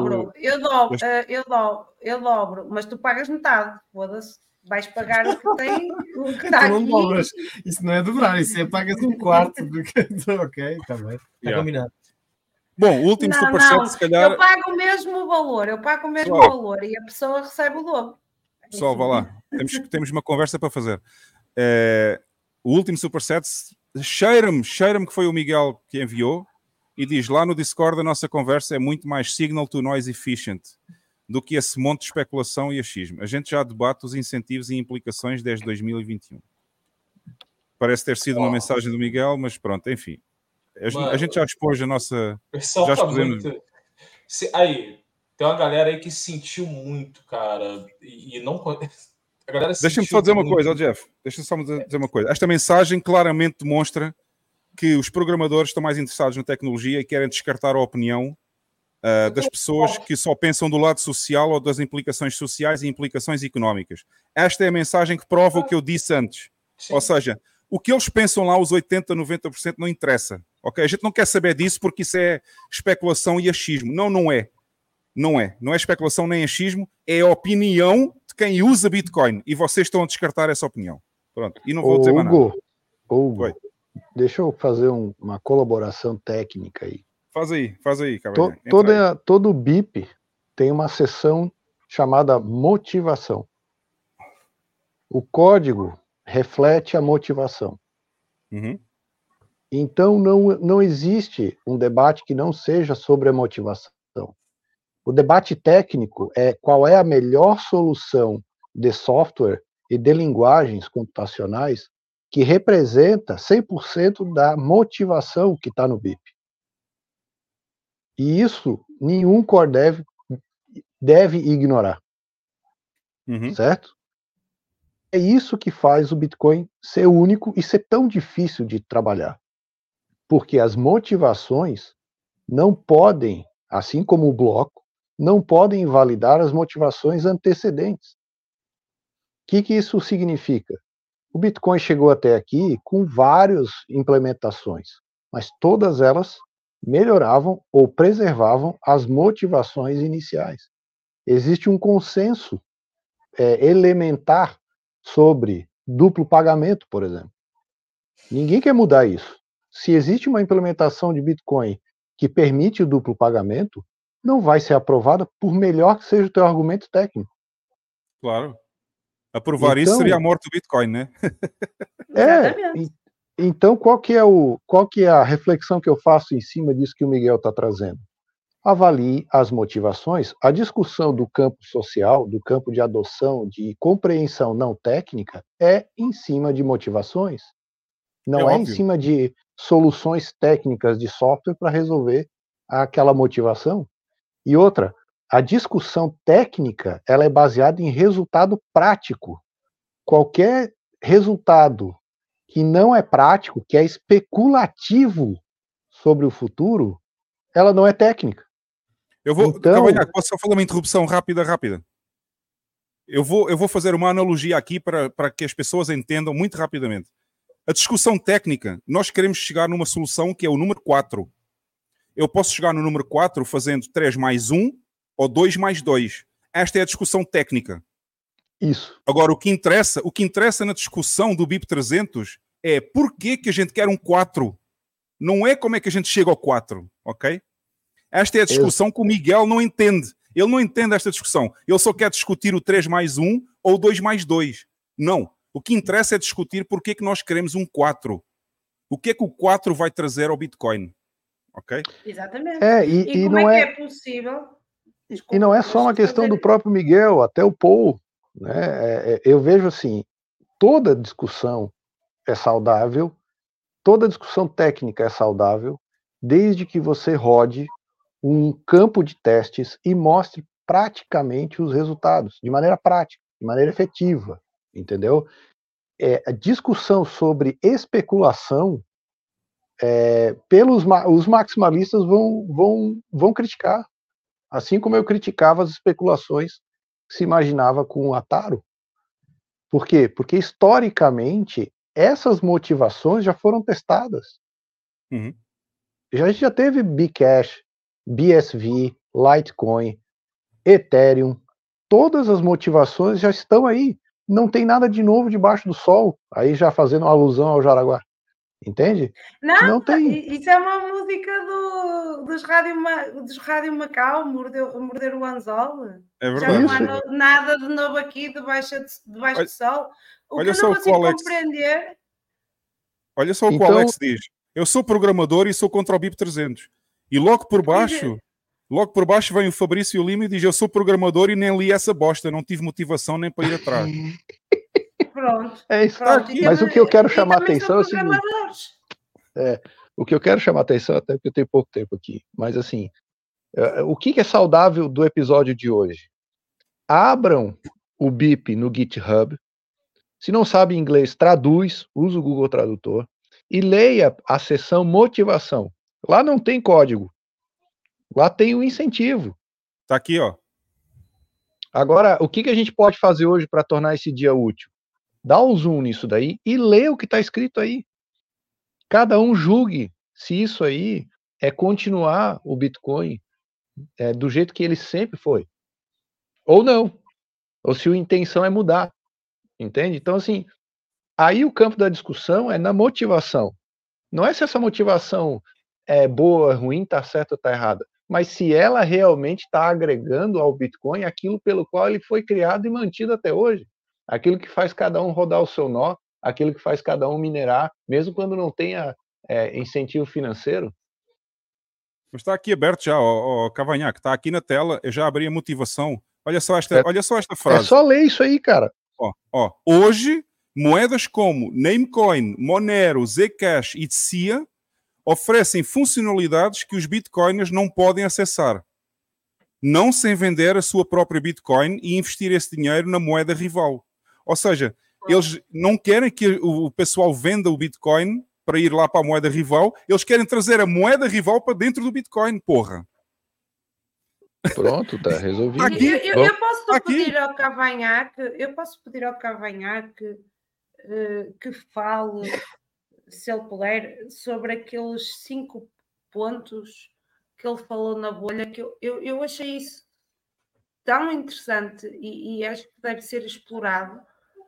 eu dobro, mas tu pagas metade, foda-se. Vais pagar o que tem, o que está aqui. Não dobras. Isso não é dobrar, isso é pagas um quarto do que... Ok, está bem. Está combinado. Bom, o último superchat, se calhar... Eu pago o mesmo valor, valor e a pessoa recebe o dobro. Pessoal, vá lá. Temos uma conversa para fazer. O último superset, cheira-me que foi o Miguel que enviou e diz lá no Discord: a nossa conversa é muito mais signal to noise efficient do que esse monte de especulação e achismo. A gente já debate os incentivos e implicações desde 2021. Parece ter sido uma mensagem do Miguel, mas pronto, enfim. A gente já expôs a nossa... O pessoal Aí, tem uma galera aí que sentiu muito, cara, e não... A galera Deixa-me só dizer uma coisa, Jeff. Deixa-me só dizer uma coisa. Esta mensagem claramente demonstra que os programadores estão mais interessados na tecnologia e querem descartar a opinião das pessoas que só pensam do lado social ou das implicações sociais e implicações económicas. Esta é a mensagem que prova o que eu disse antes. Sim. Ou seja, o que eles pensam lá, os 80%, 90%, não interessa. Okay? A gente não quer saber disso porque isso é especulação e achismo. Não é. Não é especulação nem achismo, é a opinião de quem usa Bitcoin. E vocês estão a descartar essa opinião. Pronto. E não vou dizer mais nada. Hugo, deixa eu fazer uma colaboração técnica aí. Faz aí, Todo BIP tem uma seção chamada motivação. O código reflete a motivação. Uhum. Então, não existe um debate que não seja sobre a motivação. O debate técnico é qual é a melhor solução de software e de linguagens computacionais que representa 100% da motivação que está no BIP. E isso nenhum core dev deve ignorar. Uhum. Certo? É isso que faz o Bitcoin ser único e ser tão difícil de trabalhar. Porque as motivações não podem, assim como o bloco, não podem invalidar as motivações antecedentes. O que isso significa? O Bitcoin chegou até aqui com várias implementações, mas todas elas melhoravam ou preservavam as motivações iniciais. Existe um consenso elementar sobre duplo pagamento, por exemplo. Ninguém quer mudar isso. Se existe uma implementação de Bitcoin que permite o duplo pagamento, não vai ser aprovada por melhor que seja o teu argumento técnico. Claro. Aprovar isso seria a morte do Bitcoin, né? Então, qual que é a reflexão que eu faço em cima disso que o Miguel está trazendo? Avalie as motivações. A discussão do campo social, do campo de adoção, de compreensão não técnica, é em cima de motivações. Não é em cima de soluções técnicas de software para resolver aquela motivação. E outra, a discussão técnica, ela é baseada em resultado prático. Qualquer resultado que não é prático, que é especulativo sobre o futuro, ela não é técnica. Posso só fazer uma interrupção rápida? Eu vou fazer uma analogia aqui para que as pessoas entendam muito rapidamente. A discussão técnica, nós queremos chegar numa solução que é o número 4. Eu posso chegar no número 4 fazendo 3 mais 1 ou 2 mais 2. Esta é a discussão técnica. Isso. Agora, o que interessa na discussão do BIP 300 é porquê que a gente quer um 4. Não é como é que a gente chega ao 4, ok? Esta é a discussão que o Miguel não entende. Ele não entende esta discussão. Ele só quer discutir o 3 mais 1 ou 2 mais 2. Não. O que interessa é discutir porquê que nós queremos um 4. O que é que o 4 vai trazer ao Bitcoin? Ok? Exatamente. E como não é que é possível? Desculpa, e não é só uma questão do próprio Miguel, até o Paul. Né? Eu vejo assim, toda discussão é saudável, toda discussão técnica é saudável, desde que você rode um campo de testes e mostre praticamente os resultados, de maneira prática, de maneira efetiva, entendeu? A discussão sobre especulação, os maximalistas vão criticar, assim como eu criticava as especulações que se imaginava com o Ataro. Por quê? Porque historicamente essas motivações já foram testadas. Uhum. A gente já teve Bcash, BSV, Litecoin, Ethereum, todas as motivações já estão aí. Não tem nada de novo debaixo do sol. Aí já fazendo uma alusão ao Jaraguá. Entende? Não tem. Isso é uma música dos Rádio Macau, morder o anzol. É verdade. Já não há nada de novo aqui debaixo do sol. O que eu não consigo compreender... Olha só o que o Alex diz. Eu sou programador e sou contra o BIP 300. E logo por baixo vem o Fabrício Lima e diz: eu sou programador e nem li essa bosta, não tive motivação nem para ir atrás. Pronto. É isso. Mas o que eu quero chamar a atenção é o seguinte. O que eu quero chamar a atenção, até porque eu tenho pouco tempo aqui, mas assim, O que é saudável do episódio de hoje? Abram o BIP no GitHub. Se não sabe inglês, traduz, usa o Google Tradutor e leia a seção motivação. Lá não tem código. Lá tem um incentivo. Tá aqui, ó. Agora, o que a gente pode fazer hoje para tornar esse dia útil? Dá um zoom nisso daí e lê o que está escrito aí. Cada um julgue se isso aí é continuar o Bitcoin do jeito que ele sempre foi. Ou não. Ou se a intenção é mudar. Entende? Então, assim, aí o campo da discussão é na motivação. Não é se essa motivação é boa, ruim, está certa ou está errada, mas se ela realmente está agregando ao Bitcoin aquilo pelo qual ele foi criado e mantido até hoje. Aquilo que faz cada um rodar o seu nó, aquilo que faz cada um minerar, mesmo quando não tenha incentivo financeiro. Mas está aqui aberto já, Cavanhaque, está aqui na tela, eu já abri a motivação. Olha só esta frase. É só ler isso aí, cara. Hoje, moedas como Namecoin, Monero, Zcash e Tsia oferecem funcionalidades que os bitcoiners não podem acessar. Não sem vender a sua própria Bitcoin e investir esse dinheiro na moeda rival. Ou seja, eles não querem que o pessoal venda o Bitcoin para ir lá para a moeda rival, eles querem trazer a moeda rival para dentro do Bitcoin, porra. Pronto, tá resolvido. Eu posso pedir ao Cavanhaque que fale, se ele puder, sobre aqueles 5 pontos que ele falou na bolha, que eu achei isso tão interessante e acho que deve ser explorado.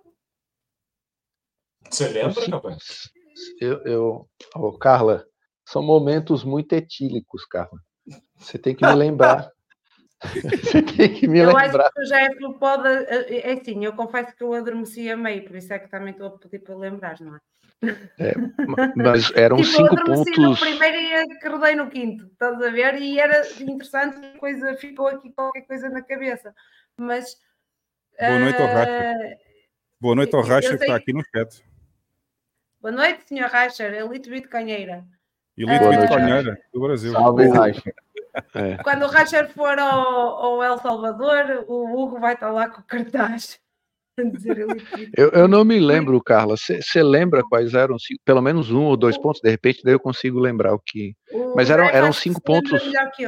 Você lembra, rapaz? Carla, são momentos muito etílicos, Carla. Você tem que me lembrar. Você tem que me lembrar. Eu acho que o Jeff pode... É assim, eu confesso que eu adormeci a meio, por isso é que também estou a pedir para lembrar, não é? Mas eram 5 pontos... no primeiro e acordei no quinto, estás a ver? E era interessante, ficou aqui qualquer coisa na cabeça. Mas... Boa noite ao Racher. Boa noite ao Racher que está aqui no chat. Boa noite, Sr. Racher, elite bitcoinheira. Elite bitcoinheira do Brasil. Salve, Racher. Quando o Racher for ao El Salvador, o Hugo vai estar lá com o cartaz. Eu não me lembro, Carla. Você lembra quais eram? Pelo menos 1 ou 2 pontos, de repente, daí eu consigo lembrar o que. Mas eram 5 pontos.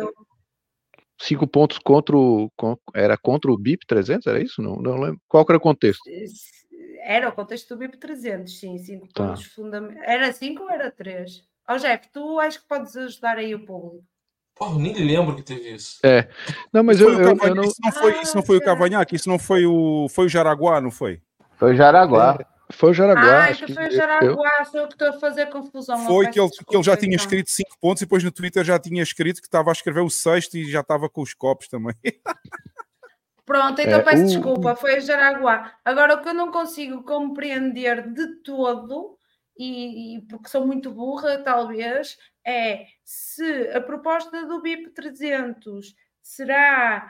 5 pontos contra o BIP 300, era isso? Não lembro. Qual que era o contexto? Era o contexto do BIP 300, sim. 5 pontos fundamentais. Era 5 ou era 3? Jeff, tu acho que podes ajudar aí o público. Pô, eu nem lembro que teve isso. Não, mas Isso não foi o Cavanhaque, isso não foi o Jaraguá, não foi? Foi o Jaraguá. Foi o Jaraguá. Então foi o Jaraguá, sou eu que estou a fazer confusão. Foi que ele já tinha escrito 5 pontos e depois no Twitter já tinha escrito que estava a escrever o 6º e já estava com os copos também. Pronto, então peço desculpa, foi o Jaraguá. Agora, o que eu não consigo compreender de todo, e porque sou muito burra, talvez, é se a proposta do BIP 300 será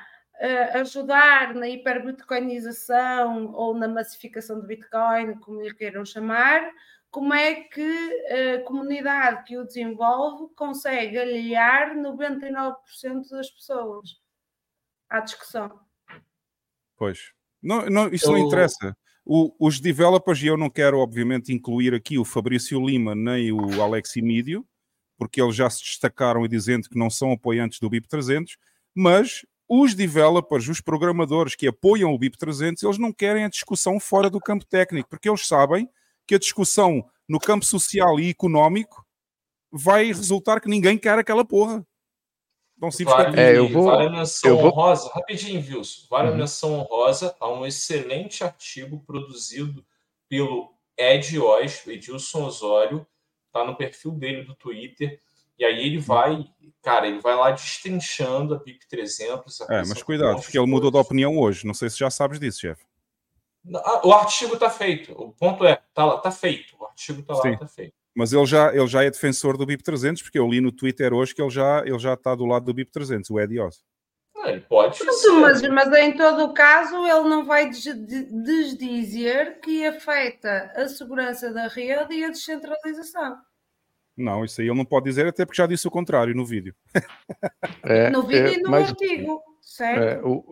ajudar na hiperbitcoinização ou na massificação do Bitcoin, como lhe queiram chamar, como é que a comunidade que o desenvolve consegue aliar 99% das pessoas à discussão. Pois. Isso não interessa. Os developers, e eu não quero, obviamente, incluir aqui o Fabrício Lima nem o Alex Emídio, porque eles já se destacaram e dizendo que não são apoiantes do BIP 300, mas os developers, os programadores que apoiam o BIP 300, eles não querem a discussão fora do campo técnico, porque eles sabem que a discussão no campo social e económico vai resultar que ninguém quer aquela porra. Então, simplesmente... Vale menção honrosa, rapidinho, Wilson. Vale menção honrosa a um excelente artigo produzido pelo Edilson Osório, tá no perfil dele do Twitter, e aí ele vai lá destrinchando a BIP 300. Mas cuidado, porque ele mudou de opinião hoje. Não sei se já sabes disso, chefe. O artigo tá feito. O ponto é, tá feito. O artigo tá lá, tá feito. Mas ele já é defensor do BIP 300, porque eu li no Twitter hoje que ele já está do lado do BIP 300, o Ed Oz. Ele pode ser. Mas em todo o caso, ele não vai desdizer que afeta a segurança da rede e a descentralização. Não, isso aí ele não pode dizer, até porque já disse o contrário no vídeo. No vídeo e no artigo, certo?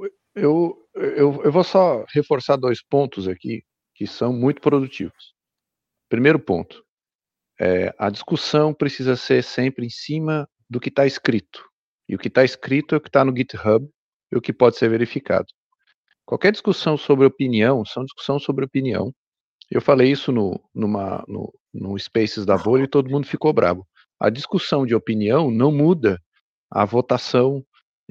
Eu vou só reforçar 2 pontos aqui que são muito produtivos. Primeiro ponto, a discussão precisa ser sempre em cima do que está escrito. E o que está escrito é o que está no GitHub e o que pode ser verificado. Qualquer discussão sobre opinião, são discussão sobre opinião. Eu falei isso no Spaces da Bolha e todo mundo ficou bravo. A discussão de opinião não muda a votação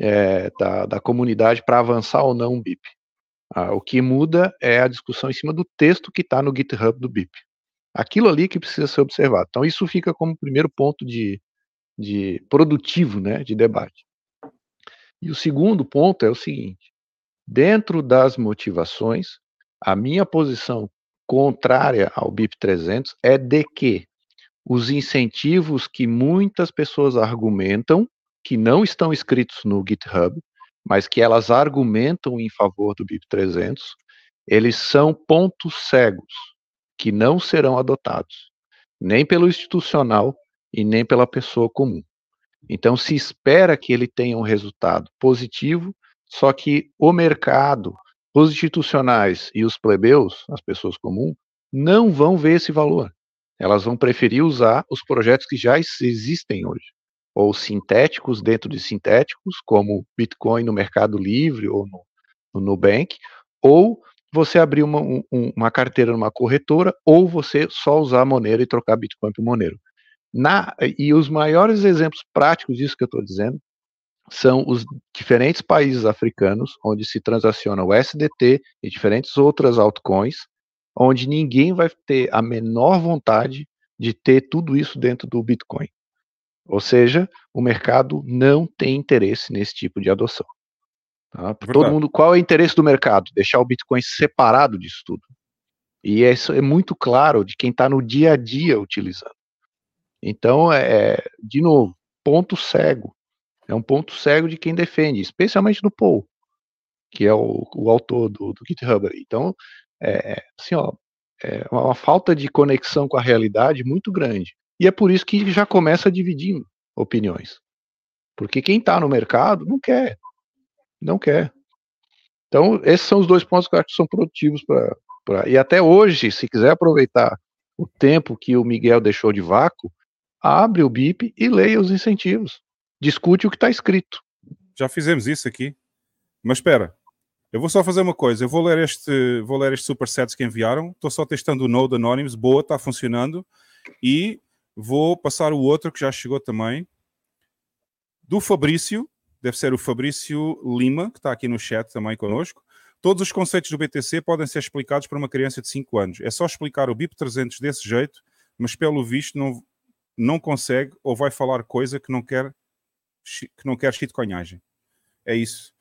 da comunidade para avançar ou não um BIP. O que muda é a discussão em cima do texto que está no GitHub do BIP. Aquilo ali que precisa ser observado. Então isso fica como primeiro ponto de produtivo, né, de debate. E o segundo ponto é o seguinte: dentro das motivações, a minha posição contrária ao BIP 300 é de que os incentivos que muitas pessoas argumentam, que não estão escritos no GitHub, mas que elas argumentam em favor do BIP 300, eles são pontos cegos, que não serão adotados, nem pelo institucional e nem pela pessoa comum. Então se espera que ele tenha um resultado positivo, só que o mercado, os institucionais e os plebeus, as pessoas comuns, não vão ver esse valor. Elas vão preferir usar os projetos que já existem hoje, ou sintéticos dentro de sintéticos, como Bitcoin no Mercado Livre ou no Nubank, ou você abrir uma carteira numa corretora, ou você só usar a Monero e trocar Bitcoin por Monero. E os maiores exemplos práticos disso que eu estou dizendo são os diferentes países africanos, onde se transaciona o SDT e diferentes outras altcoins, onde ninguém vai ter a menor vontade de ter tudo isso dentro do Bitcoin. Ou seja, o mercado não tem interesse nesse tipo de adoção. Tá? Todo mundo, qual é o interesse do mercado? Deixar o Bitcoin separado disso tudo. E isso é muito claro de quem está no dia a dia utilizando. Então, de novo, ponto cego. É um ponto cego de quem defende, especialmente do Paul, que é o autor do GitHub. Então, assim, é uma falta de conexão com a realidade muito grande. E é por isso que já começa dividindo opiniões. Porque quem está no mercado não quer. Não quer. Então, esses são os 2 pontos que eu acho que são produtivos e até hoje, se quiser aproveitar o tempo que o Miguel deixou de vácuo, abre o BIP e leia os incentivos. Discute o que está escrito. Já fizemos isso aqui. Mas espera, eu vou só fazer uma coisa. Eu vou ler este supersets que enviaram. Estou só testando o Node Anonymous. Boa, está funcionando. E vou passar o outro que já chegou também. Do Fabrício. Deve ser o Fabrício Lima, que está aqui no chat também connosco. Todos os conceitos do BTC podem ser explicados para uma criança de 5 anos. É só explicar o BIP 300 desse jeito, mas pelo visto não consegue ou vai falar coisa que não quer shitcoinhagem. É isso.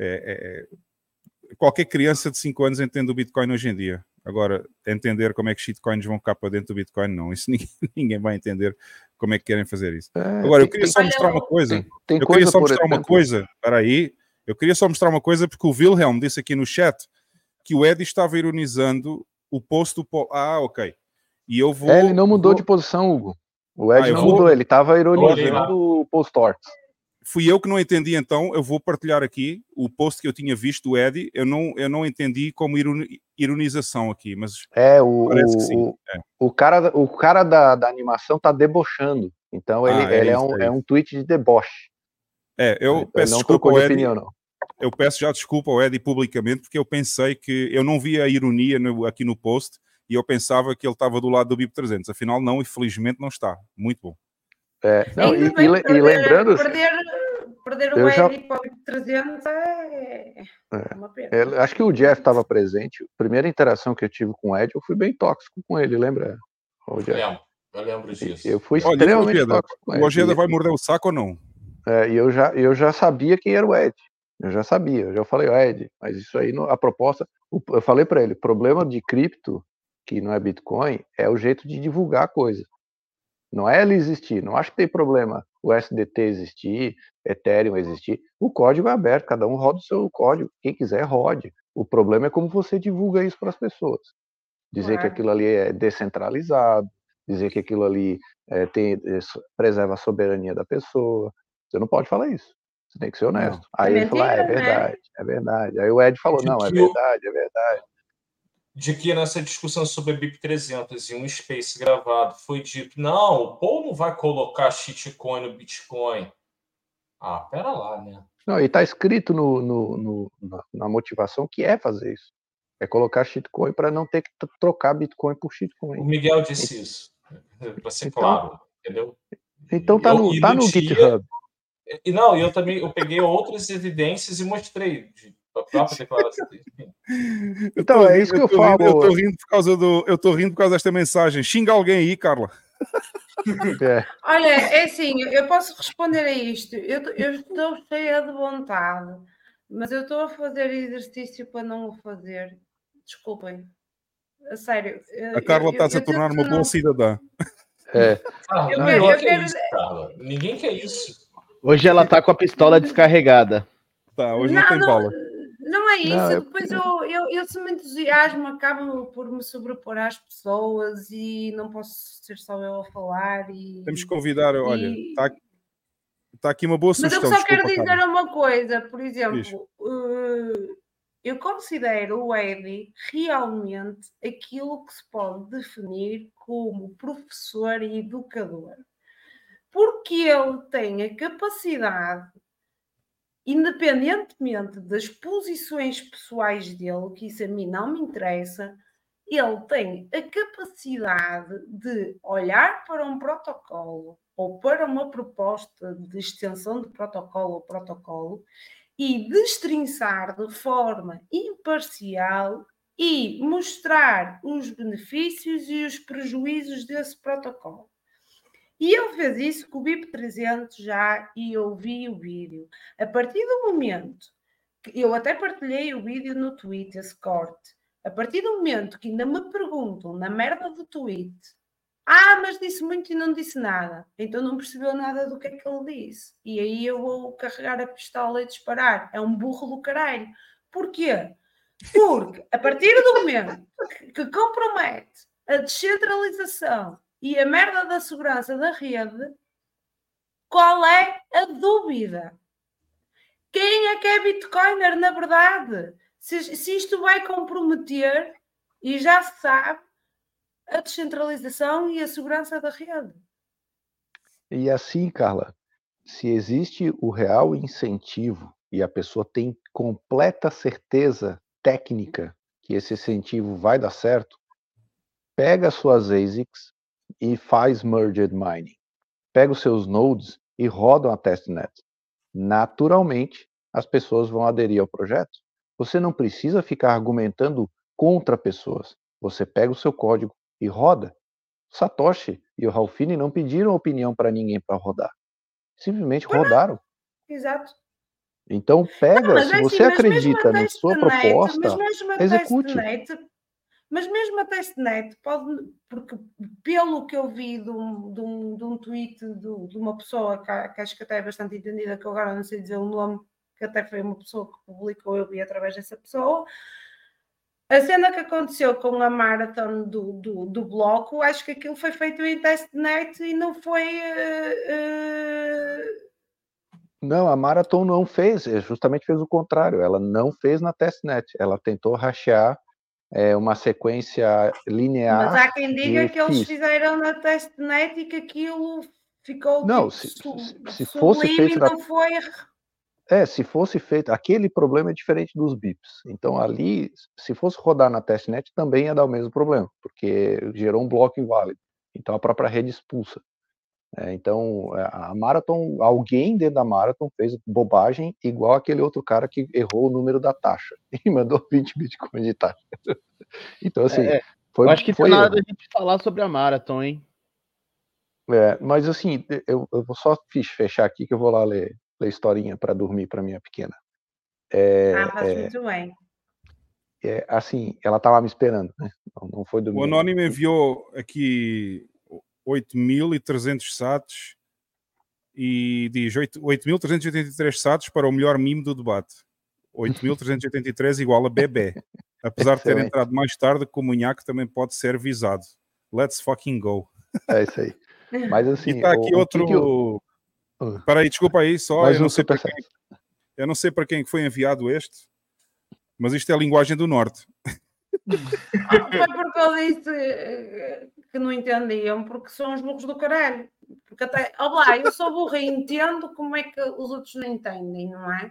Qualquer criança de 5 anos entende o Bitcoin hoje em dia. Agora, entender como é que shitcoins vão ficar para dentro do Bitcoin, não. Isso ninguém vai entender como é que querem fazer isso. Agora, eu queria só mostrar uma coisa. Eu queria só mostrar uma coisa. Espera aí. Eu queria só mostrar uma coisa, porque o Wilhelm disse aqui no chat que o Eddie estava ironizando o post do Paul. Ok. E eu vou... ele não mudou de posição, Hugo. O Ed não mudou, ele estava ironizando o post-torts. Fui eu que não entendi, então eu vou partilhar aqui o post que eu tinha visto do Eddie. Eu não entendi como ironização aqui, mas parece que sim. O cara da animação está debochando. Então ele é um tweet de deboche. Eu peço desculpa ao Eddie. Eu peço já desculpa ao Eddie publicamente, porque eu pensei que eu não vi a ironia aqui no post e eu pensava que ele estava do lado do BIP 300. Afinal, não, e felizmente não está. Muito bom. E lembrando... Perder o Eddie para o BIP 300 é uma pena. Acho que o Jeff estava presente. A primeira interação que eu tive com o Ed, eu fui bem tóxico com ele, lembra? Eu lembro disso. Eu fui extremamente tóxico com ele. O Ojeda vai morder o saco ou não? E eu já sabia quem era o Ed. Eu já sabia. Eu já falei, Ed, mas isso aí, a proposta... Eu falei para ele, o problema de cripto, que não é Bitcoin, é o jeito de divulgar a coisa. Não é ele existir. Não acho que tem problema o SDT existir, Ethereum existir. O código é aberto, cada um roda o seu código. Quem quiser, rode. O problema é como você divulga isso para as pessoas. Dizer que aquilo ali é descentralizado, dizer que aquilo ali preserva a soberania da pessoa. Você não pode falar isso. Você tem que ser honesto. Não. Aí É ele falou, mentira, é verdade, é verdade. Aí o Ed falou, não, é verdade, é verdade. De que nessa discussão sobre a BIP 300 e um Space gravado foi dito, não, o Paul não vai colocar shitcoin no Bitcoin. Ah, pera lá, né? Não, e está escrito na motivação que é fazer isso. É colocar shitcoin para não ter que trocar Bitcoin por shitcoin. O Miguel disse isso, para ser claro, entendeu? Então tá no GitHub. E não, eu peguei outras evidências e mostrei a própria declaração. Então é isso que eu falo. Eu tô rindo por causa desta mensagem. Xinga alguém aí, Carla. Olha, é assim, eu posso responder a isto. Eu estou cheia de vontade, mas eu estou a fazer exercício para não o fazer. Desculpem. A sério. A Carla está-se a tornar uma boa cidadã. Ninguém quer isso. Hoje ela tá com a pistola descarregada. Tá, hoje não tem bala. Não é isso. Depois eu se me entusiasmo, acabo por me sobrepor às pessoas e não posso ser só eu a falar. Temos que convidar, olha, está aqui uma boa sugestão. Mas eu só quero dizer uma coisa, por exemplo, eu considero o Eddie realmente aquilo que se pode definir como professor e educador. Porque ele tem a capacidade, independentemente das posições pessoais dele, que isso a mim não me interessa, ele tem a capacidade de olhar para um protocolo ou para uma proposta de extensão de protocolo ou protocolo e destrinçar de forma imparcial e mostrar os benefícios e os prejuízos desse protocolo. E ele fez isso com o BIP 300 já, e eu vi o vídeo. A partir do momento que eu até partilhei o vídeo no Twitter, esse corte, a partir do momento que ainda me perguntam na merda do tweet, mas disse muito e não disse nada, então não percebeu nada do que é que ele disse. E aí eu vou carregar a pistola e disparar. É um burro do caralho. Porquê? Porque a partir do momento que compromete a descentralização e a merda da segurança da rede, qual é a dúvida? Quem é que é Bitcoiner, na verdade? Se isto vai comprometer, e já se sabe, a descentralização e a segurança da rede. E assim, Carla, se existe o real incentivo e a pessoa tem completa certeza técnica que esse incentivo vai dar certo, pega as suas ASICs e faz merged mining. Pega os seus nodes e rodam a testnet. Naturalmente, as pessoas vão aderir ao projeto. Você não precisa ficar argumentando contra pessoas. Você pega o seu código e roda. Satoshi e o Ralphine não pediram opinião para ninguém para rodar. Simplesmente rodaram. Exato. Então pega, se você acredita na sua proposta, execute. Mas mesmo a testnet pode, porque pelo que eu vi de um tweet de uma pessoa que acho que até é bastante entendida, que eu agora não sei dizer o nome, que até foi uma pessoa que publicou, eu vi através dessa pessoa, a cena que aconteceu com a maratona do bloco, acho que aquilo foi feito em testnet e não foi... Não, a Marathon não fez, justamente fez o contrário, ela não fez na testnet, ela tentou rachear uma sequência linear. Mas há quem diga que eles fizeram na testnet e que aquilo ficou não, tipo, se fosse feito não foi... se fosse feito, aquele problema é diferente dos BIPs. Então ali, se fosse rodar na testnet, também ia dar o mesmo problema, porque gerou um bloco inválido. Então a própria rede expulsa. Então a Marathon, alguém dentro da Marathon fez bobagem igual aquele outro cara que errou o número da taxa e mandou 20 bitcoins de taxa. Então assim, eu acho que foi na hora da gente falar sobre a Marathon, hein? Mas assim, eu vou só fechar aqui que eu vou lá ler historinha para dormir para minha pequena. Faz muito bem. Assim, ela estava me esperando, né? Não foi dormir. O Anónimo enviou aqui 8.300 sats e diz 8.383 sats para o melhor mime do debate. 8.383 igual a bebê. Apesar de ter entrado mais tarde, com o Munhaque também pode ser visado. Let's fucking go. É isso aí. Mas assim. E está aqui outro. Espera aí, desculpa aí, só. Mais um superchat. Eu não sei para quem foi enviado este, mas isto é a linguagem do Norte. Foi porque eu disse que não entendiam, porque são os burros do caralho. Porque até, lá, eu sou burra e entendo como é que os outros não entendem, não é?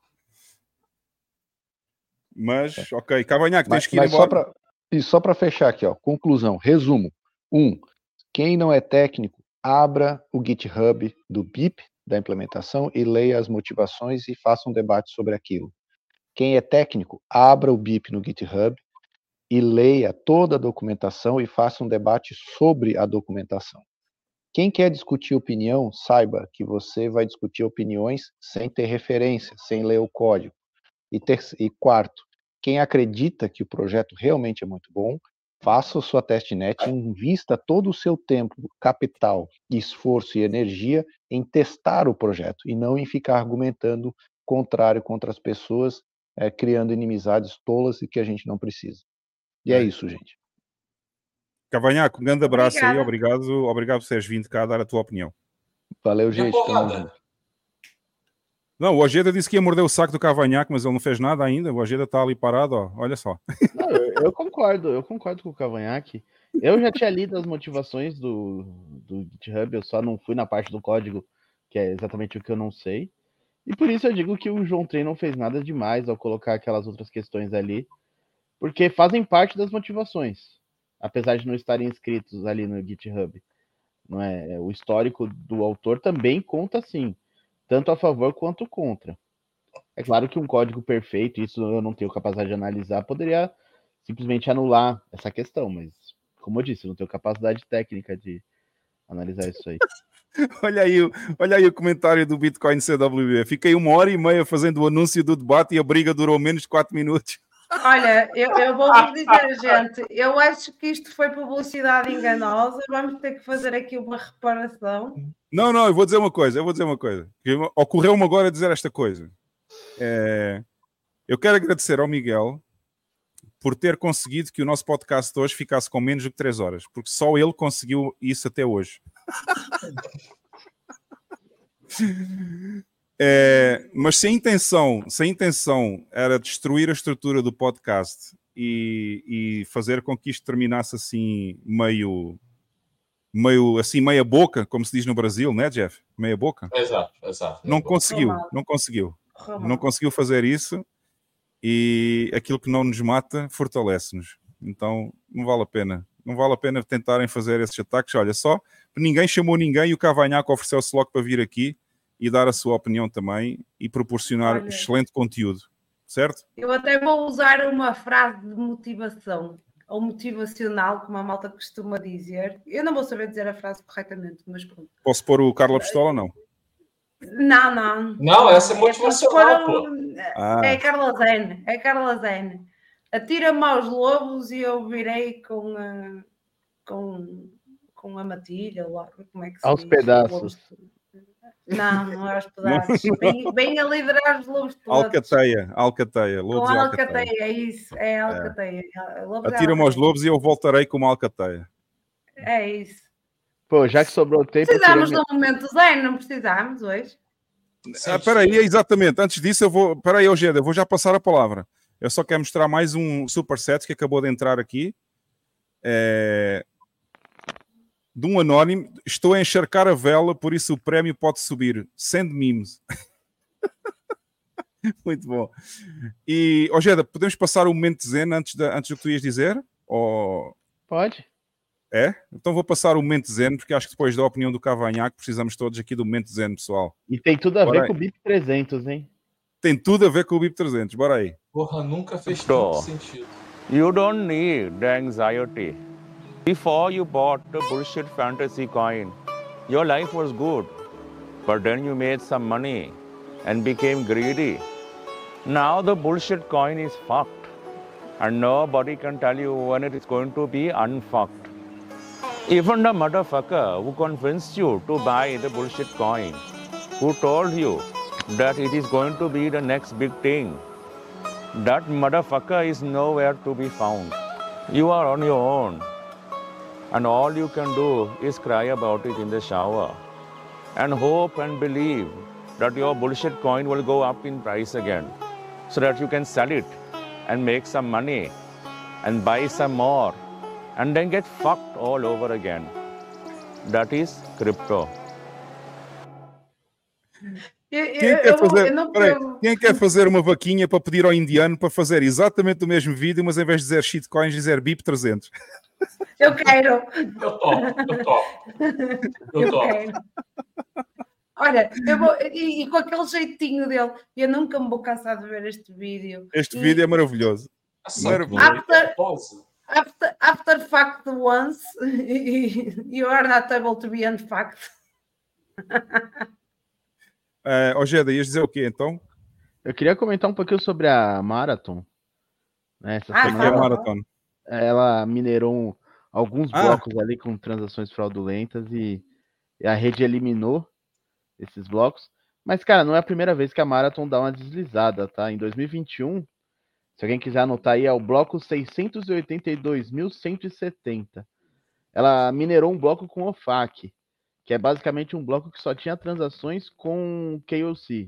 Mas, ok, Cavanhaque, tens que ir embora. Só para fechar aqui, ó, conclusão, resumo. 1. Quem não é técnico, abra o GitHub do BIP, da implementação, e leia as motivações e faça um debate sobre aquilo. Quem é técnico, abra o BIP no GitHub e leia toda a documentação e faça um debate sobre a documentação. Quem quer discutir opinião, saiba que você vai discutir opiniões sem ter referência, sem ler o código. E quarto, quem acredita que o projeto realmente é muito bom, faça a sua testnet e invista todo o seu tempo, capital, esforço e energia em testar o projeto e não em ficar argumentando contrário contra as pessoas, criando inimizades tolas e que a gente não precisa. E é isso, gente. Cavanhaque, um grande abraço aí, obrigado por teres vindo cá a dar a tua opinião. Valeu, gente. Tamo junto. Não, o Ojeda disse que ia morder o saco do Cavanhaque, mas ele não fez nada ainda. O Ojeda está ali parado, ó. Olha só. Não, eu concordo com o Cavanhaque. Eu já tinha lido as motivações do GitHub, eu só não fui na parte do código, que é exatamente o que eu não sei. E por isso eu digo que o João Trem não fez nada demais ao colocar aquelas outras questões ali, porque fazem parte das motivações, apesar de não estarem escritos ali no GitHub. Não é? O histórico do autor também conta sim, tanto a favor quanto contra. É claro que um código perfeito, isso eu não tenho capacidade de analisar, poderia simplesmente anular essa questão, mas, como eu disse, eu não tenho capacidade técnica de analisar isso aí. Olha aí o comentário do Bitcoin CWB. Fiquei 1h30 fazendo o anúncio do debate e a briga durou menos de 4 minutos. Olha, eu vou-vos dizer, gente, eu acho que isto foi publicidade enganosa, vamos ter que fazer aqui uma reparação. Não, eu vou dizer uma coisa. Ocorreu-me agora dizer esta coisa. Eu quero agradecer ao Miguel por ter conseguido que o nosso podcast hoje ficasse com menos do que 3 horas, porque só ele conseguiu isso até hoje. Mas se a intenção era destruir a estrutura do podcast e fazer com que isto terminasse assim meio assim meia boca, como se diz no Brasil, né, Jeff? Meia boca. Exato. Não conseguiu fazer isso, e aquilo que não nos mata fortalece-nos. Então não vale a pena tentarem fazer esses ataques. Olha só, ninguém chamou ninguém e o Cavanhaque ofereceu-se logo para vir aqui e dar a sua opinião também e proporcionar excelente conteúdo, certo? Eu até vou usar uma frase de motivação, ou motivacional, como a malta costuma dizer. Eu não vou saber dizer a frase corretamente, mas pronto. Posso pôr o Carla Pistola ou não? Não. Não, essa é motivacional, pô. É Carla Zen. Atira-me aos lobos e eu virei com a matilha, lá, como é que se aos diz? Pedaços. Não é aos pedaços. Bem a liderar os lobos todos. Alcateia. Lobos com e alcateia, é isso. É alcateia. Atira-me aos lobos e eu voltarei com uma alcateia. É isso. Pô, já que sobrou tempo... Precisamos de um momento zen, não precisamos hoje? Espera aí, exatamente. Antes disso, espera aí, Ojeda, eu vou já passar a palavra. Eu só quero mostrar mais um superset que acabou de entrar aqui. De um anónimo. Estou a encharcar a vela, por isso o prémio pode subir. Send memes. Muito bom. E, Ojeda, podemos passar o momento zen antes do que tu ias dizer? Ou... Pode. Então vou passar o momento zen, porque acho que depois da opinião do Cavanhaque precisamos todos aqui do momento zen, pessoal. E tem tudo a ver com o BIP 300, hein? Tem tudo a ver com o BIP 300, bora aí. Porra, nunca fez tanto sentido. You don't need the anxiety. Before you bought the bullshit fantasy coin, your life was good. But then you made some money and became greedy. Now the bullshit coin is fucked. And nobody can tell you when it is going to be unfucked. Even the motherfucker who convinced you to buy the bullshit coin, who told you that it is going to be the next big thing, that motherfucker is nowhere to be found. You are on your own. and all you can do is cry about it in the shower and hope and believe that your bullshit coin will go up in price again so that you can sell it and make some money and buy some more and then get fucked all over again. That is crypto. Quem quer fazer uma vaquinha para pedir ao indiano para fazer exatamente o mesmo vídeo, mas em vez de dizer shitcoins, dizer BIP 300? Eu quero. Eu topo. Quero. Olha, e com aquele jeitinho dele, eu nunca me vou cansar de ver este vídeo. Este vídeo é maravilhoso. After fact once, you are not able to be unfact. Ojeda, ias dizer o quê então? Eu queria comentar um pouquinho sobre a Marathon. Essa semana, é a Marathon? Ela minerou alguns blocos ali com transações fraudulentas e a rede eliminou esses blocos. Mas, cara, não é a primeira vez que a Marathon dá uma deslizada, tá? Em 2021, se alguém quiser anotar aí, é o bloco 682.170. Ela minerou um bloco com OFAC, que é basicamente um bloco que só tinha transações com KOC.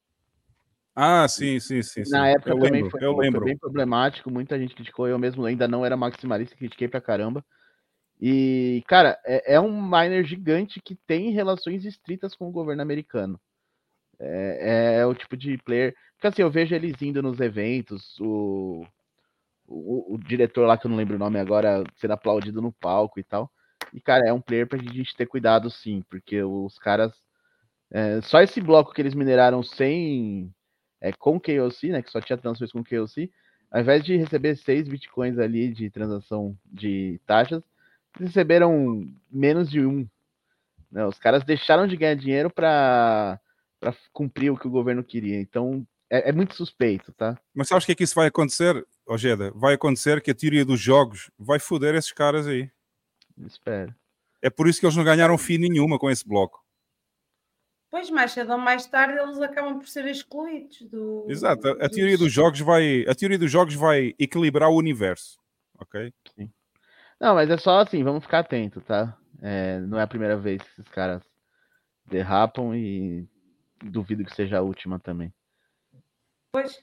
Sim. Na época eu também lembro, foi bem problemático, muita gente criticou, eu mesmo ainda não era maximalista, critiquei pra caramba. E, cara, é um miner gigante que tem relações estritas com o governo americano. É o tipo de player... Porque assim, eu vejo eles indo nos eventos, o diretor lá, que eu não lembro o nome agora, sendo aplaudido no palco e tal. E, cara, é um player pra gente ter cuidado, sim, porque os caras... só esse bloco que eles mineraram com KOC, né, que só tinha transações com KOC, ao invés de receber 6 bitcoins ali de transação de taxas, eles receberam menos de 1. Né? Os caras deixaram de ganhar dinheiro para cumprir o que o governo queria. Então, é muito suspeito, tá? Mas sabes o que é que isso vai acontecer, Ojeda? Vai acontecer que a teoria dos jogos vai foder esses caras aí. Espero. É por isso que eles não ganharam FII nenhuma com esse bloco. Pois, mais cedo ou mais tarde, eles acabam por ser excluídos do... Exato. A teoria dos jogos vai equilibrar o universo. Ok? Sim. Não, mas é só assim, vamos ficar atento, tá? Não é a primeira vez que esses caras derrapam e duvido que seja a última também. Pois.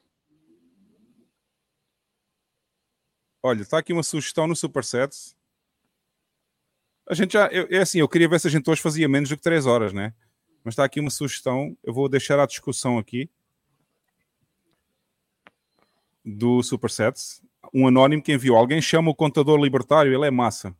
Olha, está aqui uma sugestão no Supersets. A gente já... eu queria ver se a gente hoje fazia menos do que 3 horas, né? Mas está aqui uma sugestão. Eu vou deixar a discussão aqui. Do Supersets. Um anónimo que enviou. Alguém chama o contador libertário, ele é massa.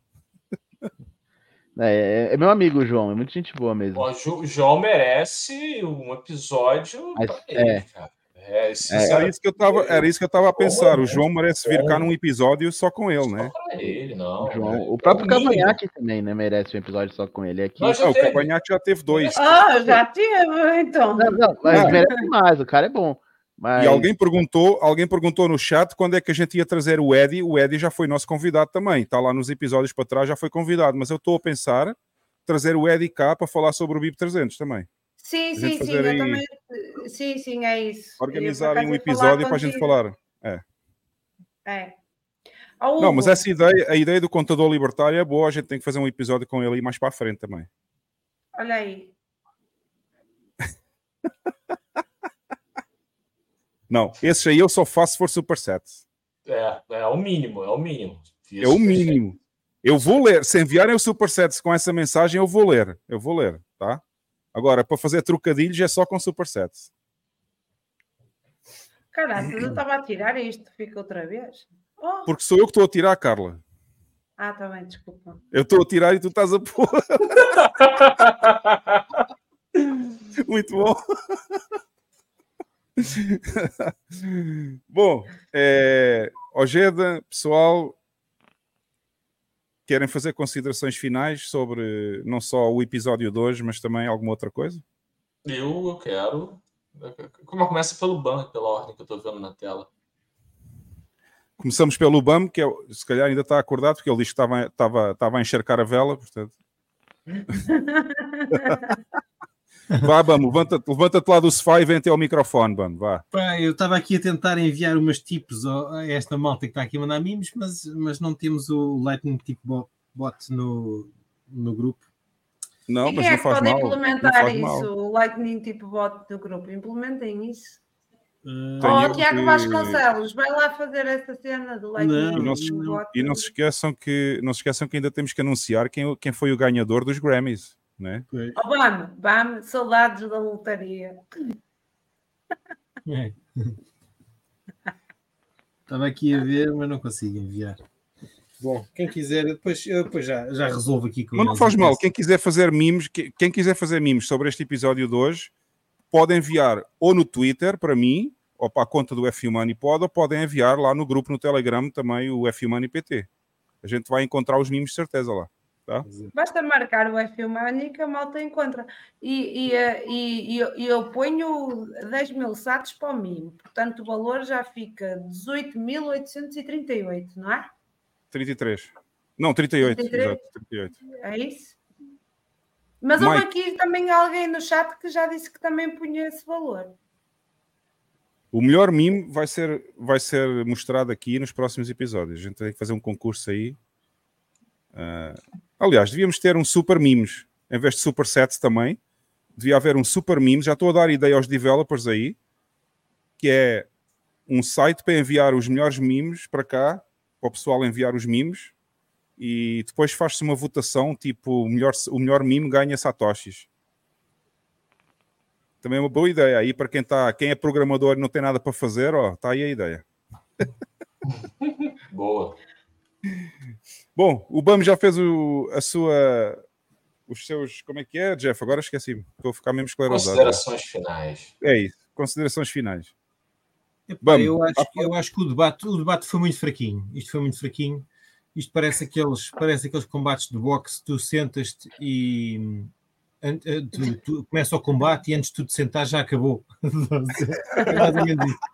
É meu amigo, o João. É muito gente boa mesmo. O João merece um episódio pra ele, cara. Era isso que eu estava a pensar. O João merece vir cá num episódio só com ele, né? Pra ele, não. O próprio Cavanhaque também, né? Merece um episódio só com ele aqui. O Cavanhaque já teve 2. Já teve, então. Não, mas merece mais. O cara é bom. Mas... E alguém perguntou no chat quando é que a gente ia trazer o Eddie. O Eddie já foi nosso convidado também. Está lá nos episódios para trás, já foi convidado. Mas eu estou a pensar trazer o Eddie cá para falar sobre o BIP 300 também. Sim, eu também. Sim, é isso. Organizarem um episódio para a gente falar. Não, mas essa a ideia do contador libertário é boa. A gente tem que fazer um episódio com ele mais para a frente também. Olha aí. Não, esses aí eu só faço se for Supersets. É o mínimo. É o mínimo. Eu vou ler. Se enviarem o Supersets com essa mensagem, eu vou ler, tá? Agora, para fazer trocadilhos é só com Supersets. Caralho, eu estava a tirar isto, fica outra vez. Porque sou eu que estou a tirar, Carla. Tá bem, desculpa. Eu estou a tirar e tu estás a pôr. Muito bom. Bom, Ojeda, pessoal, querem fazer considerações finais sobre não só o episódio de hoje, mas também alguma outra coisa? Eu quero. Começa pelo BAM, pela ordem que eu estou vendo na tela. Começamos pelo BAM, que se calhar ainda está acordado, porque ele disse que estava a encharcar a vela, portanto. Vá, Bam, levanta-te lá do sofá e vem até ao microfone, Bam, vá. Eu estava aqui a tentar enviar umas tipos a esta malta que está aqui a mandar mimos, mas não temos o Lightning Tip bot no grupo. Não, E mas quem não que faz pode mal. implementar isso? O Lightning tipo bot do grupo. Implementem isso. Tenho Tiago que- Vasconcelos, vai lá fazer essa cena do Lightning bot. E não se esqueçam que ainda temos que anunciar quem foi o ganhador dos Grammys, né? Vamos, saudades da lotaria. É. Estava aqui a ver, mas não consigo enviar. Bom, quem quiser, depois já resolvo aqui com Mas não eles. faz mal, quem quiser fazer memes sobre este episódio de hoje, pode enviar ou no Twitter para mim, ou para a conta do F-Money Pod, ou podem enviar lá no grupo no Telegram também o F-Money PT. A gente vai encontrar os memes de certeza lá. Tá? Basta marcar o F-Money que a malta encontra. E eu ponho 10 mil satos para o mimo. Portanto, o valor já fica 18.838, não é? 33. Não, 38. 33? Exato, 38. É isso? Mas Mike. houve aqui também alguém no chat que já disse que também punha esse valor. O melhor meme vai ser mostrado aqui nos próximos episódios. A gente tem que fazer um concurso aí. Aliás, devíamos ter um super memes. Em vez de super sets também, devia haver um super memes. Já estou a dar ideia aos developers aí, que é um site para enviar os melhores memes para cá, para o pessoal enviar os memes, e depois faz-se uma votação, tipo, o melhor meme ganha satoshis. Também é uma boa ideia aí para quem é programador e não tem nada para fazer, está aí a ideia. Boa. Bom, o BAM já fez os seus... Como é que é, Jeff? Agora esqueci-me. Estou a ficar mesmo esclarecido. Considerações finais. É isso. Considerações finais. Epá, eu acho que o debate foi muito fraquinho. Isto foi muito fraquinho. Isto parece aqueles combates de boxe. Tu sentas-te e tu começa o combate e antes de tu te sentar já acabou. É mais ou menos isso.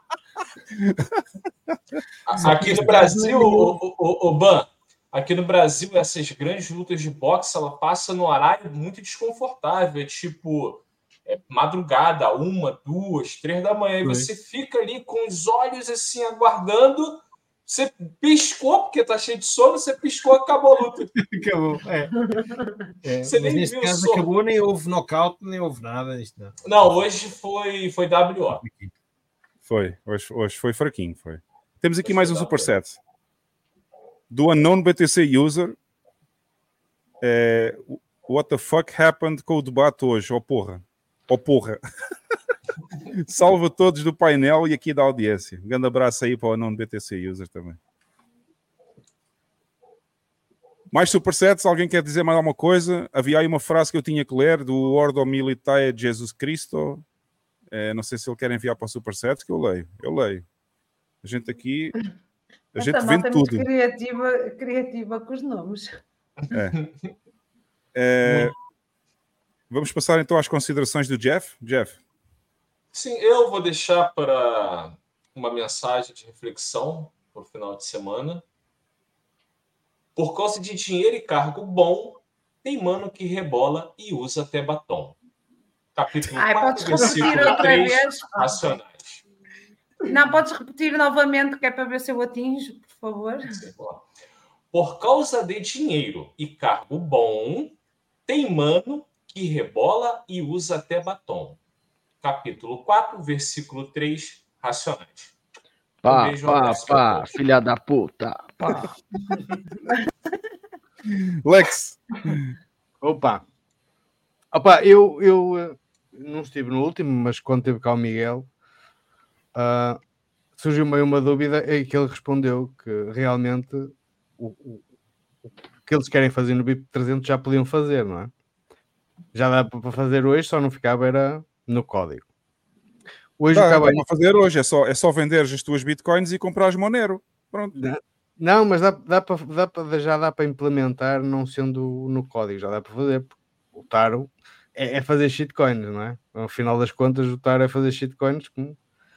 Aqui no Brasil, o Ban, aqui no Brasil, essas grandes lutas de boxe, ela passa no horário muito desconfortável. É tipo... madrugada, 1, 2, 3 da manhã, e você fica ali com os olhos assim, aguardando. Você piscou, porque tá cheio de sono, você piscou, acabou a luta. Acabou, Você mas nem neste viu caso o sono. acabou, nem houve knockout, nem houve nada. Isto não, hoje foi WO. Hoje foi fraquinho. Foi. Temos aqui mais um superset. Do Unknown BTC User. What the fuck happened com o debate hoje? Oh porra. Salve a todos do painel e aqui da audiência. Um grande abraço aí para o Unknown BTC User também. Mais supersets? Alguém quer dizer mais alguma coisa? Havia aí uma frase que eu tinha que ler do Ordo Militae de Jesus Cristo. Não sei se ele quer enviar para o superset, que eu leio. A gente aqui... A gente vende tudo. Criativa com os nomes. Vamos passar então às considerações do Jeff. Jeff. Sim, eu vou deixar para uma mensagem de reflexão para o final de semana. Por causa de dinheiro e cargo bom, tem mano que rebola e usa até batom. Capítulo 4, versículo 3, Racionais. Não, podes repetir novamente, que é para ver se eu atinjo, por favor. Por causa de dinheiro e cargo bom, tem mano que rebola e usa até batom. Capítulo 4, versículo 3, Racionais. Filha da puta. Lex. Opa, eu não estive no último, mas quando teve cá o Miguel, surgiu-me aí uma dúvida, é que ele respondeu que realmente o que eles querem fazer no BIP 300 já podiam fazer, não é? Já dá para fazer hoje, só não ficava era no código. Hoje dá para fazer hoje, é só vender as tuas bitcoins e comprar Monero. Pronto. Não, mas já dá para implementar, não sendo no código, já dá para fazer. O Taro é fazer shitcoins, não é? Ao final das contas, o Taro é fazer shitcoins, como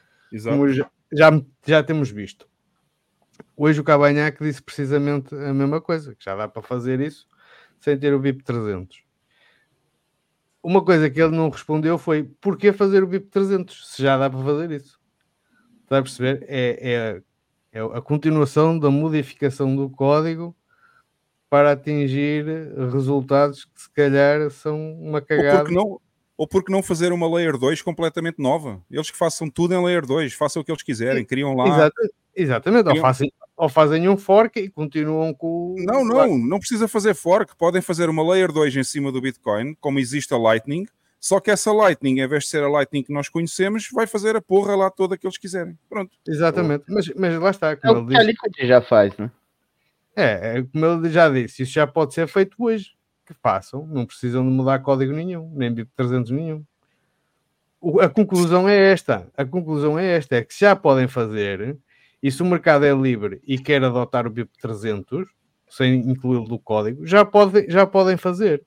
já temos visto. Hoje o Cabanhaque disse precisamente a mesma coisa, que já dá para fazer isso sem ter o BIP 300. Uma coisa que ele não respondeu foi porquê fazer o BIP 300, se já dá para fazer isso. Está a perceber? É a continuação da modificação do código para atingir resultados que se calhar são uma cagada. Ou porque não fazer uma Layer 2 completamente nova? Eles que façam tudo em Layer 2, façam o que eles quiserem, criam lá... Exatamente, ou fazem um fork e continuam com... Não precisa fazer fork, podem fazer uma Layer 2 em cima do Bitcoin, como existe a Lightning, só que essa Lightning, em vez de ser a Lightning que nós conhecemos, vai fazer a porra lá toda que eles quiserem. Pronto. Exatamente, mas lá está. Como ele disse, a Liquid já faz, né? Como ele já disse, isso já pode ser feito hoje. Que façam, não precisam de mudar código nenhum, nem BIP 300 nenhum. A conclusão é esta, é que já podem fazer, e se o mercado é livre e quer adotar o BIP 300, sem incluí-lo do código, já podem fazer.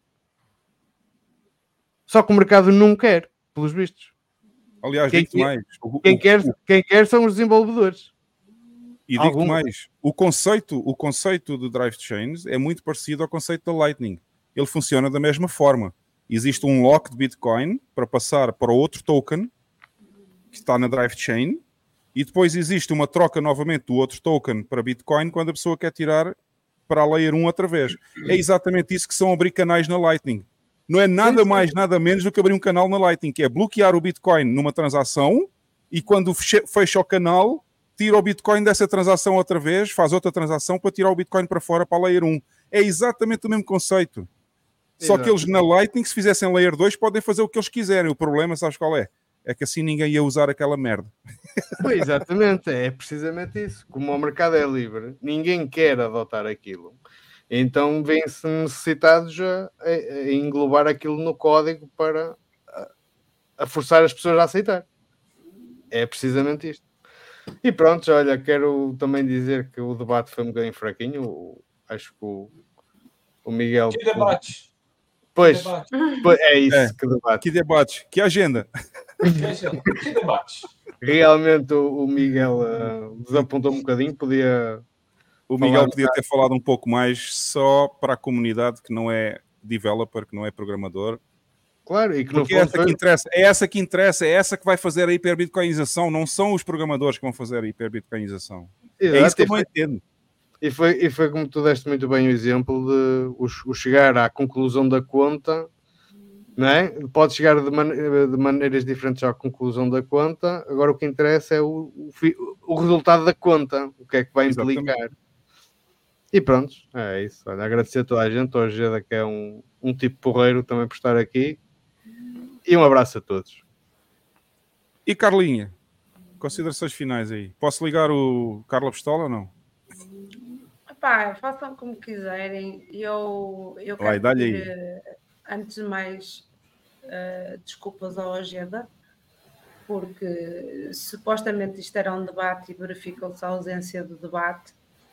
Só que o mercado não quer, pelos vistos. Aliás, digo-te mais. Quem quer são os desenvolvedores. E digo-te mais, o conceito de Drive Chains é muito parecido ao conceito da Lightning. Ele funciona da mesma forma. Existe um lock de Bitcoin para passar para outro token que está na Drive Chain e depois existe uma troca novamente do outro token para Bitcoin quando a pessoa quer tirar para a Layer 1 outra vez. É exatamente isso que são abrir canais na Lightning. Não é nada mais, nada menos do que abrir um canal na Lightning, que é bloquear o Bitcoin numa transação e quando fecha o canal, tira o Bitcoin dessa transação outra vez, faz outra transação para tirar o Bitcoin para fora para a Layer 1. É exatamente o mesmo conceito. Só que eles na Lightning, se fizessem Layer 2, podem fazer o que eles quiserem. O problema, sabes qual é? É que assim ninguém ia usar aquela merda. Pois, exatamente, é precisamente isso. Como o mercado é livre, ninguém quer adotar aquilo. Então vêm-se necessitados a englobar aquilo no código para a forçar as pessoas a aceitar. É precisamente isto. E pronto, olha, quero também dizer que o debate foi um bocadinho fraquinho. Acho que o Miguel... Que debate? Pois, é isso, que debate. Que debate, que agenda. Que debate. Realmente o Miguel desapontou um bocadinho, podia... O Miguel podia ter falado um pouco mais só para a comunidade que não é developer, que não é programador. Claro, e que porque é essa que interessa, é essa que vai fazer a hiperbitcoinização, não são os programadores que vão fazer a hiperbitcoinização. Exato, é isso que eu não entendo. E foi como tu deste muito bem o exemplo de o chegar à conclusão da conta, não é? Pode chegar de maneiras diferentes à conclusão da conta, agora o que interessa é o resultado da conta, o que é que vai implicar. E pronto, é isso. Olha, agradecer a toda a gente, hoje que é um tipo porreiro também por estar aqui, e um abraço a todos. E Carlinha, considerações finais aí. Posso ligar o Carla Pistola ou não? Pá, façam como quiserem. Eu quero pedir, antes de mais, desculpas ao Ojeda, porque supostamente isto era um debate e verificou-se a ausência do debate,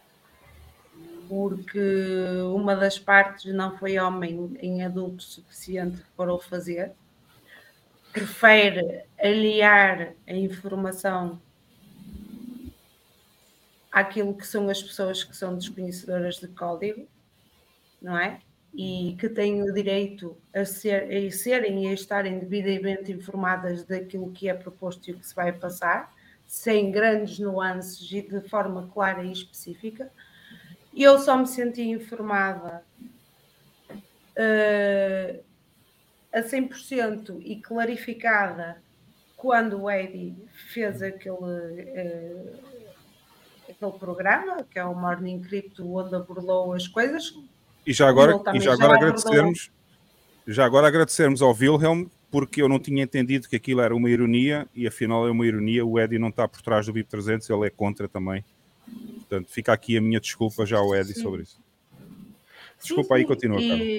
porque uma das partes não foi homem em adulto suficiente para o fazer. Prefere aliar a informação àquilo que são as pessoas que são desconhecedoras de código, não é? E que têm o direito a serem e a estarem devidamente informadas daquilo que é proposto e o que se vai passar, sem grandes nuances e de forma clara e específica. Eu só me senti informada a 100% e clarificada quando o Eddie fez aquele programa, que é o Morning Crypto, onde abordou as coisas. E já agora agradecermos ao Wilhelm, porque eu não tinha entendido que aquilo era uma ironia, e afinal é uma ironia. O Eddie não está por trás do BIP 300, ele é contra também. Portanto, fica aqui a minha desculpa já ao Eddie sobre isso. Desculpa, aí continua,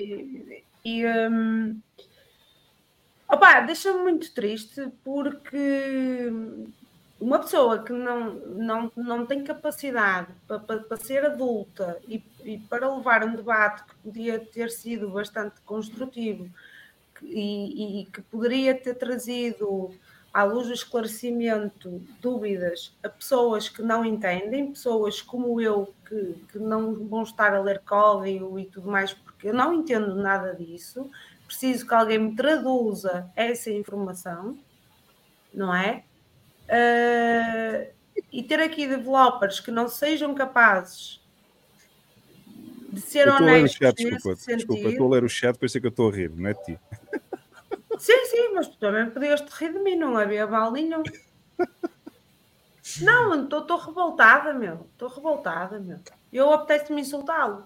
Carla. Deixa-me muito triste, porque uma pessoa que não tem capacidade para ser adulta e para levar um debate que podia ter sido bastante construtivo e que poderia ter trazido à luz do esclarecimento dúvidas a pessoas que não entendem, pessoas como eu que não vão estar a ler código e tudo mais, porque eu não entendo nada disso, preciso que alguém me traduza essa informação, não é? E ter aqui developers que não sejam capazes de ser eu estou a ler o honesto. chat, desculpa, eu estou a ler o chat, por isso é que eu estou a rir, não é de ti. Sim, mas tu também podias te rir de mim, não havia mal nenhum. Não, estou revoltada, meu. Estou revoltada, meu. Eu apetece-me insultá-lo.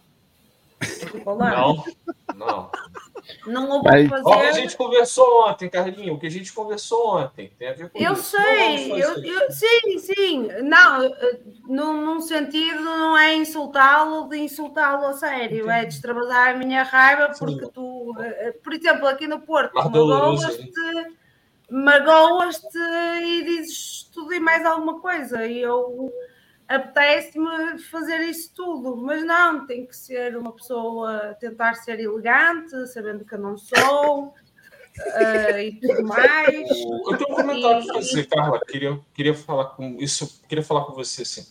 Não o vou fazer. O que a gente conversou ontem, Carlinhos, o que a gente conversou ontem. Tem a ver com eu isso. sei, sim. Não, num sentido não é insultá-lo de insultá-lo a sério, é de extravasar a minha raiva porque tu, por exemplo, aqui no Porto, magoas-te e dizes tudo e mais alguma coisa e eu apetece-me fazer isso tudo, mas não, tem que ser uma pessoa, tentar ser elegante, sabendo que eu não sou e tudo mais. Eu tenho um comentário para fazer, Carla, queria falar com você assim.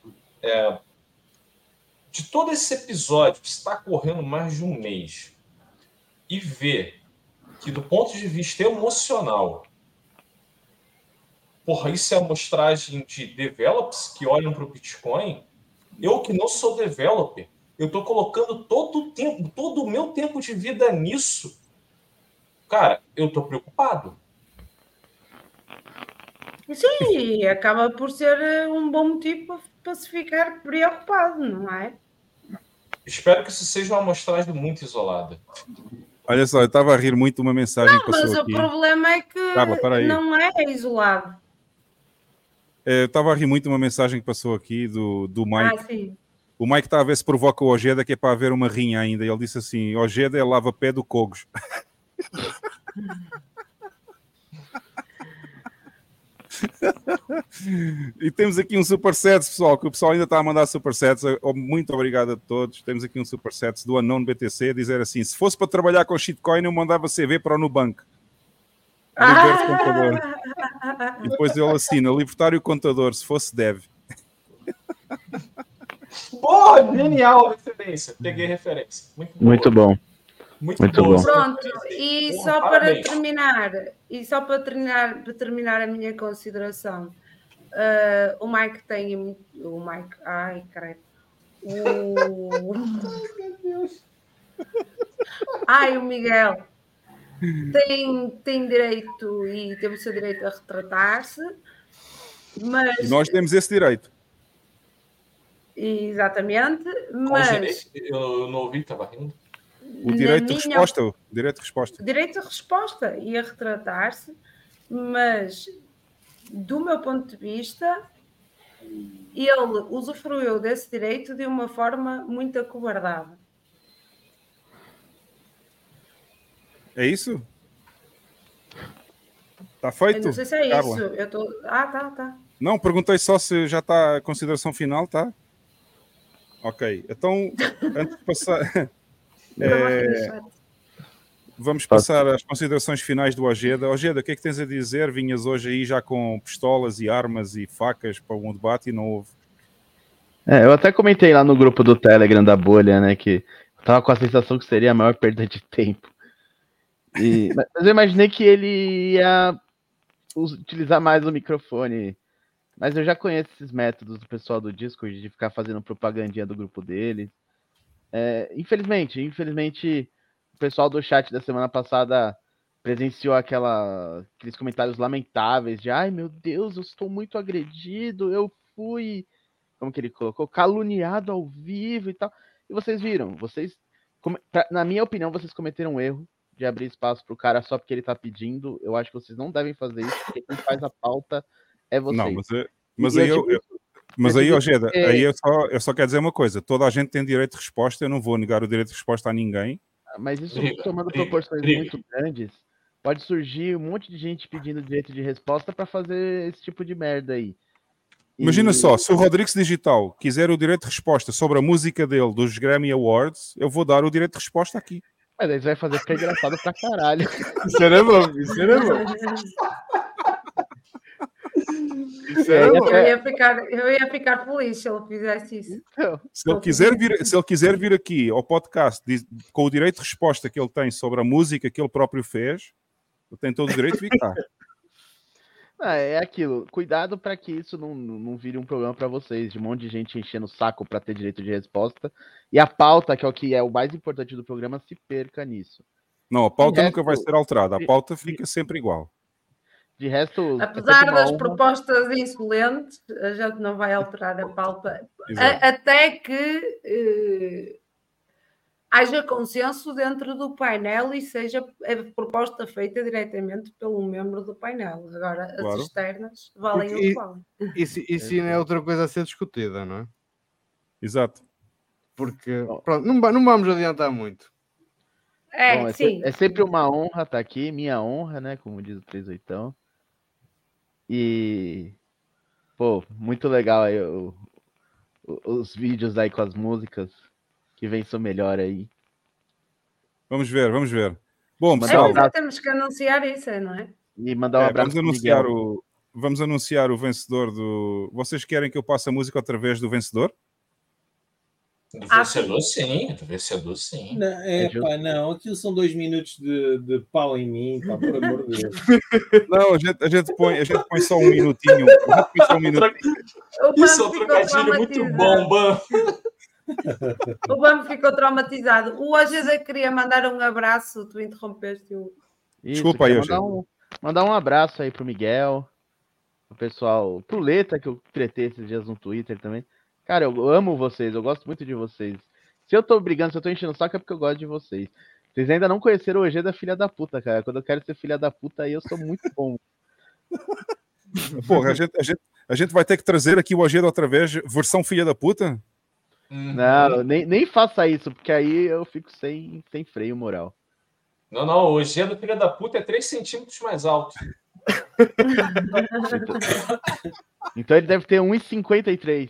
De todo esse episódio que está correndo mais de um mês e ver que do ponto de vista emocional, porra, isso é amostragem de developers que olham para o Bitcoin. Eu que não sou developer, eu estou colocando todo o meu tempo de vida nisso. Cara, eu estou preocupado. Sim, acaba por ser um bom motivo para se ficar preocupado, não é? Espero que isso seja uma amostragem muito isolada. Olha só, eu estava a rir muito de uma mensagem que passou aqui. Mas o problema é que não é isolado. Eu estava a rir muito de uma mensagem que passou aqui do Mike. Sim. O Mike está a ver se provoca o Ojeda, que é para haver uma rinha ainda. Ele disse assim, Ojeda é lava-pé do Cogos. E temos aqui um superset, pessoal, que o pessoal ainda está a mandar supersets. Muito obrigado a todos. Temos aqui um superset do Unknown BTC a dizer assim, se fosse para trabalhar com shitcoin eu mandava CV para o Nubank. E depois ele assina, libertário contador, se fosse dev. Boa, genial referência. Peguei referência. Muito bom. Muito bom. Pronto, e só para terminar a minha consideração, o Mike tem... O Mike... Ai, caralho. O Miguel tem direito e tem o seu direito a retratar-se, mas... E nós temos esse direito. Exatamente, mas... Eu não ouvi, estava rindo. O direito de resposta. Direito de resposta e a retratar-se, mas do meu ponto de vista, ele usufruiu desse direito de uma forma muito acovardada. É isso? Está feito? Eu não sei se é Carla? isso. Eu tô... Tá. Não, perguntei só se já está a consideração final, tá? Ok, então, antes de passar... vamos passar às considerações finais do Ojeda. Ojeda, o que é que tens a dizer? Vinhas hoje aí já com pistolas e armas e facas para um debate e não houve. Eu até comentei lá no grupo do Telegram da bolha, né, que eu tava com a sensação que seria a maior perda de tempo. Mas eu imaginei que ele ia utilizar mais o microfone. Mas eu já conheço esses métodos do pessoal do Discord de ficar fazendo propagandinha do grupo dele. Infelizmente, o pessoal do chat da semana passada presenciou aqueles comentários lamentáveis de ai meu Deus, eu estou muito agredido, eu fui, como que ele colocou, caluniado ao vivo e tal. E vocês viram, na minha opinião, vocês cometeram um erro de abrir espaço pro cara só porque ele tá pedindo. Eu acho que vocês não devem fazer isso, porque quem faz a pauta é vocês. Não, mas aí, Ojeda, aí eu só quero dizer uma coisa, toda a gente tem direito de resposta, eu não vou negar o direito de resposta a ninguém. Mas isso tomando proporções muito grandes, pode surgir um monte de gente pedindo direito de resposta para fazer esse tipo de merda aí. Imagina só, se o Rodrigues Digital quiser o direito de resposta sobre a música dele dos Grammy Awards, eu vou dar o direito de resposta aqui. Mas aí você vai fazer ficar engraçado pra caralho. Isso era bom. Eu ia ficar feliz se ele fizesse isso. Se ele quiser vir aqui ao podcast com o direito de resposta que ele tem sobre a música que ele próprio fez, ele tem todo o direito de vir cá. É aquilo. Cuidado para que isso não vire um problema para vocês, de um monte de gente enchendo o saco para ter direito de resposta. E a pauta, que é o mais importante do programa, se perca nisso. Não, a pauta nunca vai ser alterada. A pauta fica sempre igual. De resto, apesar das propostas insolentes, a gente não vai alterar a pauta. Até que haja consenso dentro do painel e seja a proposta feita diretamente pelo membro do painel. Agora, as externas valem o que valem. Isso não é outra coisa a ser discutida, não é? Exato. Porque, pronto, não vamos adiantar muito. Sim. É sempre uma honra estar aqui, minha honra, né? Como diz o 38. E, pô, muito legal aí os vídeos aí com as músicas que vem seu melhor aí. Vamos ver. Bom, pessoal, temos que anunciar isso, não é? E mandar um abraço. Vamos anunciar o vencedor do... Vocês querem que eu passe a música outra vez do vencedor? Do vencedor, sim. Do vencedor, sim. Não, não. Aquilo são 2 minutos de pau em mim, pá, por amor de Deus. Não, a gente põe só um minutinho. Isso é um trocadilho muito bom, Bam. O Bam ficou traumatizado. O Ojeda queria mandar um abraço, tu interrompeste o... Desculpa aí, mandar um abraço aí pro Miguel, pro pessoal, pro Leta, que eu tretei esses dias no Twitter também. Cara, eu amo vocês, eu gosto muito de vocês. Se eu tô brigando, se eu tô enchendo o saco, é porque eu gosto de vocês. Vocês ainda não conheceram o Ojeda filha da puta, cara. Quando eu quero ser filha da puta, aí eu sou muito bom. Porra, a gente vai ter que trazer aqui o Ojeda outra vez, versão filha da puta? Não, nem faça isso, porque aí eu fico sem freio moral. Não, o Ojeda filha da puta é 3 centímetros mais alto. Então ele deve ter 1,53.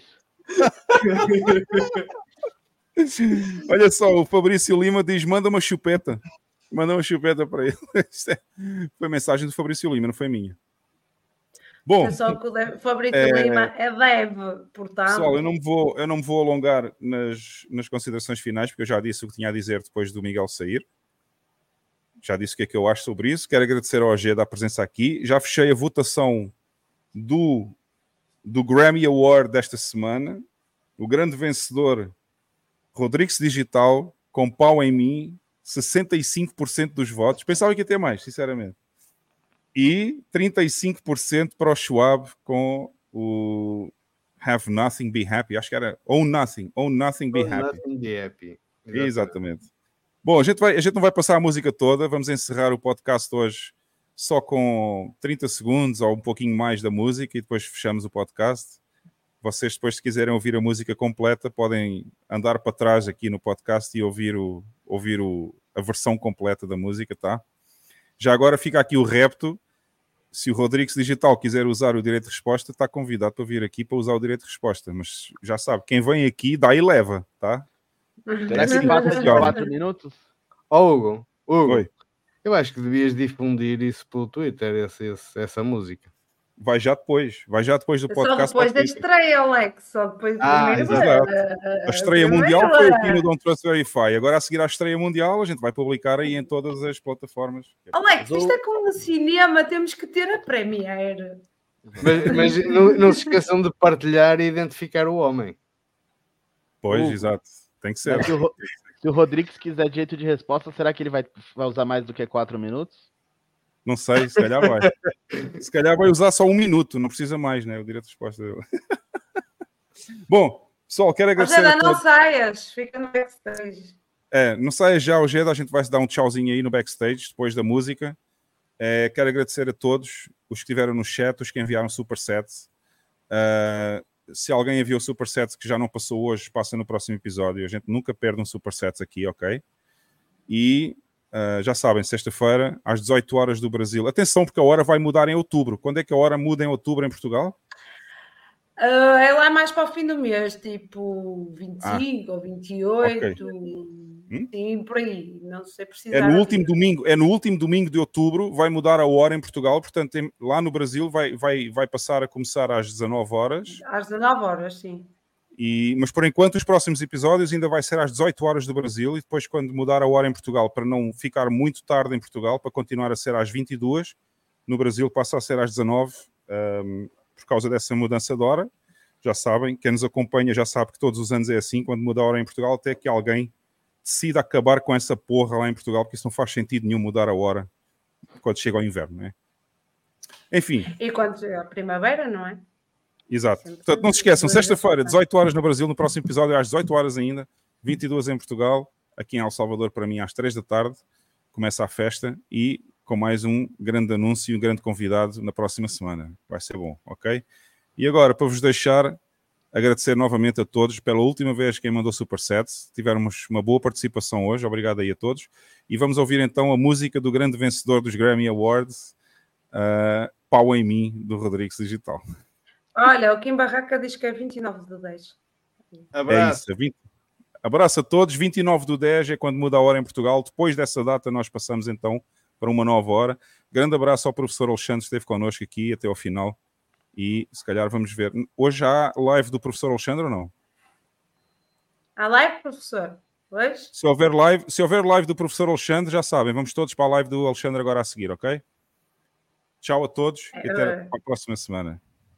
Olha só, o Fabrício Lima diz: manda uma chupeta. Manda uma chupeta para ele. Foi mensagem do Fabrício Lima, não foi minha. Bom, só que o Fabrício Lima é leve, portanto. Pessoal, eu não me vou alongar nas considerações finais, porque eu já disse o que tinha a dizer depois do Miguel sair. Já disse o que é que eu acho sobre isso. Quero agradecer ao Ojeda a presença aqui. Já fechei a votação do Grammy Award desta semana. O grande vencedor, Rodrigues Digital, com Pau em Mim, 65% dos votos. Pensava que ia ter mais, sinceramente. E 35% para o Schwab com o Have Nothing, Be Happy. Acho que era Own Nothing, Be Happy. Nothing, Be Happy. Exatamente. Bom, a gente não vai passar a música toda. Vamos encerrar o podcast hoje só com 30 segundos ou um pouquinho mais da música e depois fechamos o podcast. Vocês depois, se quiserem ouvir a música completa, podem andar para trás aqui no podcast e ouvir a versão completa da música, tá? Já agora fica aqui o repto. Se o Rodrigues Digital quiser usar o direito de resposta, está convidado para vir aqui para usar o direito de resposta. Mas já sabe, quem vem aqui dá e leva, tá? Será que passa de 4 minutos? Hugo, Oi. Eu acho que devias difundir isso pelo Twitter, essa música. Vai já depois do podcast. Só depois da estreia, Alex. Só depois do primeiro. A estreia mundial foi aqui no Don't Trust Verify. Agora, a seguir à estreia mundial, a gente vai publicar aí em todas as plataformas. Alex, isto é como no cinema, temos que ter a premiere. Mas não se esqueçam de partilhar e identificar o homem. Pois, exato. Tem que ser. Se o Rodrigues quiser direito de resposta, será que ele vai usar mais do que 4 minutos? Não sei, se calhar vai. Se calhar vai usar só 1 minuto, não precisa mais, né? O direito de resposta dele. Bom, pessoal, quero agradecer. Ojeda, não saias, fica no backstage. Não saias já, Ojeda, a gente vai se dar um tchauzinho aí no backstage, depois da música. Quero agradecer a todos, os que estiveram no chat, os que enviaram supersets. Se alguém enviou supersets que já não passou hoje, passa no próximo episódio. A gente nunca perde um supersets aqui, ok? E já sabem, sexta-feira, às 18 horas do Brasil. Atenção, porque a hora vai mudar em outubro. Quando é que a hora muda em outubro em Portugal? É lá mais para o fim do mês, tipo 25 ou 28. Okay. Sim, por aí. Não sei precisar. É no último domingo de outubro, vai mudar a hora em Portugal. Portanto, lá no Brasil vai passar a começar às 19 horas. Às 19 horas, sim. Mas por enquanto os próximos episódios ainda vai ser às 18 horas do Brasil e depois quando mudar a hora em Portugal, para não ficar muito tarde em Portugal, para continuar a ser às 22, no Brasil passa a ser às 19, por causa dessa mudança de hora. Já sabem, quem nos acompanha já sabe que todos os anos é assim, quando muda a hora em Portugal, até que alguém decida acabar com essa porra lá em Portugal, porque isso não faz sentido nenhum mudar a hora quando chega ao inverno, não é? Enfim. E quando chega a primavera, não é? Exato. Portanto, não se esqueçam, sexta-feira, 18 horas no Brasil, no próximo episódio às 18 horas ainda, 22 em Portugal, aqui em El Salvador para mim às 3 da tarde, começa a festa e com mais um grande anúncio e um grande convidado na próxima semana. Vai ser bom, ok? E agora, para vos deixar, agradecer novamente a todos, pela última vez quem mandou Supersets, tivemos uma boa participação hoje, obrigado aí a todos, e vamos ouvir então a música do grande vencedor dos Grammy Awards, Pau em Mim, do Rodrigues Digital. Olha, o Kim Barraca diz que é 29/10. Abraço. É isso, abraço a todos, 29/10 é quando muda a hora em Portugal, depois dessa data nós passamos então para uma nova hora. Grande abraço ao professor Alexandre que esteve connosco aqui até ao final. E se calhar vamos ver. Hoje há live do professor Alexandre ou não? Há live, professor? Hoje? Se houver live do professor Alexandre, já sabem, vamos todos para a live do Alexandre agora a seguir, ok? Tchau a todos e até a próxima semana.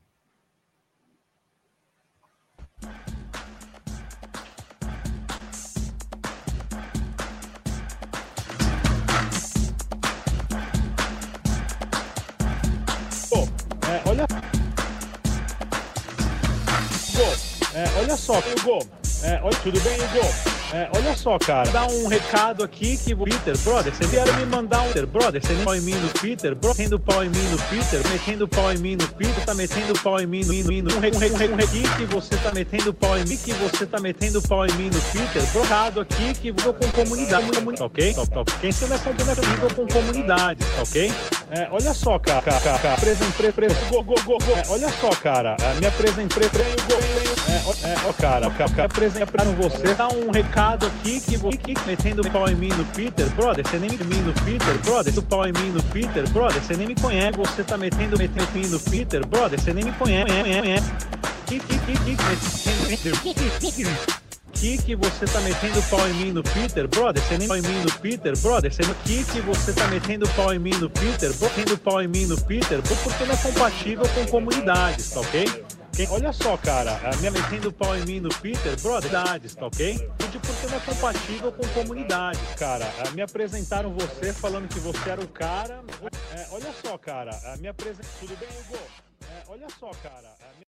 Olha só, Hugo. Olha, tudo bem, Hugo? Olha só, cara, dá um recado aqui que o Peter, brother, você vieram me mandar um brother, você nem pau em mim no Peter, metendo pau em mim no Peter, metendo pau em mim no Peter, tá metendo pau em mim no aqui que você tá metendo pau em mim, que você tá metendo pau em mim no Peter, recado aqui que vou com comunidade, ok? Top. Quem se não é compatível com comunidade, ok? Olha só, cara, olha só, cara, me apresentei, cara, apresentando você, dá um recado aqui que vou metendo pau em mim no Peter, brother, você nem me no Peter, brother, tu pau em mim no Peter, brother, você nem me conhece, você tá metendo em mim no Peter, brother, você nem me conhece, que você tá metendo pau em mim no Peter, brother, você nem pau em mim no Peter, brother, você que você tá metendo pau em mim no Peter, metendo pau em mim no Peter, porque não é compatível com comunidades, tá ok? Olha só, cara, me metendo pau em mim no Peter, brother, tá ok? Porque não é compatível com comunidades, cara. Me apresentaram você falando que você era o cara. Olha só, cara, me apresentaram. Tudo bem, Hugo? Olha só, cara.